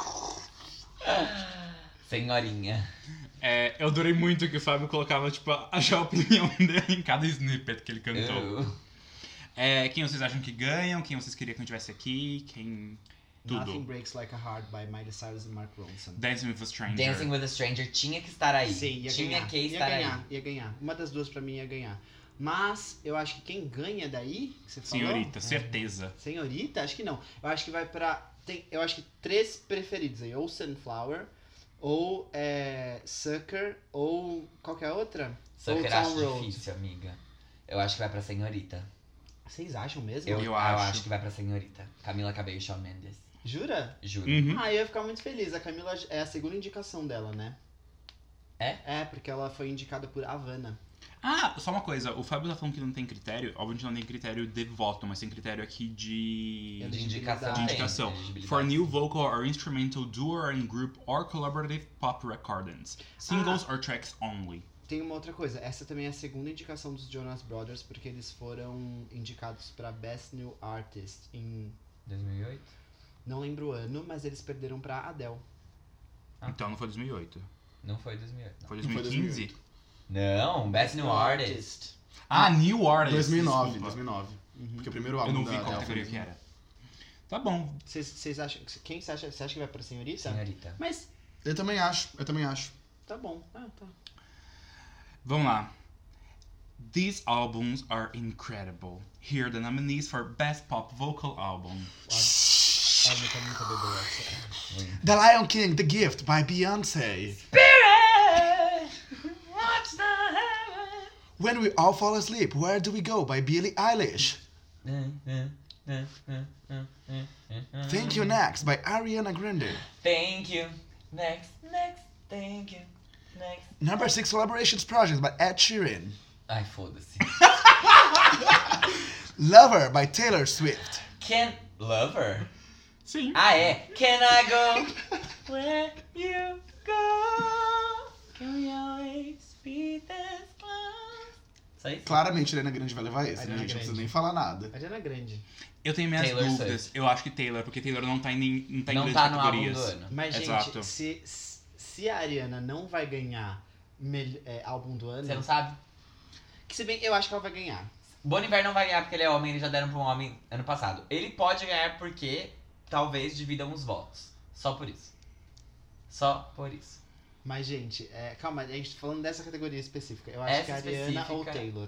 [SPEAKER 4] Senhorinha.
[SPEAKER 2] É, eu adorei muito que o Fábio colocava, tipo, a a opinião dele em cada snippet que ele cantou.
[SPEAKER 4] Eu-
[SPEAKER 2] É, quem vocês acham que ganham? Quem vocês queriam que eu tivesse aqui? Quem...
[SPEAKER 5] Nothing
[SPEAKER 2] Tudo.
[SPEAKER 5] Breaks Like a Heart by Miley Cyrus e Mark Ronson.
[SPEAKER 2] Dancing with a Stranger.
[SPEAKER 4] Dancing with a Stranger tinha que estar aí.
[SPEAKER 5] Sim, ia
[SPEAKER 4] tinha
[SPEAKER 5] ganhar.
[SPEAKER 4] que
[SPEAKER 5] ia
[SPEAKER 4] estar
[SPEAKER 5] ganhar,
[SPEAKER 4] aí.
[SPEAKER 5] ia ganhar. Uma das duas pra mim ia ganhar. Mas eu acho que quem ganha daí, que você falou?
[SPEAKER 2] Senhorita, certeza.
[SPEAKER 5] Senhorita? Acho que não. Eu acho que vai pra. Tem, eu acho que três preferidos aí. Ou Sunflower, ou é, Sucker, ou. Qual que é a outra?
[SPEAKER 4] Só que
[SPEAKER 5] Old
[SPEAKER 4] eu acho
[SPEAKER 5] Town Road.
[SPEAKER 4] difícil, amiga. Eu acho que vai pra senhorita.
[SPEAKER 5] Vocês acham mesmo?
[SPEAKER 4] Eu,
[SPEAKER 2] Eu
[SPEAKER 4] eu
[SPEAKER 2] acho.
[SPEAKER 4] acho. que vai pra senhorita. Camila Cabello e Shawn Mendes.
[SPEAKER 5] Jura?
[SPEAKER 4] Juro.
[SPEAKER 2] Uhum.
[SPEAKER 5] Ah, eu ia ficar muito feliz. A Camila é a segunda indicação dela, né?
[SPEAKER 4] É?
[SPEAKER 5] É, porque ela foi indicada por Havana.
[SPEAKER 2] Ah, só uma coisa. O Fábio tá falando que não tem critério. Obviamente não tem critério de voto, mas tem critério aqui de...
[SPEAKER 4] De indicação.
[SPEAKER 2] de
[SPEAKER 5] Tem,
[SPEAKER 2] indicação.
[SPEAKER 4] elegibilidade.
[SPEAKER 2] For new vocal or instrumental duo and group or collaborative pop recordings. Singles or tracks only.
[SPEAKER 5] Tem uma outra coisa. Essa também é a segunda indicação dos Jonas Brothers, porque eles foram indicados pra Best New Artist em...
[SPEAKER 4] dois mil e oito?
[SPEAKER 5] Não lembro o ano, mas eles perderam pra Adele.
[SPEAKER 4] Ah.
[SPEAKER 2] Então não foi dois mil e oito.
[SPEAKER 4] Não foi dois mil e oito. Não,
[SPEAKER 2] Foi
[SPEAKER 3] Não foi
[SPEAKER 2] dois mil e quinze?
[SPEAKER 4] não Best New Artist.
[SPEAKER 2] Ah, New Artist.
[SPEAKER 3] dois mil e nove,
[SPEAKER 2] desculpa.
[SPEAKER 3] dois mil e nove.
[SPEAKER 5] Uhum.
[SPEAKER 3] Porque o primeiro
[SPEAKER 2] Eu
[SPEAKER 3] álbum
[SPEAKER 2] não
[SPEAKER 3] da
[SPEAKER 2] vi qual
[SPEAKER 3] Adele
[SPEAKER 2] categoria
[SPEAKER 3] foi-
[SPEAKER 2] que era. Tá bom.
[SPEAKER 5] Vocês vocês acham. Quem você acha, você acha que vai pra senhorita?
[SPEAKER 4] Senhorita.
[SPEAKER 5] Mas
[SPEAKER 3] Eu também acho, eu também acho.
[SPEAKER 5] tá bom. Ah, tá.
[SPEAKER 2] Vamos lá. These albums are incredible. Here are the nominees for Best Pop Vocal Album.
[SPEAKER 5] Ai, meu, tá muito bebê essa.
[SPEAKER 3] The Lion King, The Gift, by Beyoncé. When We All Fall Asleep, Where Do We Go, by Billie Eilish. Thank You Next, by Ariana Grande.
[SPEAKER 4] Thank you. Next, next, thank you. Next.
[SPEAKER 3] Number six Collaborations Project, by Ed Sheeran.
[SPEAKER 4] Ai, foda-se.
[SPEAKER 3] Lover, by Taylor Swift.
[SPEAKER 4] Can... Lover?
[SPEAKER 2] Sim.
[SPEAKER 4] Ah, é. Can I go where you go? Can we always be this close? Só isso?
[SPEAKER 3] Claramente, Ariana Grande vai levar esse, né,
[SPEAKER 5] Ariana
[SPEAKER 3] gente? Não precisa
[SPEAKER 5] Grande.
[SPEAKER 3] nem falar nada.
[SPEAKER 5] Ariana Grande.
[SPEAKER 2] Eu tenho minhas
[SPEAKER 4] Taylor
[SPEAKER 2] dúvidas.
[SPEAKER 4] Swift.
[SPEAKER 2] Eu acho que Taylor, porque Taylor não tá em, nem- não tá em
[SPEAKER 4] Não
[SPEAKER 2] grandes
[SPEAKER 4] tá no álbum
[SPEAKER 2] categorias.
[SPEAKER 4] do ano.
[SPEAKER 5] Mas,
[SPEAKER 2] Exato.
[SPEAKER 5] gente, se, se a Ariana não vai ganhar mel- é, álbum do ano.
[SPEAKER 4] Você não sabe?
[SPEAKER 5] Que se bem, eu acho que ela vai ganhar.
[SPEAKER 4] Bon Iver não vai ganhar porque ele é homem, eles já deram pra um homem ano passado. Ele pode ganhar porque talvez dividam os votos. Só por isso. Só por isso.
[SPEAKER 5] Mas, gente, é, calma, a gente tá falando dessa categoria específica. Eu acho
[SPEAKER 4] Essa
[SPEAKER 5] que a Ariana
[SPEAKER 4] específica-
[SPEAKER 5] ou Taylor.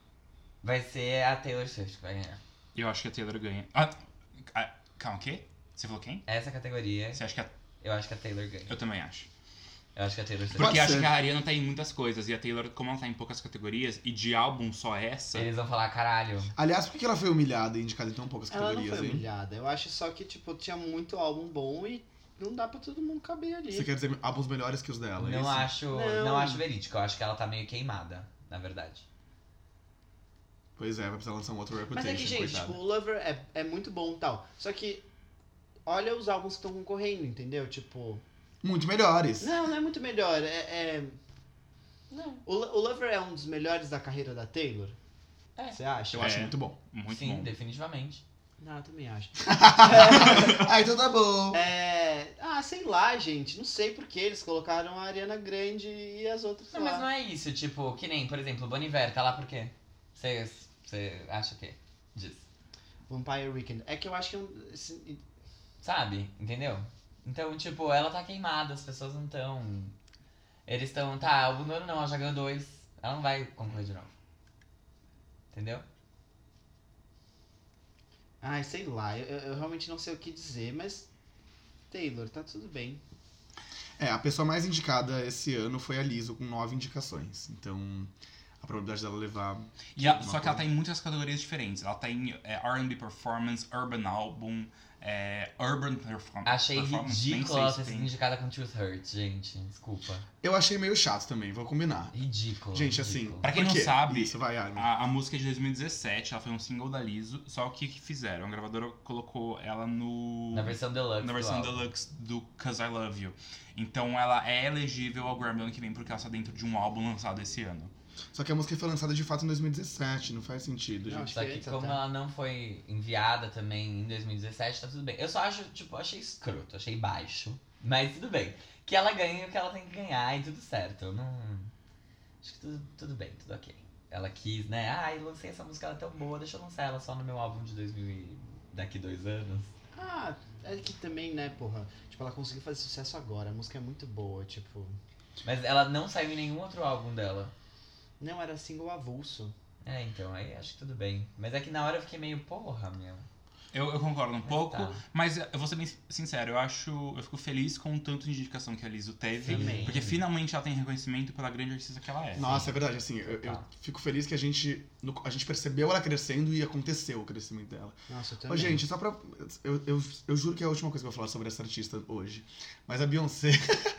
[SPEAKER 4] Vai ser a Taylor Swift que vai ganhar.
[SPEAKER 2] Eu acho que a Taylor ganha. Ah, ah, calma, o quê? Você falou quem?
[SPEAKER 4] Essa categoria,
[SPEAKER 2] Você acha que a...
[SPEAKER 4] eu acho que a Taylor ganha.
[SPEAKER 2] Eu também acho.
[SPEAKER 4] Eu acho que a Taylor Swift
[SPEAKER 2] Porque
[SPEAKER 3] Pode
[SPEAKER 2] acho
[SPEAKER 3] ser.
[SPEAKER 2] que a Ariana tá em muitas coisas. E a Taylor, como ela tá em poucas categorias, e de álbum só essa...
[SPEAKER 4] Eles vão falar, caralho.
[SPEAKER 3] Aliás, por que ela foi humilhada e indicada em tão poucas
[SPEAKER 5] Ela não
[SPEAKER 3] categorias,
[SPEAKER 5] foi
[SPEAKER 3] hein?
[SPEAKER 5] humilhada. Eu acho só que, tipo, tinha muito álbum bom e não dá pra todo mundo caber ali.
[SPEAKER 3] Você quer dizer álbuns melhores que os dela, é
[SPEAKER 4] Não
[SPEAKER 3] isso?
[SPEAKER 4] acho,
[SPEAKER 5] Não.
[SPEAKER 4] não acho verídico. Eu acho que ela tá meio queimada, na verdade.
[SPEAKER 3] Pois é, vai precisar lançar um outro
[SPEAKER 5] Mas
[SPEAKER 3] Reputation,
[SPEAKER 5] é que, gente,
[SPEAKER 3] coitada.
[SPEAKER 5] tipo, o Lover é, é muito bom e tal. Só que, olha os álbuns que estão concorrendo, entendeu? Tipo...
[SPEAKER 3] Muito melhores.
[SPEAKER 5] Não, não é muito melhor. É... é...
[SPEAKER 4] Não.
[SPEAKER 5] O, Lo- o Lover é um dos melhores da carreira da Taylor?
[SPEAKER 4] É.
[SPEAKER 5] Você acha?
[SPEAKER 3] Eu acho
[SPEAKER 2] É.
[SPEAKER 3] muito bom.
[SPEAKER 2] Muito
[SPEAKER 4] Sim,
[SPEAKER 2] bom.
[SPEAKER 4] definitivamente.
[SPEAKER 5] Não, eu também acho.
[SPEAKER 3] Ah, então tá bom.
[SPEAKER 5] É... Ah, sei lá, gente. Não sei por que eles colocaram a Ariana Grande e as outras
[SPEAKER 4] Não,
[SPEAKER 5] lá.
[SPEAKER 4] mas não é isso, tipo, que nem, por exemplo, o Bon Iver tá lá por quê? Você você acha o quê? Diz.
[SPEAKER 5] Vampire Weekend. É que eu acho que... é um- esse-
[SPEAKER 4] Sabe? Entendeu? Então, tipo, ela tá queimada, as pessoas não tão... Eles estão, tá, o do ano não, ela já ganhou dois. Ela não vai concorrer de novo. Entendeu?
[SPEAKER 5] Ai, sei lá. Eu, eu- eu realmente não sei o que dizer, mas... Taylor, tá tudo bem.
[SPEAKER 3] É, a pessoa mais indicada esse ano foi a Lizzo, com nove indicações. Então, a probabilidade dela levar...
[SPEAKER 2] E a-
[SPEAKER 3] uma
[SPEAKER 2] só que ela tá
[SPEAKER 3] coisa.
[SPEAKER 2] em muitas categorias diferentes. Ela tá em é, R and B Performance, Urban Album, é, Urban Perform
[SPEAKER 4] Achei
[SPEAKER 2] Performance. nem
[SPEAKER 4] ridículo
[SPEAKER 2] sei
[SPEAKER 4] ela
[SPEAKER 2] se
[SPEAKER 4] ter sido
[SPEAKER 2] tem.
[SPEAKER 4] indicada com Truth Hurts, gente. Desculpa.
[SPEAKER 3] Eu achei meio chato também, vou combinar.
[SPEAKER 4] Ridículo.
[SPEAKER 3] Gente, assim...
[SPEAKER 4] ridículo.
[SPEAKER 2] Pra quem
[SPEAKER 3] por
[SPEAKER 2] não
[SPEAKER 3] quê?
[SPEAKER 2] sabe,
[SPEAKER 3] Isso, vai, Armin.
[SPEAKER 2] A, a música é de dois mil e dezessete, ela foi um single da Lizzo, só que o que fizeram? A gravadora colocou ela no...
[SPEAKER 4] Na versão deluxe.
[SPEAKER 2] na
[SPEAKER 4] do
[SPEAKER 2] versão
[SPEAKER 4] álbum.
[SPEAKER 2] deluxe do Cause I Love You. Então ela é elegível ao Grammy ano que vem porque ela está dentro de um álbum lançado esse ano.
[SPEAKER 3] Só que a música foi lançada de fato em dois mil e dezessete, não faz sentido,
[SPEAKER 5] Não,
[SPEAKER 3] gente.
[SPEAKER 5] acho
[SPEAKER 4] Só
[SPEAKER 5] que
[SPEAKER 4] que
[SPEAKER 5] antes
[SPEAKER 4] como
[SPEAKER 5] até.
[SPEAKER 4] ela não foi enviada também em dois mil e dezessete, tá tudo bem. Eu só acho, tipo, achei escroto, achei baixo. Mas tudo bem. Que ela ganhe o que ela tem que ganhar e tudo certo. Eu não... Acho que tudo, tudo bem, tudo ok. Ela quis, né? Ah, eu lancei essa música, ela é tão boa, deixa eu lançar ela só no meu álbum de dois mil e... daqui dois anos.
[SPEAKER 5] Ah, é que também, né, porra. Tipo, ela conseguiu fazer sucesso agora. A música é muito boa, tipo...
[SPEAKER 4] Mas ela não saiu em nenhum outro álbum dela.
[SPEAKER 5] Não, era single avulso.
[SPEAKER 4] É, então, aí acho que tudo bem. Mas é que na hora eu fiquei meio, porra, meu.
[SPEAKER 2] Eu, eu concordo um
[SPEAKER 4] Mas
[SPEAKER 2] pouco,
[SPEAKER 4] tá.
[SPEAKER 2] mas eu vou ser bem sincero, eu acho. Eu fico feliz com o tanto de indicação que a Lizzo teve.
[SPEAKER 5] Também.
[SPEAKER 2] Porque finalmente ela tem reconhecimento pela grande artista que ela é.
[SPEAKER 3] Nossa, é verdade, assim, eu, eu
[SPEAKER 4] Tá.
[SPEAKER 3] fico feliz que a gente, no- a gente percebeu ela crescendo e aconteceu o crescimento dela.
[SPEAKER 5] Nossa, eu
[SPEAKER 3] Ô,
[SPEAKER 5] também.
[SPEAKER 3] gente, só pra... Eu, eu, eu juro que é a última coisa que eu vou falar sobre essa artista hoje. Mas a Beyoncé,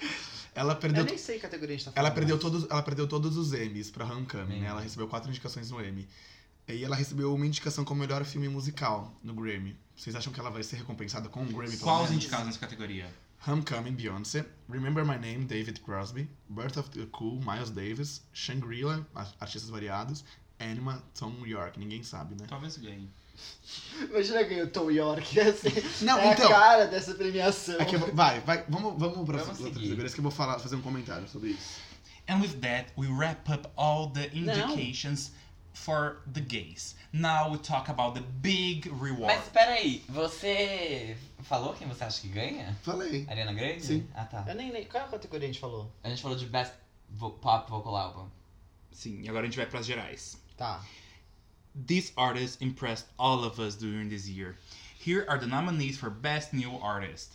[SPEAKER 3] ela perdeu...
[SPEAKER 5] Eu nem sei que categoria a gente tá
[SPEAKER 3] Ela
[SPEAKER 5] falando.
[SPEAKER 3] perdeu,
[SPEAKER 5] mais.
[SPEAKER 3] todos, ela perdeu todos os Emmys pra Homecoming,
[SPEAKER 4] Hum.
[SPEAKER 3] né? Ela recebeu quatro indicações no Emmy. E ela recebeu uma indicação como melhor filme musical no Grammy. Vocês acham que ela vai ser recompensada com um Grammy? pelo
[SPEAKER 2] Qual os
[SPEAKER 3] menos?
[SPEAKER 2] indicados nessa categoria?
[SPEAKER 3] Homecoming, Beyoncé. Remember My Name, David Crosby. Birth of the Cool, Miles Davis. Shangri-La, ar- artistas variados. Anima, Tom York. Ninguém sabe, né?
[SPEAKER 2] Talvez ganhe.
[SPEAKER 5] Imagina ganhou o Tom York. Assim,
[SPEAKER 3] Não,
[SPEAKER 5] é
[SPEAKER 3] então...
[SPEAKER 5] a cara dessa premiação.
[SPEAKER 3] É que eu vou- vai, vai, vamos, vamos para
[SPEAKER 4] Vamos
[SPEAKER 3] as outras
[SPEAKER 4] seguir.
[SPEAKER 3] categorias que eu vou falar, fazer um comentário sobre isso.
[SPEAKER 2] And with that, we wrap up all the indications for the gays. Now we talk about the big reward.
[SPEAKER 4] Mas peraí, você falou quem você acha que ganha?
[SPEAKER 3] Falei.
[SPEAKER 4] Ariana Grande?
[SPEAKER 3] Sim.
[SPEAKER 4] Ah, tá.
[SPEAKER 5] Eu nem lembro. Qual é a categoria a gente falou?
[SPEAKER 4] A gente falou de Best vo- Pop Vocal Album.
[SPEAKER 2] Sim, e agora a gente vai pras gerais.
[SPEAKER 5] Tá.
[SPEAKER 2] These artists impressed all of us during this year. Here are the nominees for Best New Artist.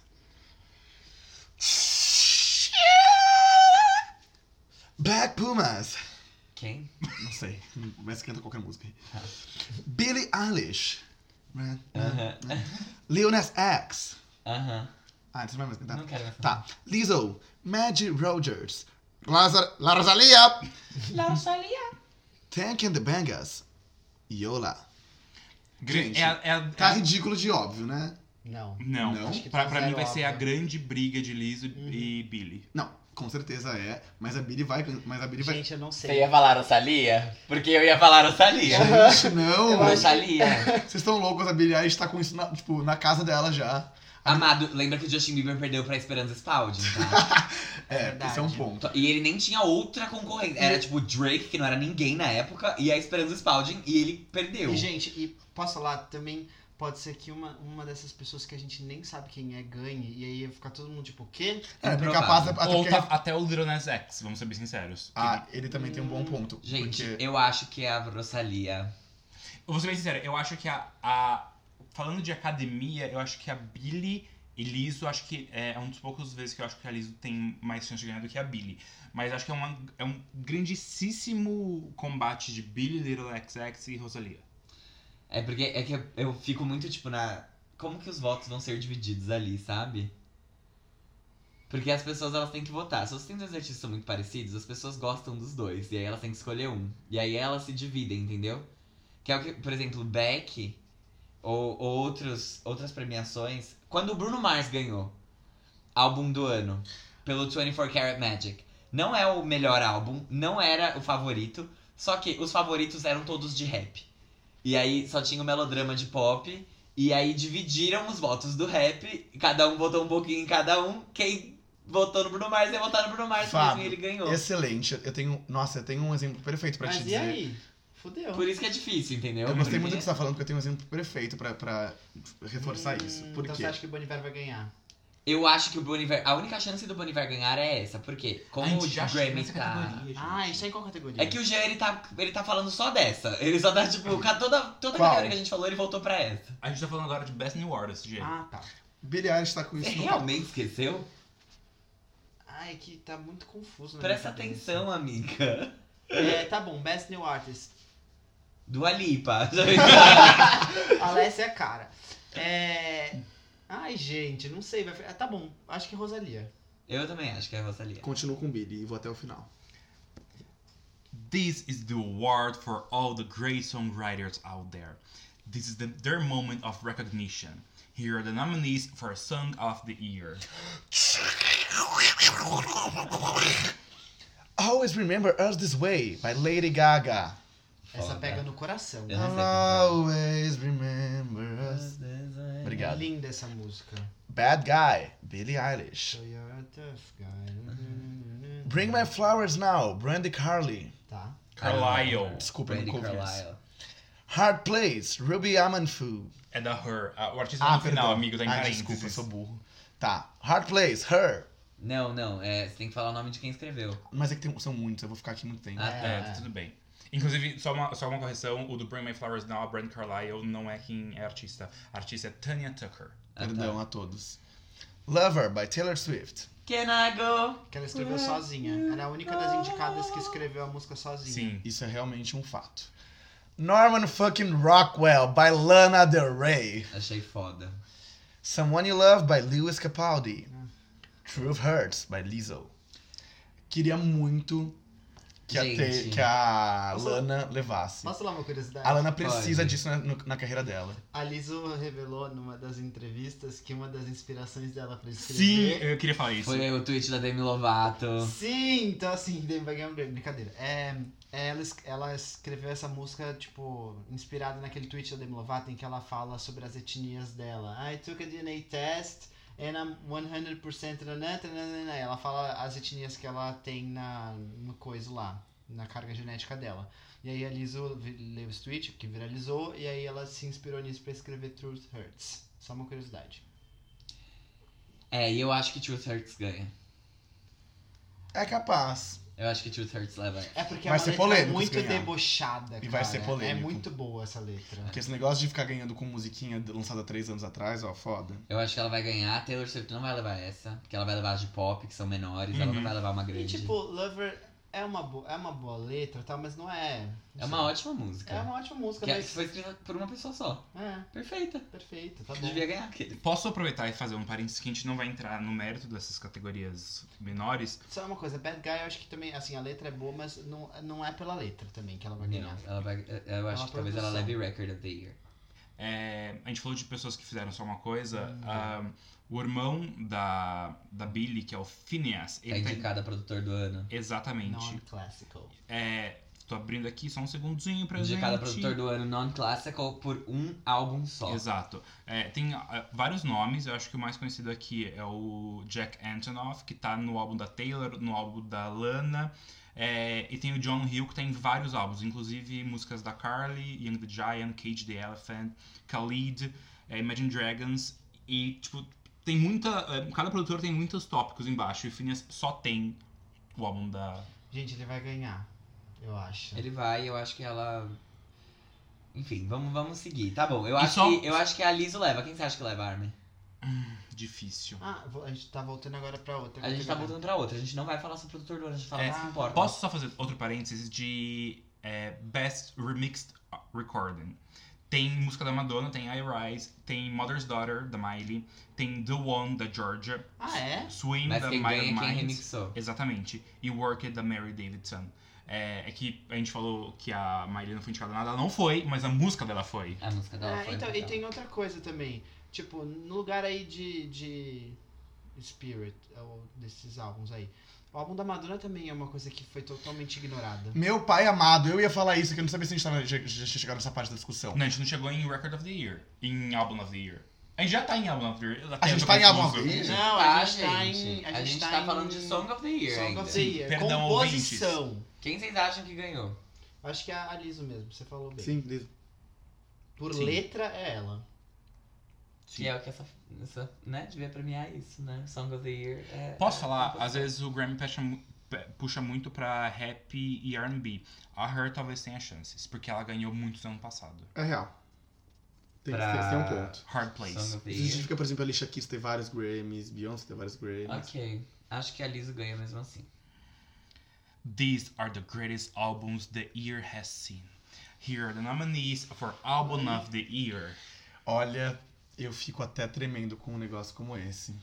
[SPEAKER 3] Black Pumas.
[SPEAKER 4] Quem?
[SPEAKER 3] Não sei, mas canta qualquer música. Billie Eilish. Né?
[SPEAKER 4] Aham.
[SPEAKER 3] Lil Nas X.
[SPEAKER 4] Aham.
[SPEAKER 3] Ah, você não vai mais cantar?
[SPEAKER 4] Não quero mais
[SPEAKER 3] Tá. Lizzo. Maggie Rogers. Laza- La Rosalia.
[SPEAKER 4] La Rosalia.
[SPEAKER 3] Tank and the Bangas. Yola. Gente,
[SPEAKER 2] é a, é a-
[SPEAKER 3] Tá
[SPEAKER 2] é a-
[SPEAKER 3] ridículo de óbvio, né?
[SPEAKER 5] Não.
[SPEAKER 2] Não,
[SPEAKER 3] Não?
[SPEAKER 5] Acho que
[SPEAKER 2] pra,
[SPEAKER 5] tá
[SPEAKER 2] pra mim
[SPEAKER 5] zero
[SPEAKER 2] vai ser a
[SPEAKER 5] óbvio.
[SPEAKER 2] grande briga de Lizzo e Billie.
[SPEAKER 3] Não, com certeza é. Mas a Billie vai... Mas a Billie vai...
[SPEAKER 5] Gente, eu não sei.
[SPEAKER 4] Você ia falar Rosalia? Porque eu ia falar Rosalia.
[SPEAKER 3] Gente, não!
[SPEAKER 4] Rosalia.
[SPEAKER 3] Vocês estão loucos, a Billie Eilish tá com isso na, tipo, na casa dela já.
[SPEAKER 4] Amado, lembra que o Justin Bieber perdeu pra Esperanza Spalding, tá?
[SPEAKER 3] É,
[SPEAKER 5] verdade.
[SPEAKER 3] esse é um ponto.
[SPEAKER 4] E ele nem tinha outra concorrente. Era tipo Drake, que não era ninguém na época, e a Esperanza Spalding, e ele perdeu.
[SPEAKER 5] E, gente, e posso falar, também pode ser que uma, uma dessas pessoas que a gente nem sabe quem é ganhe, e aí ia ficar todo mundo tipo, o quê?
[SPEAKER 3] É, bem
[SPEAKER 4] Improvável.
[SPEAKER 3] capaz... Até
[SPEAKER 2] Ou
[SPEAKER 3] porque...
[SPEAKER 2] tá- até o Lil Nas X, vamos ser bem sinceros.
[SPEAKER 3] Ah, ele também tem um bom ponto.
[SPEAKER 4] Gente,
[SPEAKER 3] porque...
[SPEAKER 4] eu acho que é a Rosalia.
[SPEAKER 2] Eu vou ser bem sincero, eu acho que a, a- falando de academia, eu acho que a Billie e Lizzo, acho que é um dos poucos vezes que eu acho que a Lizzo tem mais chance de ganhar do que a Billie. Mas acho que é, uma, é um grandíssimo combate de Billie, Little X X e Rosalia.
[SPEAKER 4] É porque é que eu, eu fico muito, tipo, na... Como que os votos vão ser divididos ali, sabe? Porque as pessoas, elas têm que votar. Se você tem dois artistas que são muito parecidos, as pessoas gostam dos dois. E aí elas têm que escolher um. E aí elas se dividem, entendeu? Que é o que, por exemplo, o Beck ou, ou outros, outras premiações... Quando o Bruno Mars ganhou álbum do ano pelo vinte e quatro Karat Magic, não é o melhor álbum, não era o favorito, só que os favoritos eram todos de rap. E aí só tinha o melodrama de pop, e aí dividiram os votos do rap, cada um votou um pouquinho em cada um, quem votou no Bruno Mars ia votar no Bruno Mars mesmo,
[SPEAKER 3] Fábio,
[SPEAKER 4] e ele ganhou.
[SPEAKER 3] excelente. Eu tenho... Nossa, eu tenho um exemplo perfeito pra
[SPEAKER 5] Mas
[SPEAKER 3] te
[SPEAKER 5] e
[SPEAKER 3] dizer.
[SPEAKER 5] aí? Fudeu.
[SPEAKER 4] Por isso que é difícil, entendeu?
[SPEAKER 3] Eu gostei
[SPEAKER 4] Porque-
[SPEAKER 3] muito do que você tá falando, porque eu tenho um exemplo perfeito pra, pra reforçar
[SPEAKER 5] Hum,
[SPEAKER 3] isso. Por
[SPEAKER 5] Então
[SPEAKER 3] quê?
[SPEAKER 5] você acha que o Bon Iver vai ganhar?
[SPEAKER 4] Eu acho que o Bon Iver, a única chance do Bon Iver ganhar é essa, porque como o Grammy tá...
[SPEAKER 5] Ah, a gente tá em qual categoria?
[SPEAKER 4] É que o Jean, ele tá, ele tá falando só dessa. Ele só tá, tipo, ca- toda, toda a
[SPEAKER 3] Qual?
[SPEAKER 4] categoria que a gente falou, ele voltou pra essa.
[SPEAKER 2] A gente tá falando agora de Best New Artist, gente.
[SPEAKER 5] Ah, tá.
[SPEAKER 3] Billie Eilish tá com
[SPEAKER 4] Você
[SPEAKER 3] isso no
[SPEAKER 4] realmente esqueceu?
[SPEAKER 5] Ah, é que tá muito confuso na
[SPEAKER 4] Presta
[SPEAKER 5] minha cabeça.
[SPEAKER 4] atenção, amiga.
[SPEAKER 5] É, tá bom, Best New Artist.
[SPEAKER 4] Dua Lipa.
[SPEAKER 5] Alessia é cara. É... Ai, gente, não sei. Vai... ah, tá bom, acho que Rosalia.
[SPEAKER 4] Eu também acho que é a Rosalia.
[SPEAKER 3] Continuo com Billie e vou até o final.
[SPEAKER 2] This is the award for all the great songwriters out there. This is the, their moment of recognition. Here are the nominees for Song of the Year.
[SPEAKER 3] Always Remember Us This Way, by Lady Gaga.
[SPEAKER 5] Essa
[SPEAKER 4] Foda.
[SPEAKER 5] pega no coração.
[SPEAKER 4] Eu não sei.
[SPEAKER 3] Always Remember Us. Obrigado.
[SPEAKER 5] Linda essa música.
[SPEAKER 3] Bad Guy, Billie Eilish.
[SPEAKER 5] So you're a tough guy.
[SPEAKER 3] Bring My Flowers Now, Brandy Carly.
[SPEAKER 5] Tá.
[SPEAKER 2] Carlisle.
[SPEAKER 3] Desculpa, eu
[SPEAKER 4] Brandy
[SPEAKER 3] nunca ouvi isso.
[SPEAKER 4] Carlisle.
[SPEAKER 3] Hard Place, Ruby Amanfu.
[SPEAKER 2] É da Her. Ah, o artista no final, amigo, tá em
[SPEAKER 3] ah,
[SPEAKER 2] parênteses.
[SPEAKER 3] desculpa, eu sou burro. Tá. Hard Place, Her.
[SPEAKER 4] Não, não, é, você tem que falar o nome de quem escreveu.
[SPEAKER 3] Mas é que tem, são muitos, eu vou ficar aqui muito tempo.
[SPEAKER 4] Ah,
[SPEAKER 2] É,
[SPEAKER 5] É.
[SPEAKER 2] tá tudo bem. Inclusive, só uma, só uma correção, o do Bring My Flowers Now, a Brand Carlisle, não é quem é artista. A artista é Tanya Tucker.
[SPEAKER 4] Ah,
[SPEAKER 3] Perdão
[SPEAKER 4] tá.
[SPEAKER 3] a todos. Lover, by Taylor Swift.
[SPEAKER 4] Can I go?
[SPEAKER 5] Que ela escreveu sozinha. Ela é a única das indicadas que escreveu a música sozinha.
[SPEAKER 2] Sim.
[SPEAKER 3] Isso é realmente um fato. Norman fucking Rockwell, by Lana Del Rey.
[SPEAKER 4] Achei foda.
[SPEAKER 3] Someone You Love, by Lewis Capaldi. Truth Hurts, by Lizzo. Queria muito que, a,
[SPEAKER 4] Gente.
[SPEAKER 3] te- que a
[SPEAKER 5] Posso-
[SPEAKER 3] Lana levasse.
[SPEAKER 5] Posso falar uma curiosidade?
[SPEAKER 3] A Lana precisa
[SPEAKER 4] Pode.
[SPEAKER 3] disso na, no- na carreira dela.
[SPEAKER 5] A Lizzo revelou numa das entrevistas que uma das inspirações dela pra
[SPEAKER 2] Sim,
[SPEAKER 5] escrever...
[SPEAKER 2] eu queria falar isso.
[SPEAKER 4] Foi o tweet da Demi Lovato.
[SPEAKER 5] Sim, então assim, Demi vai ganhar um Grammy, brincadeira. É, ela, es- ela escreveu essa música, tipo, inspirada naquele tweet da Demi Lovato em que ela fala sobre as etnias dela. I took a D N A test and I'm one hundred percent nanã, nanã, nanã. Ela fala as etnias que ela tem na, no coisa lá. na carga genética dela. E aí a Lizzo vi- leu esse tweet, que viralizou, e aí ela se inspirou nisso pra escrever Truth Hurts. Só uma curiosidade.
[SPEAKER 4] É, e eu acho que Truth Hurts ganha.
[SPEAKER 3] É capaz.
[SPEAKER 4] Eu acho que Truth Hurts leva.
[SPEAKER 5] É porque
[SPEAKER 3] Vai
[SPEAKER 5] é uma
[SPEAKER 3] ser
[SPEAKER 5] letra
[SPEAKER 3] polêmico se
[SPEAKER 5] muito
[SPEAKER 3] ganhar.
[SPEAKER 5] debochada, cara.
[SPEAKER 3] E vai ser polêmico.
[SPEAKER 5] É muito boa essa letra.
[SPEAKER 3] Porque esse negócio de ficar ganhando com musiquinha lançada três anos atrás, ó, foda.
[SPEAKER 4] Eu acho que ela vai ganhar. A Taylor Swift não vai levar essa, porque ela vai levar as de pop, que são menores, ela não vai levar uma
[SPEAKER 5] E
[SPEAKER 4] grande.
[SPEAKER 5] tipo, Lover é uma, bo- é uma boa letra e tal, mas não é...
[SPEAKER 4] É uma ótima música.
[SPEAKER 5] É uma ótima música,
[SPEAKER 4] Que é-
[SPEAKER 5] mas...
[SPEAKER 4] foi escrita por uma pessoa só.
[SPEAKER 5] É,
[SPEAKER 4] Perfeita.
[SPEAKER 5] perfeito, tá bom.
[SPEAKER 4] Devia ganhar aquele.
[SPEAKER 2] Posso aproveitar e fazer um parênteses que a gente não vai entrar no mérito dessas categorias menores.
[SPEAKER 5] Só uma coisa, Bad Guy eu acho que também, assim, a letra é boa, mas não, não é pela letra também que ela vai
[SPEAKER 4] Não,
[SPEAKER 5] ganhar.
[SPEAKER 4] ela vai, eu acho
[SPEAKER 5] uma
[SPEAKER 4] que talvez ela
[SPEAKER 5] produção.
[SPEAKER 4] leve Record of the Year.
[SPEAKER 2] É, a gente falou de pessoas que fizeram só uma coisa. ah, o irmão da, da Billie, que é o Phineas,
[SPEAKER 4] Tá
[SPEAKER 2] ele tá
[SPEAKER 4] indicada a produtor do ano.
[SPEAKER 2] Exatamente.
[SPEAKER 5] Non-classical.
[SPEAKER 2] É, tô abrindo aqui só um segundinho pra
[SPEAKER 4] Indicada a
[SPEAKER 2] gente.
[SPEAKER 4] produtor do ano non-classical por um álbum só.
[SPEAKER 2] Exato. É, tem ah, vários nomes, eu acho que o mais conhecido aqui é o Jack Antonoff, que tá no álbum da Taylor, no álbum da Lana. É, e tem o John Hill, que tá em vários álbuns, inclusive músicas da Carly, Young the Giant, Cage the Elephant, Khalid, é, Imagine Dragons. E, tipo, tem muita. é, Cada produtor tem muitos tópicos embaixo, e o Phineas só tem o álbum da.
[SPEAKER 5] Gente, ele vai ganhar, eu acho.
[SPEAKER 4] Ele vai, eu acho que ela. Enfim, vamos, vamos seguir. Tá bom, eu
[SPEAKER 2] E
[SPEAKER 4] acho,
[SPEAKER 2] só-
[SPEAKER 4] que, eu acho que a Lizzo leva. Quem você acha que leva, Armin?
[SPEAKER 2] Difícil.
[SPEAKER 5] Ah, vou- a gente tá voltando agora pra outra.
[SPEAKER 4] A gente tá
[SPEAKER 5] categoria.
[SPEAKER 4] voltando pra outra. A gente não vai falar sobre o produtor do ano, a gente fala
[SPEAKER 2] É,
[SPEAKER 4] mais que importa.
[SPEAKER 2] Posso só fazer outro parênteses de é, Best Remixed Recording? Tem música da Madonna, tem I Rise, tem Mother's Daughter, da Miley, tem The One, da Georgia,
[SPEAKER 5] Ah, é?
[SPEAKER 2] Swing,
[SPEAKER 4] Mas
[SPEAKER 2] da
[SPEAKER 4] quem
[SPEAKER 2] Miley
[SPEAKER 4] ganha é quem
[SPEAKER 2] Minds.
[SPEAKER 4] remixou.
[SPEAKER 2] Exatamente. E Work It, da Mary Davidson. É, é que a gente falou que a Miley não foi indicada nada, ela não foi, mas a música dela foi.
[SPEAKER 4] A música dela
[SPEAKER 5] É,
[SPEAKER 4] foi.
[SPEAKER 5] então, e
[SPEAKER 4] legal.
[SPEAKER 5] tem outra coisa também. Tipo, no lugar aí de, de Spirit, ou desses álbuns aí. O álbum da Madonna também é uma coisa que foi totalmente ignorada.
[SPEAKER 3] Meu pai amado, eu ia falar isso, que eu não sabia se a gente tava, já, já tinha chegado nessa parte da discussão.
[SPEAKER 2] Não, a gente não chegou em Record of the Year, em Album of the Year. A gente já tá em Album of the Year.
[SPEAKER 3] A gente tá em Album of the Year?
[SPEAKER 5] Não,
[SPEAKER 4] Tá,
[SPEAKER 5] a gente tá
[SPEAKER 4] gente.
[SPEAKER 5] em.
[SPEAKER 4] A gente tá
[SPEAKER 5] em
[SPEAKER 4] falando de Song of the Year
[SPEAKER 5] Song
[SPEAKER 4] ainda.
[SPEAKER 5] of the Year.
[SPEAKER 2] Perdão,
[SPEAKER 5] Composição.
[SPEAKER 4] Quem vocês acham que ganhou?
[SPEAKER 5] Acho que é a Lizzo mesmo, você falou bem.
[SPEAKER 3] Sim, Liz.
[SPEAKER 5] Por
[SPEAKER 2] Sim.
[SPEAKER 5] letra é ela.
[SPEAKER 4] Que é o que essa, essa. Né? Devia premiar isso, né? Song of the Year. É,
[SPEAKER 2] Posso
[SPEAKER 4] é
[SPEAKER 2] falar?
[SPEAKER 4] composição.
[SPEAKER 2] Às vezes o Grammy puxa, mu- pe- puxa muito pra rap e R and B. A Her talvez tenha chances, porque ela ganhou muitos ano passado.
[SPEAKER 3] É real. Tem,
[SPEAKER 4] Pra-
[SPEAKER 3] tem, tem um ponto.
[SPEAKER 2] Hard Place.
[SPEAKER 4] Song of the
[SPEAKER 3] Se
[SPEAKER 4] Year.
[SPEAKER 3] justifica, por exemplo, a Alicia Keys ter vários Grammys, Beyoncé ter vários Grammys.
[SPEAKER 4] Ok. Acho que a Lizzo ganha mesmo assim.
[SPEAKER 2] These are the greatest albums the year has seen. Here are the nominees for Album of the Year.
[SPEAKER 3] Olha, eu fico até tremendo com um negócio como esse.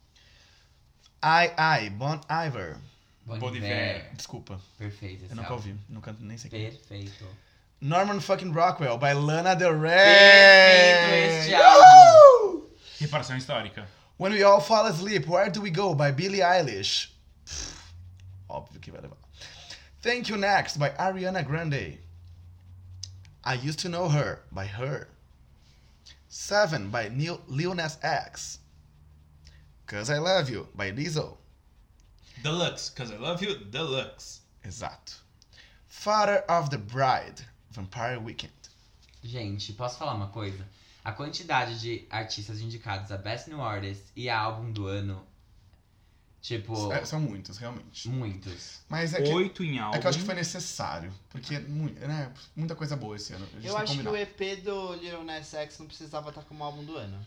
[SPEAKER 3] Ai, ai, Bon Iver.
[SPEAKER 4] Bon
[SPEAKER 2] Bon
[SPEAKER 4] Iver.
[SPEAKER 2] Iver.
[SPEAKER 3] Desculpa,
[SPEAKER 4] Perfeito. esse
[SPEAKER 3] eu nunca
[SPEAKER 4] álbum.
[SPEAKER 3] ouvi, nunca nem sei quem.
[SPEAKER 4] Perfeito.
[SPEAKER 3] Norman fucking Rockwell, by Lana Del Rey.
[SPEAKER 4] Perfeito este
[SPEAKER 3] Woo!
[SPEAKER 2] Reparação histórica.
[SPEAKER 3] When We All Fall Asleep, Where Do We Go, by Billie Eilish. Pff, óbvio que vai levar. Thank You Next, by Ariana Grande. I Used to Know Her, by Her. Seven, by Neil, Lil Nas X. Cause I Love You, by Lizzo.
[SPEAKER 2] Deluxe, Cause I Love You, Deluxe.
[SPEAKER 3] Exato. Father of the Bride, Vampire Weekend.
[SPEAKER 4] Gente, posso falar uma coisa? A quantidade de artistas indicados a Best New Artist e a álbum do ano, tipo,
[SPEAKER 3] É, são muitos, realmente.
[SPEAKER 4] muitos.
[SPEAKER 3] Mas é que,
[SPEAKER 2] Oito em álbum.
[SPEAKER 3] é que eu acho que foi necessário. Porque, mu- né, muita coisa boa esse ano. A gente
[SPEAKER 5] Eu
[SPEAKER 3] tem
[SPEAKER 5] acho que
[SPEAKER 3] combinar.
[SPEAKER 5] o E P do Lil Nas X não precisava estar como álbum do ano.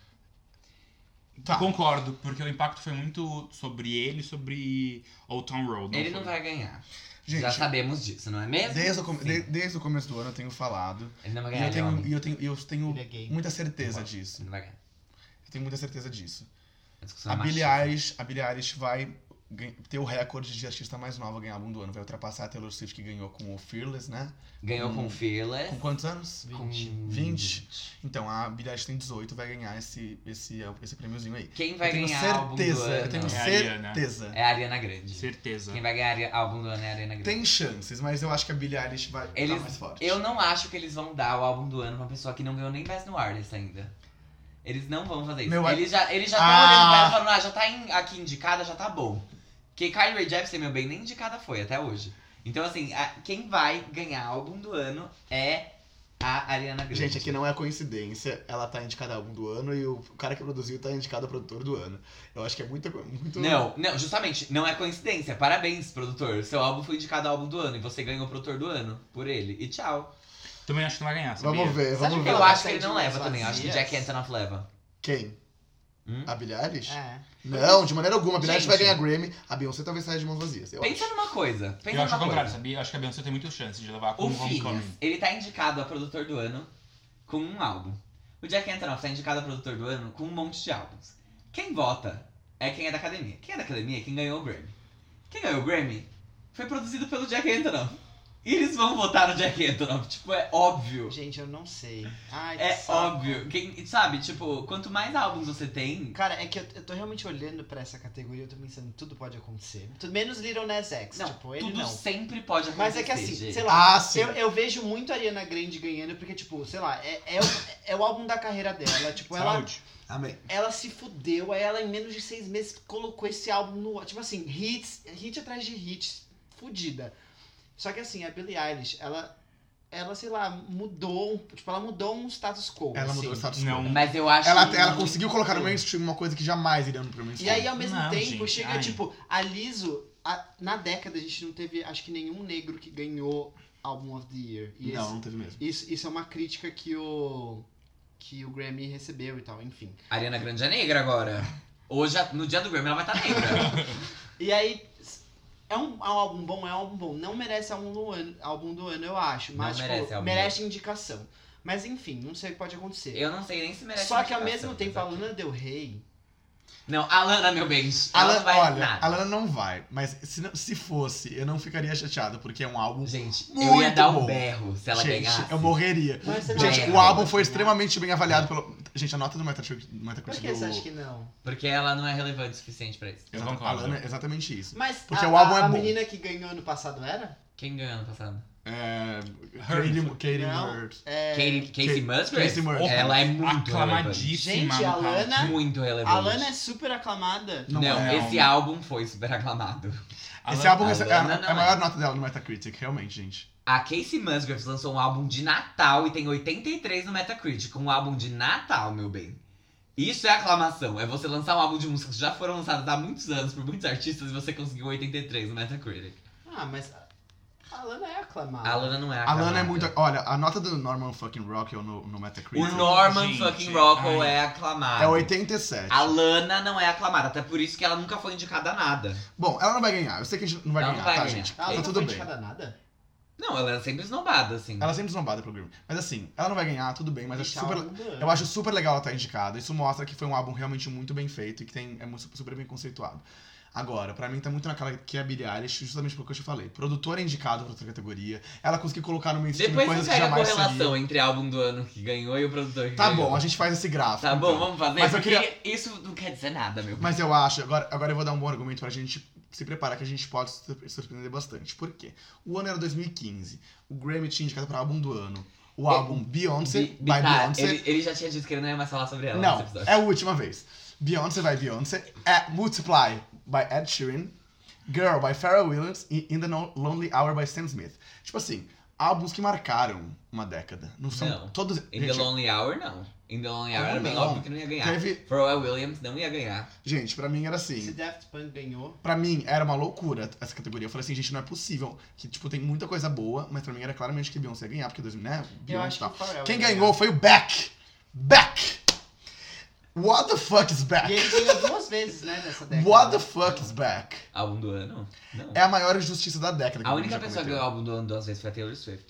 [SPEAKER 3] Tá.
[SPEAKER 2] Concordo, porque o impacto foi muito sobre ele e sobre Old Town Road.
[SPEAKER 4] Ele
[SPEAKER 2] foi?
[SPEAKER 4] não vai ganhar.
[SPEAKER 3] Gente,
[SPEAKER 4] Já sabemos disso, não é mesmo?
[SPEAKER 3] Desde o, come-
[SPEAKER 4] Sim.
[SPEAKER 3] de- desde o começo do ano eu tenho falado.
[SPEAKER 4] Ele não vai
[SPEAKER 3] E
[SPEAKER 4] ganhar,
[SPEAKER 3] eu
[SPEAKER 4] ele é
[SPEAKER 3] tenho,
[SPEAKER 4] homem.
[SPEAKER 3] e eu tenho, e eu tenho
[SPEAKER 5] Ele é gay.
[SPEAKER 3] muita certeza
[SPEAKER 4] Ele
[SPEAKER 3] disso.
[SPEAKER 4] não vai ganhar.
[SPEAKER 3] Eu tenho muita certeza disso.
[SPEAKER 4] A discussão
[SPEAKER 3] A
[SPEAKER 4] é
[SPEAKER 3] Billie
[SPEAKER 4] machista.
[SPEAKER 3] Eilish, a Billie Eilish vai gan- ter o recorde de artista mais nova a ganhar álbum do ano. Vai ultrapassar a Taylor Swift, que ganhou com o Fearless, né?
[SPEAKER 4] Ganhou com
[SPEAKER 3] Com
[SPEAKER 4] Fearless.
[SPEAKER 3] Com quantos anos?
[SPEAKER 4] Com
[SPEAKER 3] vinte. Então, a Billie Eilish tem dezoito, vai ganhar esse, esse, esse prêmiozinho aí.
[SPEAKER 4] Quem vai
[SPEAKER 3] eu tenho
[SPEAKER 4] ganhar álbum do
[SPEAKER 3] certeza,
[SPEAKER 4] ano?
[SPEAKER 3] eu tenho
[SPEAKER 2] É a Ariana.
[SPEAKER 3] certeza.
[SPEAKER 4] É a Ariana Grande.
[SPEAKER 2] Certeza.
[SPEAKER 4] Quem vai ganhar ari- álbum do ano é a Ariana Grande.
[SPEAKER 3] Tem chances, mas eu acho que a Billie Eilish vai estar
[SPEAKER 4] Eles,
[SPEAKER 3] mais forte.
[SPEAKER 4] eu não acho que eles vão dar o álbum do ano pra uma pessoa que não ganhou nem Best New Artist ainda. Eles não vão fazer isso.
[SPEAKER 3] Meu,
[SPEAKER 4] eles já eles já estão
[SPEAKER 3] Ah.
[SPEAKER 4] olhando pra ela e falando, ah, já tá em- aqui indicada, já tá bom. Porque Kylie Rae Jepsen, meu bem, nem indicada foi até hoje. Então, assim, a- quem vai ganhar álbum do ano é a Ariana Grande.
[SPEAKER 3] Gente, aqui não é coincidência, ela tá indicada álbum do ano e o cara que produziu tá indicado a produtor do ano. Eu acho que é muito... muito...
[SPEAKER 4] Não, não, justamente, não é coincidência. Parabéns, produtor. Seu álbum foi indicado álbum do ano e você ganhou o produtor do ano por ele. E tchau.
[SPEAKER 2] Também acho que não vai ganhar, sabia?
[SPEAKER 3] Vamos ver,
[SPEAKER 5] Você acha
[SPEAKER 3] vamos
[SPEAKER 5] que
[SPEAKER 3] ver.
[SPEAKER 4] Eu
[SPEAKER 5] ela vai
[SPEAKER 4] acho que ele
[SPEAKER 5] sair
[SPEAKER 4] não
[SPEAKER 5] de
[SPEAKER 4] leva
[SPEAKER 5] mãos
[SPEAKER 4] também. Eu acho que
[SPEAKER 5] vazias?
[SPEAKER 4] Jack Antonoff leva.
[SPEAKER 3] Quem?
[SPEAKER 4] Hum?
[SPEAKER 3] A Billie Eilish?
[SPEAKER 5] É.
[SPEAKER 3] Não, de maneira alguma. A Billie Eilish vai
[SPEAKER 4] Gente.
[SPEAKER 3] ganhar Grammy. A Beyoncé talvez saia de mãos vazias. Eu
[SPEAKER 4] Pensa
[SPEAKER 3] acho.
[SPEAKER 4] numa coisa. Pensa
[SPEAKER 2] Eu acho o
[SPEAKER 4] numa
[SPEAKER 2] contrário,
[SPEAKER 4] coisa.
[SPEAKER 2] sabia? Acho que a Beyoncé tem muitas chances de levar com
[SPEAKER 4] O
[SPEAKER 2] um
[SPEAKER 4] Phineas,
[SPEAKER 2] Homecoming.
[SPEAKER 4] ele tá indicado a produtor do ano com um álbum. O Jack Antonoff tá indicado a produtor do ano com um monte de álbuns. Quem vota é quem é da academia. Quem é da academia é quem ganhou o Grammy. Quem ganhou o Grammy foi produzido pelo Jack Antonoff. E eles vão votar no Jack Antonoff. Tipo, é óbvio.
[SPEAKER 5] Gente, eu não sei. Ai, que
[SPEAKER 4] É
[SPEAKER 5] saco.
[SPEAKER 4] óbvio. Quem, sabe, tipo, quanto mais álbuns você tem...
[SPEAKER 5] Cara, é que eu, eu tô realmente olhando pra essa categoria e eu tô pensando, tudo pode acontecer. Tudo menos Little Nas X,
[SPEAKER 4] Não,
[SPEAKER 5] tipo, ele
[SPEAKER 4] tudo
[SPEAKER 5] não.
[SPEAKER 4] sempre pode acontecer,
[SPEAKER 5] Mas é que assim,
[SPEAKER 4] gente.
[SPEAKER 5] sei lá,
[SPEAKER 3] Ah, sim.
[SPEAKER 5] eu, eu vejo muito a Ariana Grande ganhando, porque, tipo, sei lá, é, é, o, é o álbum da carreira dela. Tipo, ela,
[SPEAKER 2] Saúde.
[SPEAKER 3] Amém.
[SPEAKER 5] ela se fudeu, aí ela em menos de seis meses colocou esse álbum no. Tipo assim, hits, hit atrás de hits, fudida. Só que assim, a Billie Eilish, ela, ela, sei lá, mudou, tipo, ela mudou um status quo.
[SPEAKER 3] Ela
[SPEAKER 5] assim.
[SPEAKER 3] mudou o status
[SPEAKER 2] Não.
[SPEAKER 3] quo.
[SPEAKER 4] Mas eu acho
[SPEAKER 3] Ela,
[SPEAKER 4] que-
[SPEAKER 3] ela conseguiu colocar no mainstream uma coisa que jamais iria pro mainstream.
[SPEAKER 5] E aí, ao mesmo
[SPEAKER 2] Não,
[SPEAKER 5] tempo,
[SPEAKER 2] gente,
[SPEAKER 5] chega,
[SPEAKER 2] ai.
[SPEAKER 5] tipo, a Lizzo, a- na década a gente não teve, acho que nenhum negro que ganhou Album of the Year. E
[SPEAKER 3] Não,
[SPEAKER 5] esse-
[SPEAKER 3] não teve mesmo.
[SPEAKER 5] isso, isso é uma crítica que o, que o Grammy recebeu e tal, enfim.
[SPEAKER 4] A Ariana Grande é negra agora. Hoje, no dia do Grammy, ela vai estar negra.
[SPEAKER 5] E aí, é um, é um álbum bom, é um álbum bom. Não merece álbum do ano, álbum do ano eu acho, mas,
[SPEAKER 4] Não
[SPEAKER 5] tipo,
[SPEAKER 4] merece álbum
[SPEAKER 5] merece indicação. Mas enfim, não sei o que pode acontecer.
[SPEAKER 4] Eu não sei nem se merece
[SPEAKER 5] Só que ao
[SPEAKER 4] indicação,
[SPEAKER 5] mesmo tempo, a
[SPEAKER 4] mas ok.
[SPEAKER 5] Lana Del Rey...
[SPEAKER 4] Não, a Lana, meu bem,
[SPEAKER 3] A
[SPEAKER 4] ela
[SPEAKER 3] Lana,
[SPEAKER 4] não vai
[SPEAKER 3] olha,
[SPEAKER 4] nada.
[SPEAKER 3] a Lana não vai, mas se, não- se fosse, eu não ficaria chateado, porque é um álbum.
[SPEAKER 4] Gente, eu
[SPEAKER 3] Muito
[SPEAKER 4] ia dar um
[SPEAKER 3] bom.
[SPEAKER 4] berro se ela
[SPEAKER 3] Gente,
[SPEAKER 4] ganhasse.
[SPEAKER 3] eu morreria.
[SPEAKER 5] Mas você não
[SPEAKER 3] Gente,
[SPEAKER 4] acha
[SPEAKER 3] o álbum
[SPEAKER 5] que
[SPEAKER 3] foi
[SPEAKER 5] ela
[SPEAKER 3] extremamente bem avaliado pelo. Gente, a nota do Metacritic, do
[SPEAKER 5] Por
[SPEAKER 3] Metacritic
[SPEAKER 5] que você acha
[SPEAKER 3] do.
[SPEAKER 5] que não?
[SPEAKER 4] Porque ela não é relevante o suficiente pra isso.
[SPEAKER 2] Eu
[SPEAKER 3] Exato, a
[SPEAKER 2] concordo.
[SPEAKER 3] Lana é exatamente isso.
[SPEAKER 5] Mas
[SPEAKER 3] Porque
[SPEAKER 5] a,
[SPEAKER 3] o álbum
[SPEAKER 5] a,
[SPEAKER 3] é
[SPEAKER 5] a
[SPEAKER 3] bom.
[SPEAKER 5] menina que ganhou ano passado era?
[SPEAKER 4] Quem ganhou ano passado?
[SPEAKER 3] É.
[SPEAKER 2] Heard.
[SPEAKER 3] Katie, Katie
[SPEAKER 5] Não.
[SPEAKER 3] Murd.
[SPEAKER 5] É...
[SPEAKER 4] Katie, Casey
[SPEAKER 3] Ka-
[SPEAKER 4] Musgraves?
[SPEAKER 3] Casey Musgraves.
[SPEAKER 4] Ela é muito relevante.
[SPEAKER 2] Aclamadíssima
[SPEAKER 5] Gente, a
[SPEAKER 2] no
[SPEAKER 5] Lana-
[SPEAKER 2] country.
[SPEAKER 4] Muito relevante.
[SPEAKER 5] A Lana é super aclamada.
[SPEAKER 3] Não
[SPEAKER 4] Não,
[SPEAKER 3] é.
[SPEAKER 4] esse álbum foi super aclamado.
[SPEAKER 2] A
[SPEAKER 3] Esse
[SPEAKER 2] Lana-
[SPEAKER 3] álbum
[SPEAKER 4] a
[SPEAKER 3] recebe- é a,
[SPEAKER 4] Lana
[SPEAKER 3] é
[SPEAKER 4] não
[SPEAKER 3] a maior
[SPEAKER 4] é.
[SPEAKER 3] nota dela no Metacritic, realmente, gente.
[SPEAKER 4] A Casey Musgraves lançou um álbum de Natal e tem oitenta e três no Metacritic. Um álbum de Natal, meu bem. Isso é aclamação. É você lançar um álbum de músicas que já foram lançadas há muitos anos por muitos artistas e você conseguiu oitenta e três no Metacritic.
[SPEAKER 5] Ah, mas a Lana é aclamada.
[SPEAKER 4] A Lana não é
[SPEAKER 3] A
[SPEAKER 4] aclamada.
[SPEAKER 3] Lana é muito. Olha, a nota do Norman fucking Rockwell no, no Metacritic
[SPEAKER 4] O Norman
[SPEAKER 2] Gente,
[SPEAKER 4] fucking Rockwell
[SPEAKER 2] ai.
[SPEAKER 4] é aclamado.
[SPEAKER 3] é oitenta e sete.
[SPEAKER 4] A Lana não é aclamada, até por isso que ela nunca foi indicada a nada.
[SPEAKER 3] Bom, ela não vai ganhar. Eu sei que a gente não vai
[SPEAKER 4] Ela
[SPEAKER 3] ganhar,
[SPEAKER 4] não vai
[SPEAKER 3] tá,
[SPEAKER 4] ganhar.
[SPEAKER 3] gente?
[SPEAKER 5] Ela
[SPEAKER 3] Tá
[SPEAKER 5] não
[SPEAKER 3] tudo
[SPEAKER 5] foi
[SPEAKER 3] bem.
[SPEAKER 5] indicada a nada?
[SPEAKER 4] Não, ela é sempre esnobada, assim.
[SPEAKER 3] Ela sempre esnobada pro Grammy. Mas assim, ela não vai ganhar, tudo bem, mas eu acho
[SPEAKER 5] Deixa
[SPEAKER 3] super.
[SPEAKER 5] álbum do ano.
[SPEAKER 3] Eu acho super legal ela estar indicada. Isso mostra que foi um álbum realmente muito bem feito e que tem, é muito- super bem conceituado. Agora, pra mim tá muito naquela que é a Billie Eilish, justamente pelo que eu te falei. Produtora é indicada pra outra categoria. Ela conseguiu colocar no mainstream
[SPEAKER 4] Depois
[SPEAKER 3] coisas
[SPEAKER 4] você
[SPEAKER 3] que
[SPEAKER 4] pega a
[SPEAKER 3] jamais
[SPEAKER 4] correlação
[SPEAKER 3] seriam.
[SPEAKER 4] entre álbum do ano que ganhou e o produtor que
[SPEAKER 3] Tá
[SPEAKER 4] ganhou.
[SPEAKER 3] bom, a gente faz esse gráfico.
[SPEAKER 4] Tá bom,
[SPEAKER 3] então.
[SPEAKER 4] vamos fazer,
[SPEAKER 3] Mas eu
[SPEAKER 4] porque
[SPEAKER 3] queria-
[SPEAKER 4] isso não quer dizer nada, meu.
[SPEAKER 3] Mas eu acho, agora, agora eu vou dar um bom argumento pra gente se preparar que a gente pode se surpre- surpreender bastante. Por quê? O ano era dois mil e quinze. O Grammy tinha indicado pra álbum do ano. O álbum Beyoncé,
[SPEAKER 4] Bi-
[SPEAKER 3] by
[SPEAKER 4] tá,
[SPEAKER 3] Beyoncé.
[SPEAKER 4] ele, ele já tinha dito que ele não ia mais falar sobre ela
[SPEAKER 3] Não,
[SPEAKER 4] nesse episódio.
[SPEAKER 3] é a última vez. Beyoncé by Beyoncé, é Multiply by Ed Sheeran, Girl by Pharrell Williams e In the No- Lonely Hour by Sam Smith. Tipo assim, álbuns que marcaram uma década. Não são
[SPEAKER 4] Não.
[SPEAKER 3] todos.
[SPEAKER 4] In
[SPEAKER 3] gente,
[SPEAKER 4] the Lonely Hour, não. In the Lonely Hour
[SPEAKER 3] Como
[SPEAKER 4] era bem
[SPEAKER 3] não?
[SPEAKER 4] óbvio que não ia ganhar.
[SPEAKER 3] Teve-
[SPEAKER 4] Pharrell Williams não ia ganhar.
[SPEAKER 3] gente, pra mim era
[SPEAKER 5] Se
[SPEAKER 3] assim.
[SPEAKER 5] Daft Punk ganhou,
[SPEAKER 3] Pra mim era uma loucura essa categoria. Eu falei assim, gente, não é possível. Que, tipo, tem muita coisa boa, mas pra mim era claramente que Beyoncé ia ganhar, porque dois mil, né?
[SPEAKER 5] eu
[SPEAKER 3] Beyoncé
[SPEAKER 5] acho
[SPEAKER 3] e
[SPEAKER 5] que o
[SPEAKER 3] tal.
[SPEAKER 5] Pharrell
[SPEAKER 3] Quem
[SPEAKER 5] ia
[SPEAKER 3] ganhou
[SPEAKER 5] ganhar.
[SPEAKER 3] foi o Beck. Beck! What the fuck is Beck?
[SPEAKER 5] E ele ganhou duas vezes, né, nessa década.
[SPEAKER 3] What the fuck is Beck?
[SPEAKER 4] Álbum do ano? Não.
[SPEAKER 3] É a maior injustiça da década. que
[SPEAKER 4] A
[SPEAKER 3] o
[SPEAKER 4] única
[SPEAKER 3] Grammy já
[SPEAKER 4] pessoa que
[SPEAKER 3] cometeu.
[SPEAKER 4] ganhou álbum do ano duas vezes foi a Taylor Swift.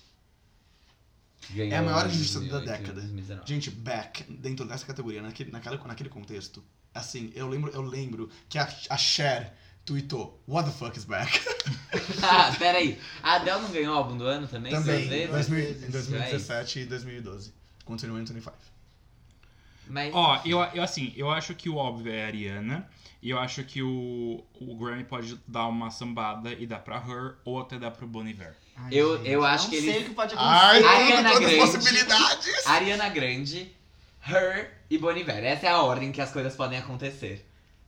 [SPEAKER 4] Ganhou
[SPEAKER 3] É a maior
[SPEAKER 4] em
[SPEAKER 3] injustiça
[SPEAKER 4] dois
[SPEAKER 3] da
[SPEAKER 4] mil e oito e
[SPEAKER 3] década.
[SPEAKER 4] dois mil e dezenove.
[SPEAKER 3] Gente, Beck, dentro dessa categoria, naquele, naquela, naquele contexto, assim, eu lembro, eu lembro que a, a Cher tweetou, What the fuck is Beck?
[SPEAKER 4] Ah, peraí. A Adele não ganhou álbum do ano também?
[SPEAKER 3] Também,
[SPEAKER 4] Duas vezes?
[SPEAKER 3] dois mil,
[SPEAKER 5] vezes.
[SPEAKER 3] em dois mil e dezessete e dois mil e doze. Continua em vinte e cinco.
[SPEAKER 4] Mas...
[SPEAKER 2] Ó, eu, eu assim, eu acho que o óbvio é a Ariana. E eu acho que o, o Grammy pode dar uma sambada e dar pra Her, ou até dar pro Bon Iver.
[SPEAKER 5] Ai,
[SPEAKER 4] Eu-
[SPEAKER 5] gente,
[SPEAKER 4] eu acho
[SPEAKER 5] não
[SPEAKER 4] que
[SPEAKER 5] sei
[SPEAKER 4] eles-
[SPEAKER 5] o que pode acontecer.
[SPEAKER 3] Ai,
[SPEAKER 4] Ariana
[SPEAKER 3] tudo, todas
[SPEAKER 4] Grande.
[SPEAKER 3] possibilidades!
[SPEAKER 4] Ariana Grande, Her e Bon Iver. Essa é a ordem que as coisas podem acontecer.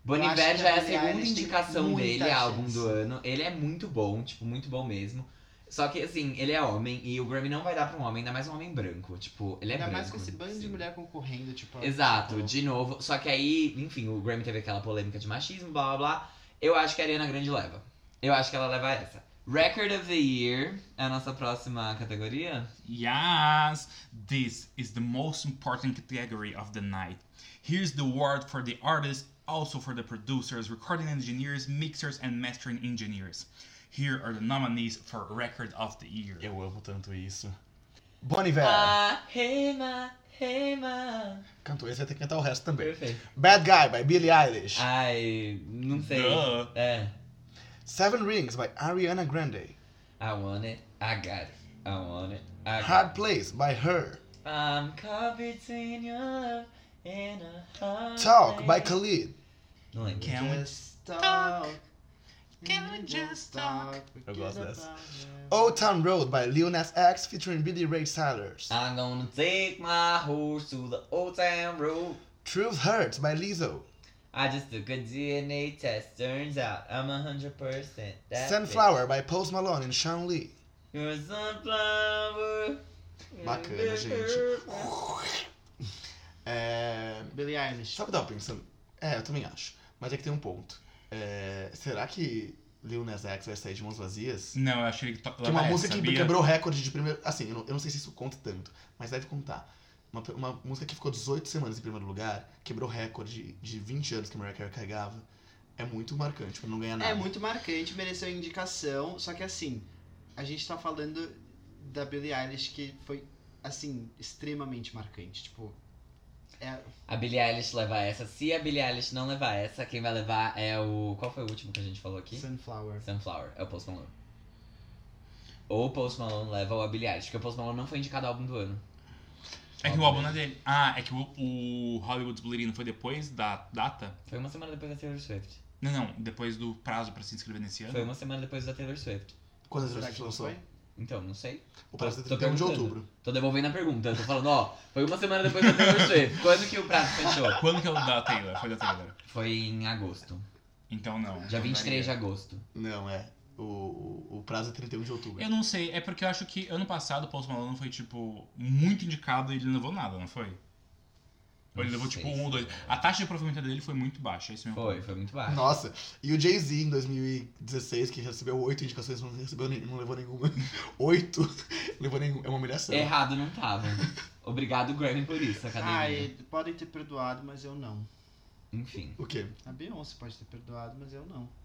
[SPEAKER 4] Bon
[SPEAKER 5] Eu acho
[SPEAKER 4] Iver
[SPEAKER 5] que
[SPEAKER 4] já é
[SPEAKER 5] a
[SPEAKER 4] a
[SPEAKER 5] Billie
[SPEAKER 4] segunda
[SPEAKER 5] Eilish tem
[SPEAKER 4] indicação
[SPEAKER 5] muita
[SPEAKER 4] dele, álbum
[SPEAKER 5] chance.
[SPEAKER 4] do ano. Ele é muito bom, tipo, muito bom mesmo. Só que, assim, ele é homem e o Grammy não vai dar pra um homem, ainda mais um homem branco. Tipo, ele é
[SPEAKER 5] Ainda
[SPEAKER 4] branco.
[SPEAKER 5] mais com esse bando de
[SPEAKER 4] assim.
[SPEAKER 5] mulher concorrendo, tipo...
[SPEAKER 4] Exato,
[SPEAKER 5] tipo,
[SPEAKER 4] de novo. Só que aí, enfim, o Grammy teve aquela polêmica de machismo, blá blá blá. Eu acho que a Ariana Grande leva. Eu acho que ela leva essa. Record of the Year é a nossa próxima categoria.
[SPEAKER 2] Yes, this is the most important category of the night. Here's the award for the artists, also for the producers, recording engineers, mixers, and mastering engineers. Here are the nominees for Record of the Year.
[SPEAKER 3] Eu amo tanto isso. Bon Iver.
[SPEAKER 4] Ah, hey ma, hey ma.
[SPEAKER 3] Cantou esse, vai ter que cantar o resto também.
[SPEAKER 4] Perfeito.
[SPEAKER 3] Bad Guy, by Billie Eilish.
[SPEAKER 4] Ai, não sei.
[SPEAKER 2] Duh.
[SPEAKER 4] É.
[SPEAKER 3] Seven Rings, by Ariana Grande.
[SPEAKER 4] I want it, I got it. I want it, I got
[SPEAKER 3] Hard
[SPEAKER 4] it.
[SPEAKER 3] Place, by her.
[SPEAKER 4] I'm caught between your love and a hard
[SPEAKER 3] Talk, by
[SPEAKER 4] place.
[SPEAKER 3] Khalid.
[SPEAKER 4] Não lembro.
[SPEAKER 2] Can we
[SPEAKER 5] Just talk.
[SPEAKER 2] Can we just talk?
[SPEAKER 3] Eu gosto dessa.
[SPEAKER 5] about it.
[SPEAKER 3] Old Town Road, by Lil Nas X, featuring Billy Ray Cyrus.
[SPEAKER 4] I'm gonna take my horse to the old town road.
[SPEAKER 3] Truth Hurts, by Lizzo.
[SPEAKER 4] I just took a D N A test. Turns out I'm a hundred percent. that
[SPEAKER 3] Sunflower, by Post Malone and Sean Lee.
[SPEAKER 4] bitch. You're a sunflower.
[SPEAKER 3] Bacana, gente. É...
[SPEAKER 5] Billie Eilish.
[SPEAKER 3] Sabe o que eu tava pensando? É, eu também acho. Mas é que tem um ponto. É... Será que Lil Nas X vai sair de mãos vazias?
[SPEAKER 2] Não, eu achei que to-
[SPEAKER 3] Que é uma
[SPEAKER 2] leva
[SPEAKER 3] música
[SPEAKER 2] essa,
[SPEAKER 3] que
[SPEAKER 2] sabia?
[SPEAKER 3] quebrou o recorde de primeiro... Assim, eu não, eu não sei se isso conta tanto, mas deve contar. Uma, uma música que ficou dezoito semanas em primeiro lugar, quebrou o recorde de vinte anos que a Mariah Carey carregava. É muito marcante pra não ganhar nada.
[SPEAKER 5] É muito marcante, mereceu indicação, só que assim, a gente tá falando da Billie Eilish que foi, assim, extremamente marcante, tipo... É,
[SPEAKER 4] A Billie Eilish leva essa. Se a Billie Eilish não levar essa, quem vai levar é o... Qual foi o último que a gente falou aqui?
[SPEAKER 5] Sunflower.
[SPEAKER 4] Sunflower. É o Post Malone. Ou o Post Malone leva ou a Billie Eilish, porque o Post Malone não foi indicado ao álbum do ano.
[SPEAKER 2] É que o álbum não é dele. Ah, é que o, o Hollywood's Bleeding não foi depois da data?
[SPEAKER 4] Foi uma semana depois da Taylor Swift.
[SPEAKER 2] Não, não, depois do prazo pra se inscrever nesse ano.
[SPEAKER 4] Foi uma semana depois da Taylor Swift.
[SPEAKER 3] Quando a
[SPEAKER 5] Será
[SPEAKER 3] Taylor
[SPEAKER 5] que não
[SPEAKER 3] Swift lançou?
[SPEAKER 5] foi?
[SPEAKER 4] Então, não sei.
[SPEAKER 3] O prazo é
[SPEAKER 4] Tô
[SPEAKER 3] trinta e um de
[SPEAKER 4] perguntando.
[SPEAKER 3] outubro.
[SPEAKER 4] Tô devolvendo a pergunta. Tô falando, ó, foi uma semana depois da Taylor Swift. Quando que o prazo fechou?
[SPEAKER 2] Quando que é o da Taylor? Foi da Taylor.
[SPEAKER 4] Foi em agosto.
[SPEAKER 2] Então não.
[SPEAKER 4] Dia
[SPEAKER 2] Então
[SPEAKER 4] vinte e três de
[SPEAKER 2] daria.
[SPEAKER 4] agosto.
[SPEAKER 3] Não, é. O, o, o prazo é trinta e um de outubro.
[SPEAKER 2] Eu não sei, é porque eu acho que ano passado o Post Malone foi, tipo, muito indicado e ele não levou nada, não foi? Ou ele
[SPEAKER 4] Não
[SPEAKER 2] levou,
[SPEAKER 4] sei
[SPEAKER 2] tipo,
[SPEAKER 4] se
[SPEAKER 2] um ou dois. A taxa de aproveitamento dele foi muito baixa, esse é o meu
[SPEAKER 4] Foi,
[SPEAKER 2] ponto.
[SPEAKER 4] foi muito baixo.
[SPEAKER 3] Nossa, e o Jay-Z em dois mil e dezesseis, que recebeu oito indicações, não, recebeu, nem- não levou nenhuma. Oito? Levou nenhuma. É uma humilhação.
[SPEAKER 4] Errado não tava. Obrigado, Grammy, por isso, academia.
[SPEAKER 5] Ai, podem ter perdoado, mas eu não.
[SPEAKER 4] Enfim.
[SPEAKER 3] O quê?
[SPEAKER 5] A Beyoncé pode ter perdoado, mas eu não.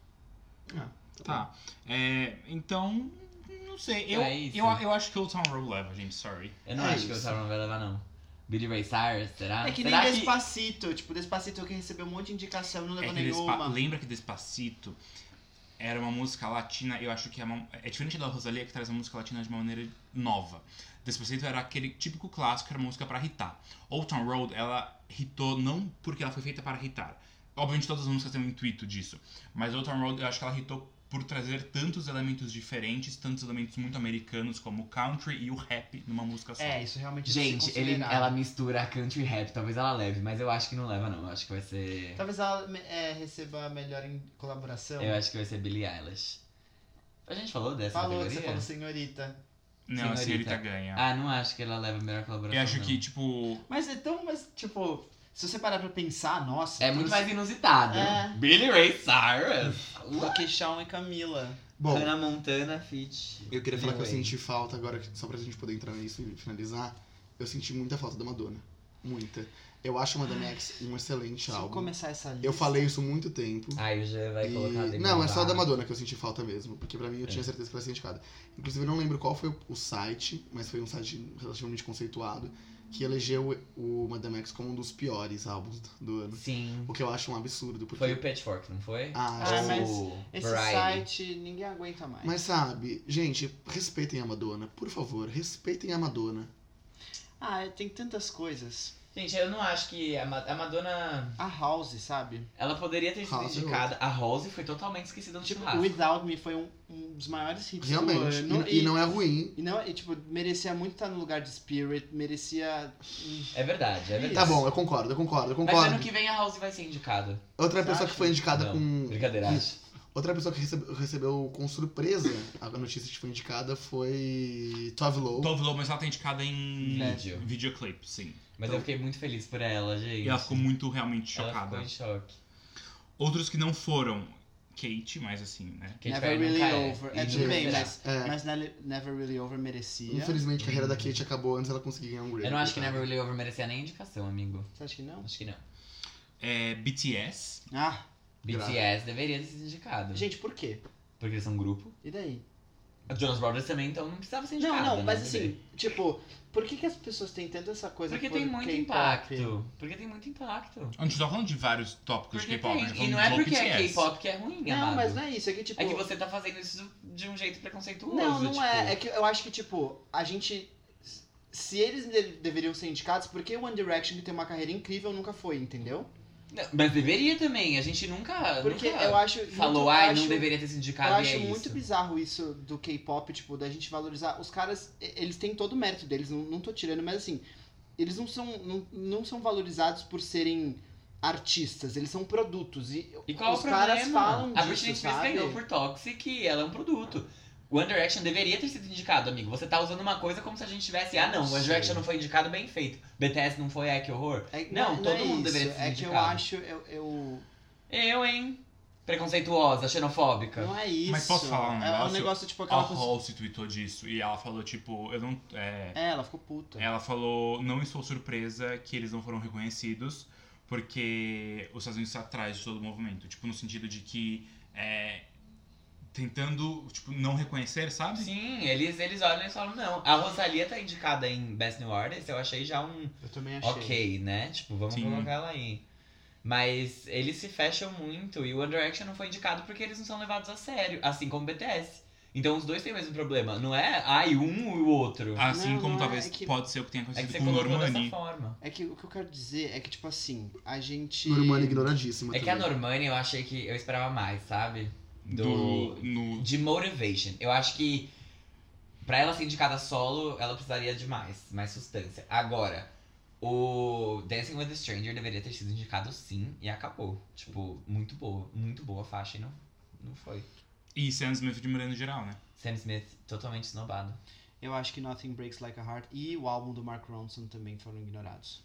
[SPEAKER 3] Ah,
[SPEAKER 2] Tá. É, então, não sei. Eu,
[SPEAKER 4] É isso.
[SPEAKER 2] eu, eu acho que o Town Road leva, gente, sorry.
[SPEAKER 4] Eu não
[SPEAKER 3] É
[SPEAKER 4] acho que o
[SPEAKER 3] isso.
[SPEAKER 4] Sauron vai levar, não. Billy Ray Cyrus, será?
[SPEAKER 5] É que nem
[SPEAKER 4] será
[SPEAKER 5] Despacito, tipo, Despacito que recebeu um monte de indicação e não
[SPEAKER 2] É
[SPEAKER 5] levou
[SPEAKER 2] que Despa-
[SPEAKER 5] nenhuma.
[SPEAKER 2] lembra que Despacito era uma música latina, eu acho que é, uma, é diferente da Rosalía, que traz a música latina de uma maneira nova. Despacito era aquele típico clássico, era uma música pra hitar. Old Town Road, ela hitou não porque ela foi feita para hitar. Obviamente todas as músicas têm um intuito disso, mas Old Town Road eu acho que ela hitou por trazer tantos elementos diferentes, tantos elementos muito americanos como o country e o rap numa música só.
[SPEAKER 5] É, isso realmente
[SPEAKER 4] Gente,
[SPEAKER 5] é de
[SPEAKER 4] ele,
[SPEAKER 5] considerar.
[SPEAKER 4] ela mistura country e rap, talvez ela leve, mas eu acho que não leva, não. Eu acho que vai ser.
[SPEAKER 5] Talvez ela é, receba a melhor em colaboração.
[SPEAKER 4] Eu acho que vai ser Billie Eilish. A gente falou dessa
[SPEAKER 5] Falou,
[SPEAKER 4] categoria?
[SPEAKER 5] você falou senhorita.
[SPEAKER 2] Não, a
[SPEAKER 4] Senhorita.
[SPEAKER 2] senhorita ganha.
[SPEAKER 4] Ah, não acho que ela leva a melhor colaboração.
[SPEAKER 2] eu acho
[SPEAKER 4] não.
[SPEAKER 2] que, tipo,
[SPEAKER 5] Mas então, mas tipo, se você parar pra pensar, nossa.
[SPEAKER 4] É muito
[SPEAKER 5] trouxe-
[SPEAKER 4] mais inusitado.
[SPEAKER 5] É.
[SPEAKER 4] Billie Ray Cyrus.
[SPEAKER 5] do que Shawn e Camila.
[SPEAKER 3] Bom,
[SPEAKER 4] Hannah Montana feat.
[SPEAKER 3] eu queria falar que eu
[SPEAKER 4] Billie Ray.
[SPEAKER 3] senti falta agora, só pra gente poder entrar nisso e finalizar. Eu senti muita falta da Madonna. Muita. Eu acho a Madonna X um excelente
[SPEAKER 5] Se eu
[SPEAKER 3] álbum.
[SPEAKER 5] começar essa lista.
[SPEAKER 3] Eu falei isso há muito tempo.
[SPEAKER 4] Aí o G vai
[SPEAKER 3] E-
[SPEAKER 4] colocar Demi
[SPEAKER 3] Não, é só
[SPEAKER 4] Lovato.
[SPEAKER 3] da Madonna que eu senti falta mesmo, porque pra mim eu tinha
[SPEAKER 4] É.
[SPEAKER 3] certeza que ela ia ser indicada. Inclusive eu não lembro qual foi o site, mas foi um site relativamente conceituado, que elegeu o Madame X como um dos piores álbuns do ano.
[SPEAKER 4] Sim.
[SPEAKER 3] O que eu acho um absurdo, porque...
[SPEAKER 4] Foi o Pitchfork, não foi?
[SPEAKER 3] Ah,
[SPEAKER 5] Ah,
[SPEAKER 3] sim.
[SPEAKER 5] mas
[SPEAKER 4] O
[SPEAKER 5] Esse
[SPEAKER 4] Variety.
[SPEAKER 5] site ninguém aguenta mais.
[SPEAKER 3] Mas sabe, gente, respeitem a Madonna, por favor, respeitem a Madonna.
[SPEAKER 5] Ah, tem tantas coisas.
[SPEAKER 4] Gente, eu não acho que a Ma- a Madonna...
[SPEAKER 5] A House, sabe?
[SPEAKER 4] Ela poderia ter sido
[SPEAKER 3] House é
[SPEAKER 4] indicada. A Rose foi totalmente esquecida no
[SPEAKER 5] Tipo,
[SPEAKER 4] churrasco.
[SPEAKER 5] Without Me foi um, um dos maiores hits
[SPEAKER 3] Realmente.
[SPEAKER 5] do ano.
[SPEAKER 3] E, e não é ruim.
[SPEAKER 5] E não, e, tipo, merecia muito estar no lugar de Spirit, merecia... hum,
[SPEAKER 4] É verdade, é verdade.
[SPEAKER 3] Tá bom, eu concordo, eu concordo, eu
[SPEAKER 4] Mas
[SPEAKER 3] concordo.
[SPEAKER 4] ano que vem a House vai ser indicada.
[SPEAKER 3] Outra
[SPEAKER 5] Você
[SPEAKER 3] pessoa
[SPEAKER 5] acha?
[SPEAKER 3] que foi indicada
[SPEAKER 4] Não,
[SPEAKER 3] com.
[SPEAKER 4] brincadeira, acho.
[SPEAKER 3] Outra pessoa que recebeu, recebeu com surpresa a notícia que foi indicada foi Tove Lo.
[SPEAKER 2] Tove Lo, mas ela tá indicada em
[SPEAKER 4] Vídeo.
[SPEAKER 2] videoclipe, sim.
[SPEAKER 4] Mas eu fiquei muito feliz por ela, gente.
[SPEAKER 2] E ela ficou muito realmente
[SPEAKER 4] Ela
[SPEAKER 2] chocada.
[SPEAKER 4] ficou em choque.
[SPEAKER 2] Outros que não foram, Kate, mas assim, né?
[SPEAKER 4] Kate
[SPEAKER 5] Never
[SPEAKER 4] Perry
[SPEAKER 5] Really
[SPEAKER 4] nunca é.
[SPEAKER 5] Over.
[SPEAKER 4] E
[SPEAKER 5] É, tudo
[SPEAKER 4] nunca
[SPEAKER 5] bem,
[SPEAKER 4] será.
[SPEAKER 5] mas,
[SPEAKER 3] É.
[SPEAKER 5] mas Nele- Never Really Over merecia.
[SPEAKER 3] Infelizmente a carreira da Kate acabou antes dela conseguir ganhar um Grammy.
[SPEAKER 4] Eu não acho que
[SPEAKER 3] coitada.
[SPEAKER 4] Never Really Over merecia nem indicação, amigo.
[SPEAKER 5] Você acha que não?
[SPEAKER 4] Acho que não.
[SPEAKER 2] É, B T S.
[SPEAKER 5] Ah,
[SPEAKER 4] B T S deveria ter sido indicado.
[SPEAKER 5] gente, por quê?
[SPEAKER 4] Porque eles são um grupo.
[SPEAKER 5] E daí?
[SPEAKER 4] A Jonas Brothers também, então não precisava ser
[SPEAKER 5] Não,
[SPEAKER 4] indicado.
[SPEAKER 5] não,
[SPEAKER 4] né,
[SPEAKER 5] mas
[SPEAKER 4] bebê?
[SPEAKER 5] assim, tipo, por que, que as pessoas têm tanto essa coisa
[SPEAKER 4] Porque
[SPEAKER 5] por
[SPEAKER 4] tem muito
[SPEAKER 5] K-pop?
[SPEAKER 4] impacto. Porque tem muito impacto.
[SPEAKER 2] A gente tá falando de vários tópicos
[SPEAKER 4] Porque
[SPEAKER 2] de K-pop. a gente
[SPEAKER 4] tem.
[SPEAKER 2] tá
[SPEAKER 4] E não
[SPEAKER 2] falando
[SPEAKER 4] é
[SPEAKER 2] do
[SPEAKER 4] porque é
[SPEAKER 2] B T S.
[SPEAKER 4] K-pop que é ruim,
[SPEAKER 5] Não,
[SPEAKER 4] amado.
[SPEAKER 5] mas não é isso, é que tipo...
[SPEAKER 4] É que você tá fazendo isso de um jeito preconceituoso.
[SPEAKER 5] Não, não
[SPEAKER 4] tipo...
[SPEAKER 5] é, é que eu acho que tipo, a gente... Se eles de- deveriam ser indicados, por que One Direction, que tem uma carreira incrível, nunca foi, entendeu?
[SPEAKER 4] Não, mas deveria também, a gente nunca,
[SPEAKER 5] Porque
[SPEAKER 4] nunca
[SPEAKER 5] eu acho...
[SPEAKER 4] falou,
[SPEAKER 5] muito,
[SPEAKER 4] ai,
[SPEAKER 5] eu
[SPEAKER 4] não
[SPEAKER 5] acho-
[SPEAKER 4] deveria ter sido indicado
[SPEAKER 5] Eu
[SPEAKER 4] e
[SPEAKER 5] acho
[SPEAKER 4] é
[SPEAKER 5] muito
[SPEAKER 4] isso.
[SPEAKER 5] bizarro isso do K-pop, tipo, da gente valorizar. Os caras, e- eles têm todo o mérito deles, não, não tô tirando, mas assim, eles não são, não, não são valorizados por serem artistas, eles são produtos. E,
[SPEAKER 4] E qual
[SPEAKER 5] os
[SPEAKER 4] é o problema?
[SPEAKER 5] caras falam
[SPEAKER 4] a
[SPEAKER 5] disso,
[SPEAKER 4] Britney Spears
[SPEAKER 5] sabe?
[SPEAKER 4] ganhou por Toxic e ela é um produto. One Direction deveria ter sido indicado, amigo. Você tá usando uma coisa como se a gente tivesse... Ah, não, One
[SPEAKER 5] Sim.
[SPEAKER 4] Direction não foi indicado, bem feito. B T S não foi, ai, que horror.
[SPEAKER 5] É-
[SPEAKER 4] Não, todo
[SPEAKER 5] é
[SPEAKER 4] mundo
[SPEAKER 5] isso,
[SPEAKER 4] deveria ter sido
[SPEAKER 5] É que eu
[SPEAKER 4] indicado.
[SPEAKER 5] acho, eu, eu...
[SPEAKER 4] Eu, hein? Preconceituosa, xenofóbica.
[SPEAKER 5] Não é isso.
[SPEAKER 2] Mas posso falar um
[SPEAKER 5] É um
[SPEAKER 2] negócio?
[SPEAKER 5] negócio, tipo,
[SPEAKER 2] A
[SPEAKER 5] aquela coisa...
[SPEAKER 2] Halsey tweetou disso e ela falou, tipo, eu não... É,
[SPEAKER 5] É, ela ficou puta.
[SPEAKER 2] ela falou, não estou surpresa que eles não foram reconhecidos, porque os Estados Unidos estão atrás de todo o movimento. Tipo, no sentido de que... É, tentando, tipo, não reconhecer, sabe?
[SPEAKER 4] Sim, eles, eles olham e falam, não. A Rosalia tá indicada em Best New Artist, eu achei já um
[SPEAKER 5] Eu também achei.
[SPEAKER 4] ok, né? Tipo, vamos
[SPEAKER 2] Sim.
[SPEAKER 4] colocar ela aí. Mas eles se fecham muito e o One Direction não foi indicado porque eles não são levados a sério, assim como o B T S. Então os dois têm o mesmo problema, não é ai um e o outro.
[SPEAKER 2] Assim
[SPEAKER 5] Não,
[SPEAKER 2] como
[SPEAKER 5] não é,
[SPEAKER 2] talvez
[SPEAKER 5] é que-
[SPEAKER 2] pode ser o que tenha
[SPEAKER 4] É que
[SPEAKER 2] acontecido
[SPEAKER 4] você
[SPEAKER 2] com o
[SPEAKER 4] colocou dessa
[SPEAKER 2] Normani.
[SPEAKER 4] forma.
[SPEAKER 5] É que o que eu quero dizer é que, tipo assim, a gente...
[SPEAKER 3] Normani ignoradíssima
[SPEAKER 4] É que a
[SPEAKER 3] também.
[SPEAKER 4] Normani eu achei que eu esperava mais, sabe?
[SPEAKER 2] Do,
[SPEAKER 4] Do,
[SPEAKER 2] no,
[SPEAKER 4] de Motivation. Eu acho que pra ela ser indicada solo, ela precisaria de mais, mais substância. Agora, o Dancing with a Stranger deveria ter sido indicado sim e acabou. Tipo, muito boa, muito boa a faixa e não, não foi.
[SPEAKER 2] e Sam Smith de maneira geral, né?
[SPEAKER 4] Sam Smith totalmente snobado.
[SPEAKER 5] Eu acho que Nothing Breaks Like a Heart e o álbum do Mark Ronson também foram ignorados.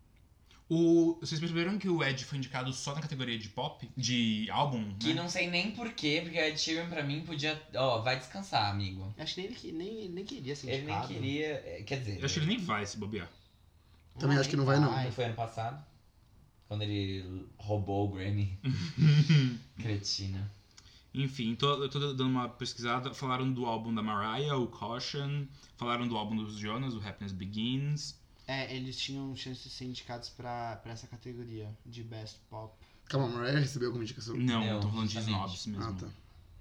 [SPEAKER 2] O, vocês perceberam que o Ed foi indicado só na categoria de pop? De álbum,
[SPEAKER 4] Que
[SPEAKER 2] né?
[SPEAKER 4] não sei nem porquê, porque o Ed Sheeran pra mim podia... Ó, vai descansar, amigo.
[SPEAKER 5] Acho que nem ele, que- nem, ele nem queria ser
[SPEAKER 4] Ele nem
[SPEAKER 5] indicado.
[SPEAKER 4] queria... é, Quer dizer...
[SPEAKER 2] Eu acho que ele nem vai se bobear.
[SPEAKER 3] Também
[SPEAKER 5] Ah,
[SPEAKER 3] acho que
[SPEAKER 5] nem
[SPEAKER 3] não vai, não.
[SPEAKER 4] Não foi ano passado? Quando ele roubou o Grammy. Cretina.
[SPEAKER 2] Enfim, tô, eu tô dando uma pesquisada. Falaram do álbum da Mariah, o Caution. Falaram do álbum dos Jonas, o Happiness Begins.
[SPEAKER 5] É, eles tinham chance de ser indicados pra, pra essa categoria de Best Pop.
[SPEAKER 3] Calma, a Mariah recebeu alguma indicação?
[SPEAKER 2] Não,
[SPEAKER 4] Não,
[SPEAKER 2] tô falando de
[SPEAKER 4] justamente.
[SPEAKER 2] snobs mesmo.
[SPEAKER 3] Ah, tá.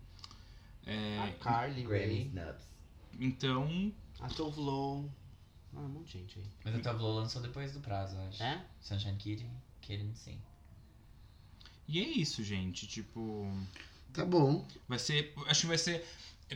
[SPEAKER 2] É,
[SPEAKER 5] A Carly
[SPEAKER 4] Grammy
[SPEAKER 5] Rae,
[SPEAKER 4] Snubs.
[SPEAKER 2] então,
[SPEAKER 5] a Tove Lo... Ah, um monte de gente aí.
[SPEAKER 4] Mas a Tove Lo lançou depois do prazo, eu acho.
[SPEAKER 5] É?
[SPEAKER 4] Sunshine Kid, Kid, sim.
[SPEAKER 2] e é isso, gente. Tipo,
[SPEAKER 3] Tá bom.
[SPEAKER 2] vai ser. Acho que vai ser. é,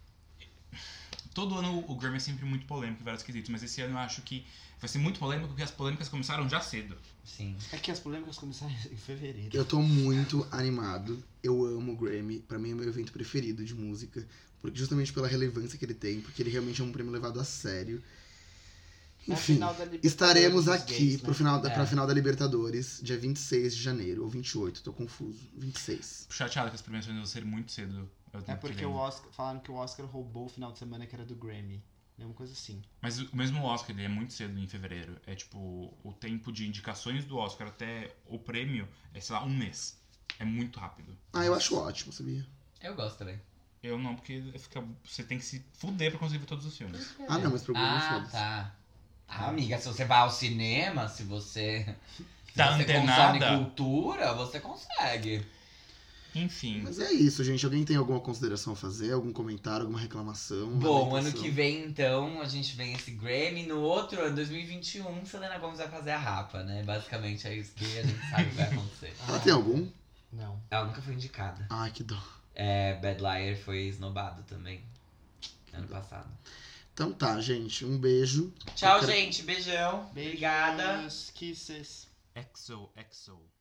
[SPEAKER 2] Todo ano o Grammy é sempre muito polêmico em vários quesitos, mas esse ano eu acho que vai ser muito polêmico porque as polêmicas começaram já cedo.
[SPEAKER 4] Sim.
[SPEAKER 5] É que as polêmicas começaram em fevereiro.
[SPEAKER 3] Eu tô muito animado. Eu amo o Grammy. Pra mim é meu evento preferido de música. Porque, justamente pela relevância que ele tem. Porque ele realmente é um prêmio levado a sério.
[SPEAKER 5] É a
[SPEAKER 3] Enfim,
[SPEAKER 5] final da Libertadores
[SPEAKER 3] estaremos
[SPEAKER 5] dos
[SPEAKER 3] aqui
[SPEAKER 5] gays, né?
[SPEAKER 3] pro final da,
[SPEAKER 4] É.
[SPEAKER 3] pra final da Libertadores, dia vinte e seis de janeiro. Ou vinte e oito, tô confuso. vinte e seis.
[SPEAKER 2] Chateado que as premiações vão ser muito cedo. Eu
[SPEAKER 5] É
[SPEAKER 2] tenho que
[SPEAKER 5] porque
[SPEAKER 2] ver.
[SPEAKER 5] o Oscar, falaram que o Oscar roubou o final de semana que era do Grammy. É uma coisa assim.
[SPEAKER 2] Mas o mesmo Oscar, ele é muito cedo em fevereiro. É tipo, o tempo de indicações do Oscar até o prêmio é, sei lá, um mês. É muito rápido.
[SPEAKER 3] Ah, eu acho ótimo, sabia?
[SPEAKER 4] Eu gosto também.
[SPEAKER 2] Eu não, porque fica, você tem que se fuder pra conseguir ver todos os filmes.
[SPEAKER 3] Ah, não, mas problema
[SPEAKER 4] Ah,
[SPEAKER 3] foda-se.
[SPEAKER 4] tá. Ah, amiga, se você vai ao cinema, se você, se
[SPEAKER 2] Tá
[SPEAKER 4] você
[SPEAKER 2] antenada?
[SPEAKER 4] consome cultura, você consegue.
[SPEAKER 2] Enfim.
[SPEAKER 3] Mas é isso, gente. Alguém tem alguma consideração a fazer? Algum comentário, alguma reclamação? uma
[SPEAKER 4] Bom, ano
[SPEAKER 3] lamentação?
[SPEAKER 4] que vem, então, a gente vem esse Grammy. No outro ano, dois mil e vinte e um, Selena Gomez vai fazer a rapa, né? Basicamente é isso que a gente sabe que vai acontecer.
[SPEAKER 3] Ela tem algum?
[SPEAKER 5] Não.
[SPEAKER 4] Ela nunca foi indicada.
[SPEAKER 3] Ai, que dó.
[SPEAKER 4] É, Bad Liar foi esnobado também. Ano passado.
[SPEAKER 3] Então tá, gente. Um beijo.
[SPEAKER 4] Tchau,
[SPEAKER 3] Eu quero-
[SPEAKER 4] gente. Beijão. Obrigada.
[SPEAKER 5] Beijos, kisses.
[SPEAKER 2] Exo, exo.